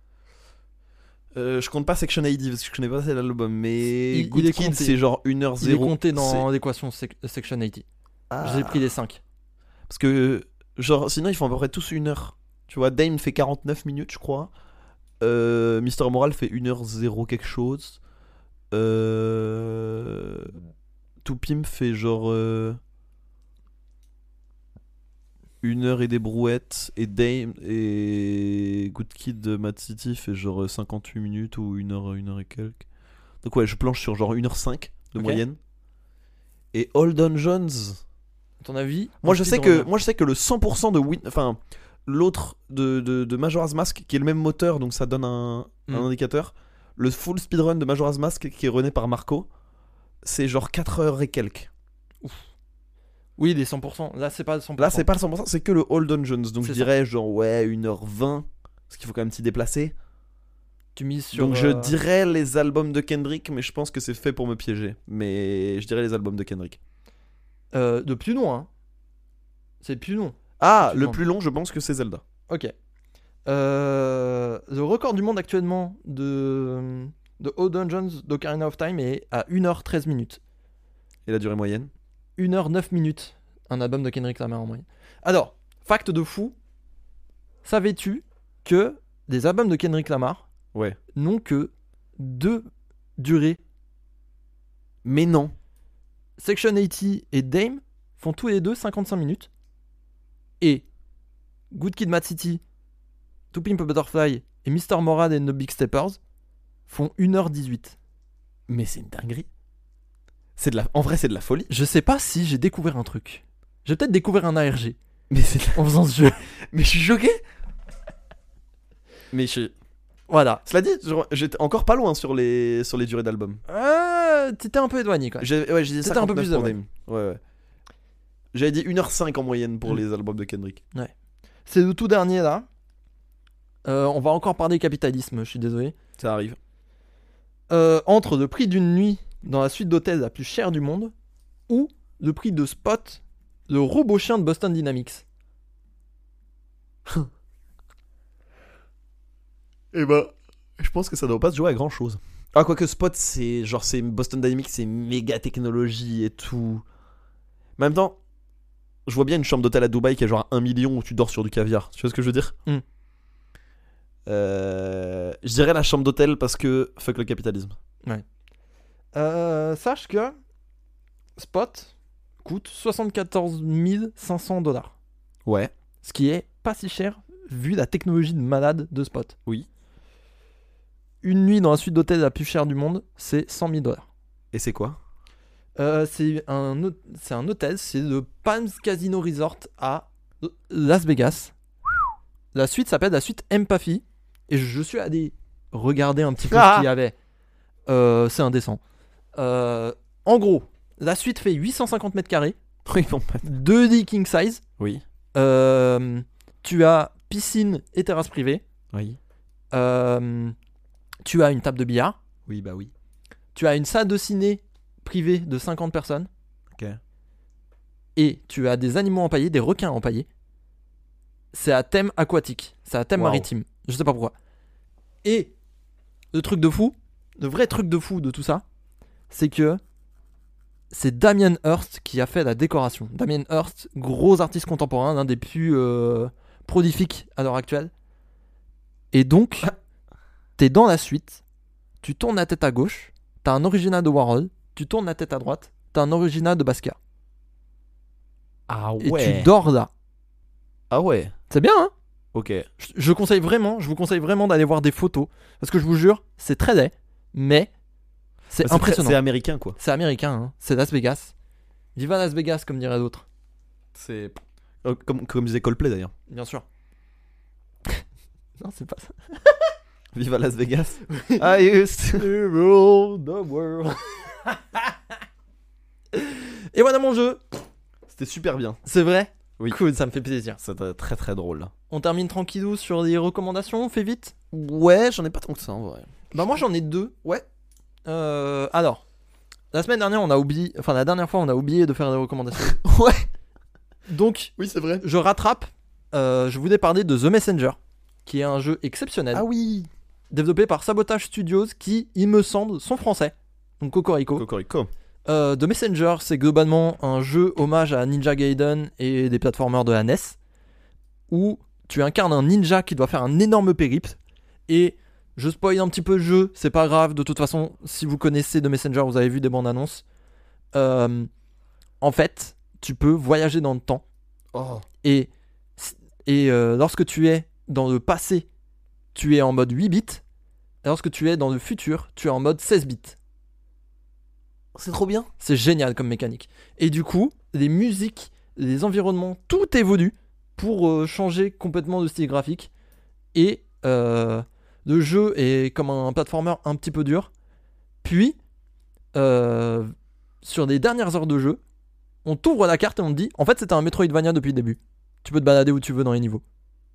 Je compte pas Section 80 parce que je connais pas l'album, mais Il Good est Kid compté. c'est genre 1h0. Il est compté dans l'équation Section 80. Ah. J'ai pris les 5. Parce que, genre, sinon ils font à peu près tous 1h. Tu vois, Dame fait 49 minutes, je crois. Mister Moral fait 1h0 quelque chose. Toupim fait genre 1h et des brouettes. Et Dame et Good Kid Mad City fait genre 58 minutes ou 1h et quelques. Donc ouais, je planche sur genre 1h05 de Ok. moyenne. Et All Dungeons. À ton avis Moi un je sais que le 100% de enfin l'autre de Majora's Mask qui est le même moteur, donc ça donne un indicateur. Le full speedrun de Majora's Mask qui est runné par Marco, c'est genre 4 heures et quelques. Oui, des 100%. Là, c'est pas 100%. Là c'est pas le 100%, c'est que le All Dungeons. Donc C'est je ça. dirais genre ouais 1h20. Parce qu'il faut quand même s'y déplacer. Tu mises sur. Donc je dirais les albums de Kendrick, mais je pense que c'est fait pour me piéger. Mais je dirais les albums de Kendrick. De plus long, hein. C'est plus long. Ah, Tu le demandes. plus long, je pense que c'est Zelda. Ok. Le record du monde actuellement de All Dungeons d'Ocarina of Time est à 1h13 minutes. Et la durée moyenne 1h09 minutes. Un album de Kendrick Lamar en moyenne. Alors, fact de fou. Savais-tu que des albums de Kendrick Lamar Ouais. n'ont que 2 durées? Mais non. Section 80 et Dame font tous les deux 55 minutes. Et Good Kid Mad City, To Pimp a Butterfly et Mr. Morad and the Big Steppers font 1h18. Mais c'est une dinguerie. En vrai, c'est de la folie. Je sais pas si j'ai découvert un truc. J'ai peut-être découvert un ARG Mais c'est en faisant ce jeu. Mais je suis choqué. Mais Voilà. cela dit, j'étais encore pas loin sur les durées d'album. T'étais un peu éloigné quand même. J'ai dit C'était un peu 59 plus pour de- Dame. Ouais. J'avais dit 1h05 en moyenne pour les albums de Kendrick. C'est le tout dernier là. On va encore parler capitalisme, je suis désolé. Ça arrive. Entre le prix d'une nuit dans la suite d'hôtels la plus chère du monde ou le prix de Spot, le robot chien de Boston Dynamics. Et bah, je pense que ça doit pas se jouer à grand chose. Ah, quoique Spot, c'est Boston Dynamics, c'est méga technologie et tout. Mais en même temps, je vois bien une chambre d'hôtel à Dubaï qui a genre 1 million où tu dors sur du caviar. Tu vois ce que je veux dire Je dirais la chambre d'hôtel parce que fuck le capitalisme. Sache que Spot coûte 74 500 $. Ouais. Ce qui est pas si cher vu la technologie de malade de Spot. Oui. Une nuit dans la suite d'hôtel la plus chère du monde, c'est 100 000 $. Et c'est quoi C'est un hôtel, c'est le Palms Casino Resort à Las Vegas. La suite s'appelle la suite Empathy. Et je suis allé regarder un petit peu ce qu'il y avait. C'est indécent. En gros, la suite fait 850 mètres carrés, Oui, bon, bah, 2 lits king size. oui. Tu as piscine et terrasse privée. Oui. Tu as une table de billard. Oui, bah oui. Tu as une salle de ciné privée de 50 personnes. Ok. Et tu as des animaux empaillés, des requins empaillés. C'est à thème aquatique. C'est à thème Wow. maritime. Je sais pas pourquoi. Et le truc de fou, le vrai truc de fou de tout ça, c'est que c'est Damien Hirst qui a fait la décoration. Damien Hirst, gros artiste contemporain, l'un des plus prolifiques à l'heure actuelle. Et donc, t'es dans la suite, tu tournes la tête à gauche, t'as un original de Warhol, tu tournes la tête à droite, t'as un original de Basquiat. Ah Et ouais. tu dors là. Ah ouais. C'est bien, hein? Ok. Je vous conseille vraiment d'aller voir des photos. Parce que je vous jure, c'est très laid, mais c'est Bah, impressionnant. C'est américain quoi. C'est américain, hein. C'est Las Vegas. Viva Las Vegas, comme dirait d'autres. C'est comme disait Coldplay d'ailleurs. Bien sûr. Non, c'est pas ça. Viva Las Vegas. I used to rule the world. Et voilà mon jeu. C'était super bien. C'est vrai? Oui. Cool, ça me fait plaisir. C'était très très drôle. On termine tranquillou sur les recommandations, on fait vite. Ouais, j'en ai pas tant que ça en vrai. Bah moi j'en ai 2. Ouais. Alors, la semaine dernière la dernière fois on a oublié de faire des recommandations. Ouais. Donc, Oui, c'est vrai. je rattrape. Je voulais parler de The Messenger, qui est un jeu exceptionnel, Ah oui. développé par Sabotage Studios, qui, il me semble, sont français. Donc Cocorico. Cocorico. The Messenger, c'est globalement un jeu hommage à Ninja Gaiden et des platformers de la NES, où tu incarnes un ninja qui doit faire un énorme périple. Et je spoil un petit peu le jeu, c'est pas grave, de toute façon, si vous connaissez The Messenger, vous avez vu des bandes annonces. En fait, tu peux voyager dans le temps. Oh. Et lorsque tu es dans le passé, tu es en mode 8 bits. Et lorsque tu es dans le futur, tu es en mode 16 bits. C'est trop bien. C'est génial comme mécanique. Et du coup, les musiques, les environnements, tout évolue pour changer complètement de style graphique. Et le jeu est comme un platformer un petit peu dur. Puis, sur les dernières heures de jeu, on t'ouvre la carte et on te dit, en fait, c'était un Metroidvania depuis le début. Tu peux te balader où tu veux dans les niveaux.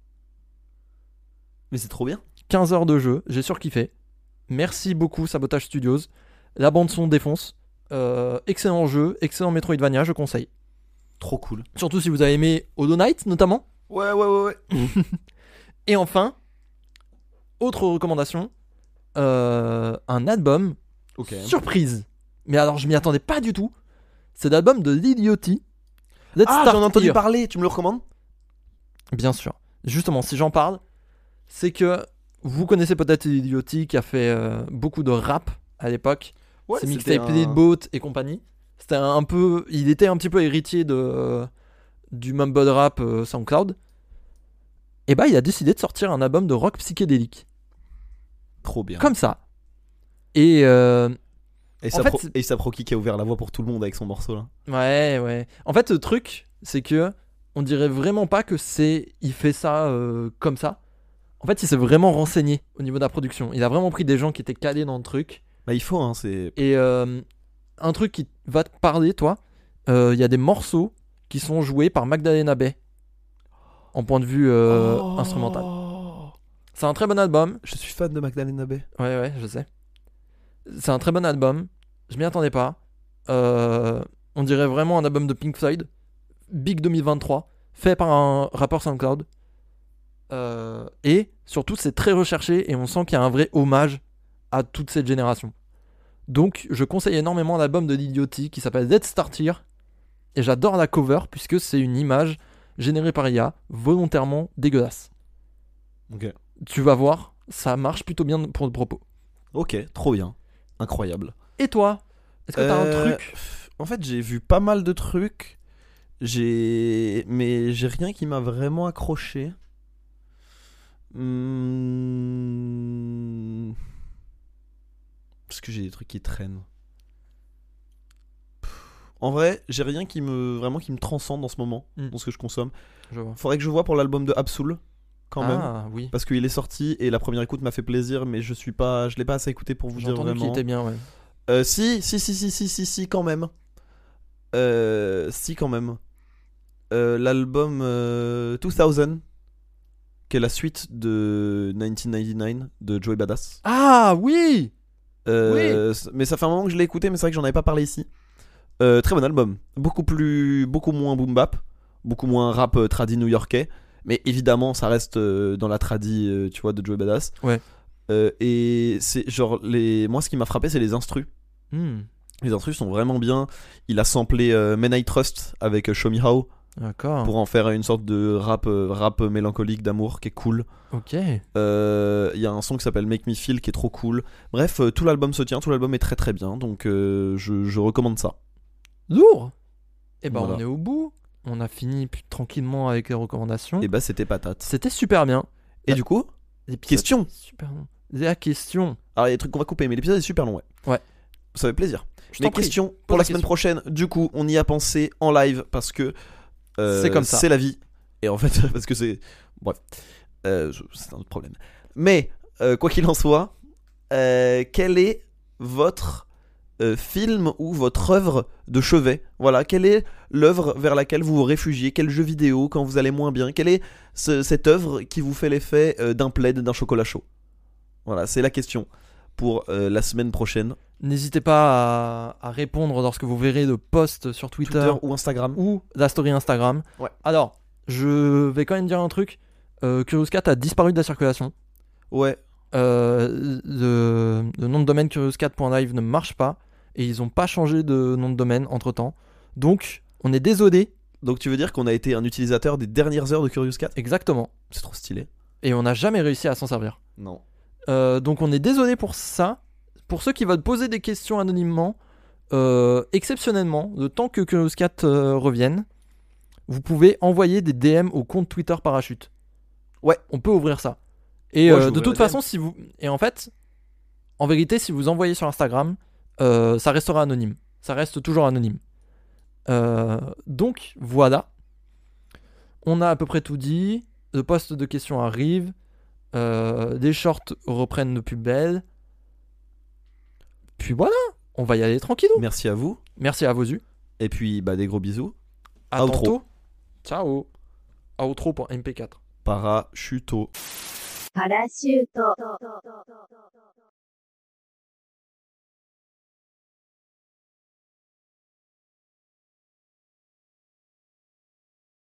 Mais c'est trop bien. 15 heures de jeu, j'ai surkiffé. Merci beaucoup Sabotage Studios. La bande son défonce. Excellent jeu, excellent Metroidvania, je conseille. Trop cool. Surtout si vous avez aimé Hollow Knight notamment. Ouais. Et enfin, autre recommandation, un album Ok. surprise. Mais alors je m'y attendais pas du tout. C'est l'album de Lil Yachty. Let's Start j'en ai entendu Here. parler, tu me le recommandes? Bien sûr. Justement, si j'en parle, c'est que vous connaissez peut-être Lil Yachty qui a fait beaucoup de rap à l'époque. Ouais, c'est c'était mixtape Lil Boat et compagnie. C'était un peu, il était un petit peu héritier du mumble rap SoundCloud. Et bah il a décidé de sortir un album de rock psychédélique. Trop bien. Comme ça. Et Et en fait, et Saproki qui a ouvert la voie pour tout le monde avec son morceau là. ouais. En fait, le truc, c'est que on dirait vraiment pas que il fait ça comme ça. En fait, il s'est vraiment renseigné au niveau de la production. Il a vraiment pris des gens qui étaient calés dans le truc. Bah il faut, hein, c'est... Et un truc qui va te parler, toi, il y a des morceaux qui sont joués par Magdalena Bay en point de vue instrumental. C'est un très bon album. Je suis fan de Magdalena Bay. Ouais, je sais. C'est un très bon album. Je m'y attendais pas. On dirait vraiment un album de Pink Floyd. Big 2023. Fait par un rappeur SoundCloud. Et surtout, c'est très recherché et on sent qu'il y a un vrai hommage à toute cette génération. Donc, je conseille énormément l'album de Lil Yachty qui s'appelle Let's Start Here. Et j'adore la cover puisque c'est une image générée par IA, volontairement dégueulasse. Ok. Tu vas voir, ça marche plutôt bien pour le propos. Ok, trop bien. Incroyable. Et toi, est-ce que t'as un truc? En fait, j'ai vu pas mal de trucs. Mais j'ai rien qui m'a vraiment accroché. Parce que j'ai des trucs qui traînent. En vrai, j'ai rien qui me transcende en ce moment dans ce que je consomme. Je vois. Faudrait que je vois pour l'album de Absol quand même. Ah oui. Parce qu'il est sorti et la première écoute m'a fait plaisir, mais je l'ai pas assez écouté pour vous J'ai dire entendu qu'il vraiment. était bien, ouais. Si quand même. Si quand même. L'album 2000, qui est la suite de 1999 de Joey Badass. Ah oui. Mais ça fait un moment que je l'ai écouté, mais c'est vrai que j'en avais pas parlé ici. Très bon album. Beaucoup moins boom bap, beaucoup moins rap tradi new-yorkais. Mais évidemment, ça reste dans la tradi, tu vois, de Joey Badass. Ouais. Et c'est genre moi, ce qui m'a frappé, c'est les instrus. Les instrus sont vraiment bien. Il a samplé Men I Trust avec Show Me How. D'accord. Pour en faire une sorte de rap mélancolique d'amour qui est cool. Ok. Il y a un son qui s'appelle Make Me Feel qui est trop cool. Bref, tout l'album se tient, tout l'album est très très bien. Donc je recommande ça. Lourd. Et ben Voilà. on est au bout. On a fini tranquillement avec les recommandations. Et bah c'était patate. C'était super bien. Et du coup, L'épisode question. est super long. La question. Alors il y a des trucs qu'on va couper, mais l'épisode est super long, ouais. Ouais. Ça fait plaisir. Je Mais t'en prie. question Pose pour la la semaine question. prochaine. Du coup, on y a pensé en live parce que C'est comme ça. C'est la vie. Et en fait, parce que c'est. Bref. C'est un autre problème. Mais, quoi qu'il en soit, quel est votre film ou votre œuvre de chevet? Voilà, quelle est l'œuvre vers laquelle vous vous réfugiez? Quel jeu vidéo quand vous allez moins bien? Quelle est cette œuvre qui vous fait l'effet d'un plaid, d'un chocolat chaud? Voilà, c'est la question pour la semaine prochaine. N'hésitez pas à répondre lorsque vous verrez le post sur Twitter ou Instagram. ou la story Instagram. Ouais. Alors, je vais quand même dire un truc. Curious Cat a disparu de la circulation. Ouais. Le nom de domaine curiouscat.live ne marche pas et ils n'ont pas changé de nom de domaine entre temps. Donc, on est désolé. Donc tu veux dire qu'on a été un utilisateur des dernières heures de Curious Cat? Exactement. C'est trop stylé. Et on n'a jamais réussi à s'en servir. Non. Donc, on est désolé pour ça. Pour ceux qui veulent poser des questions anonymement, exceptionnellement, le temps que Curious Cat revienne, vous pouvez envoyer des DM au compte Twitter Parachute. Ouais. On peut ouvrir ça. Et Ouais, je de ouvrirai toute des DM. façon, si vous. Et en fait, en vérité, si vous envoyez sur Instagram, ça restera anonyme. Ça reste toujours anonyme. Donc, voilà. On a à peu près tout dit. Le post de questions arrive. Des shorts reprennent de plus belles. Puis voilà, on va y aller tranquillou. Merci à vous. Merci à vos yeux. Et puis, des gros bisous. À Outro. tantôt. Ciao. Outro pour MP4. Parachuto. パラシュート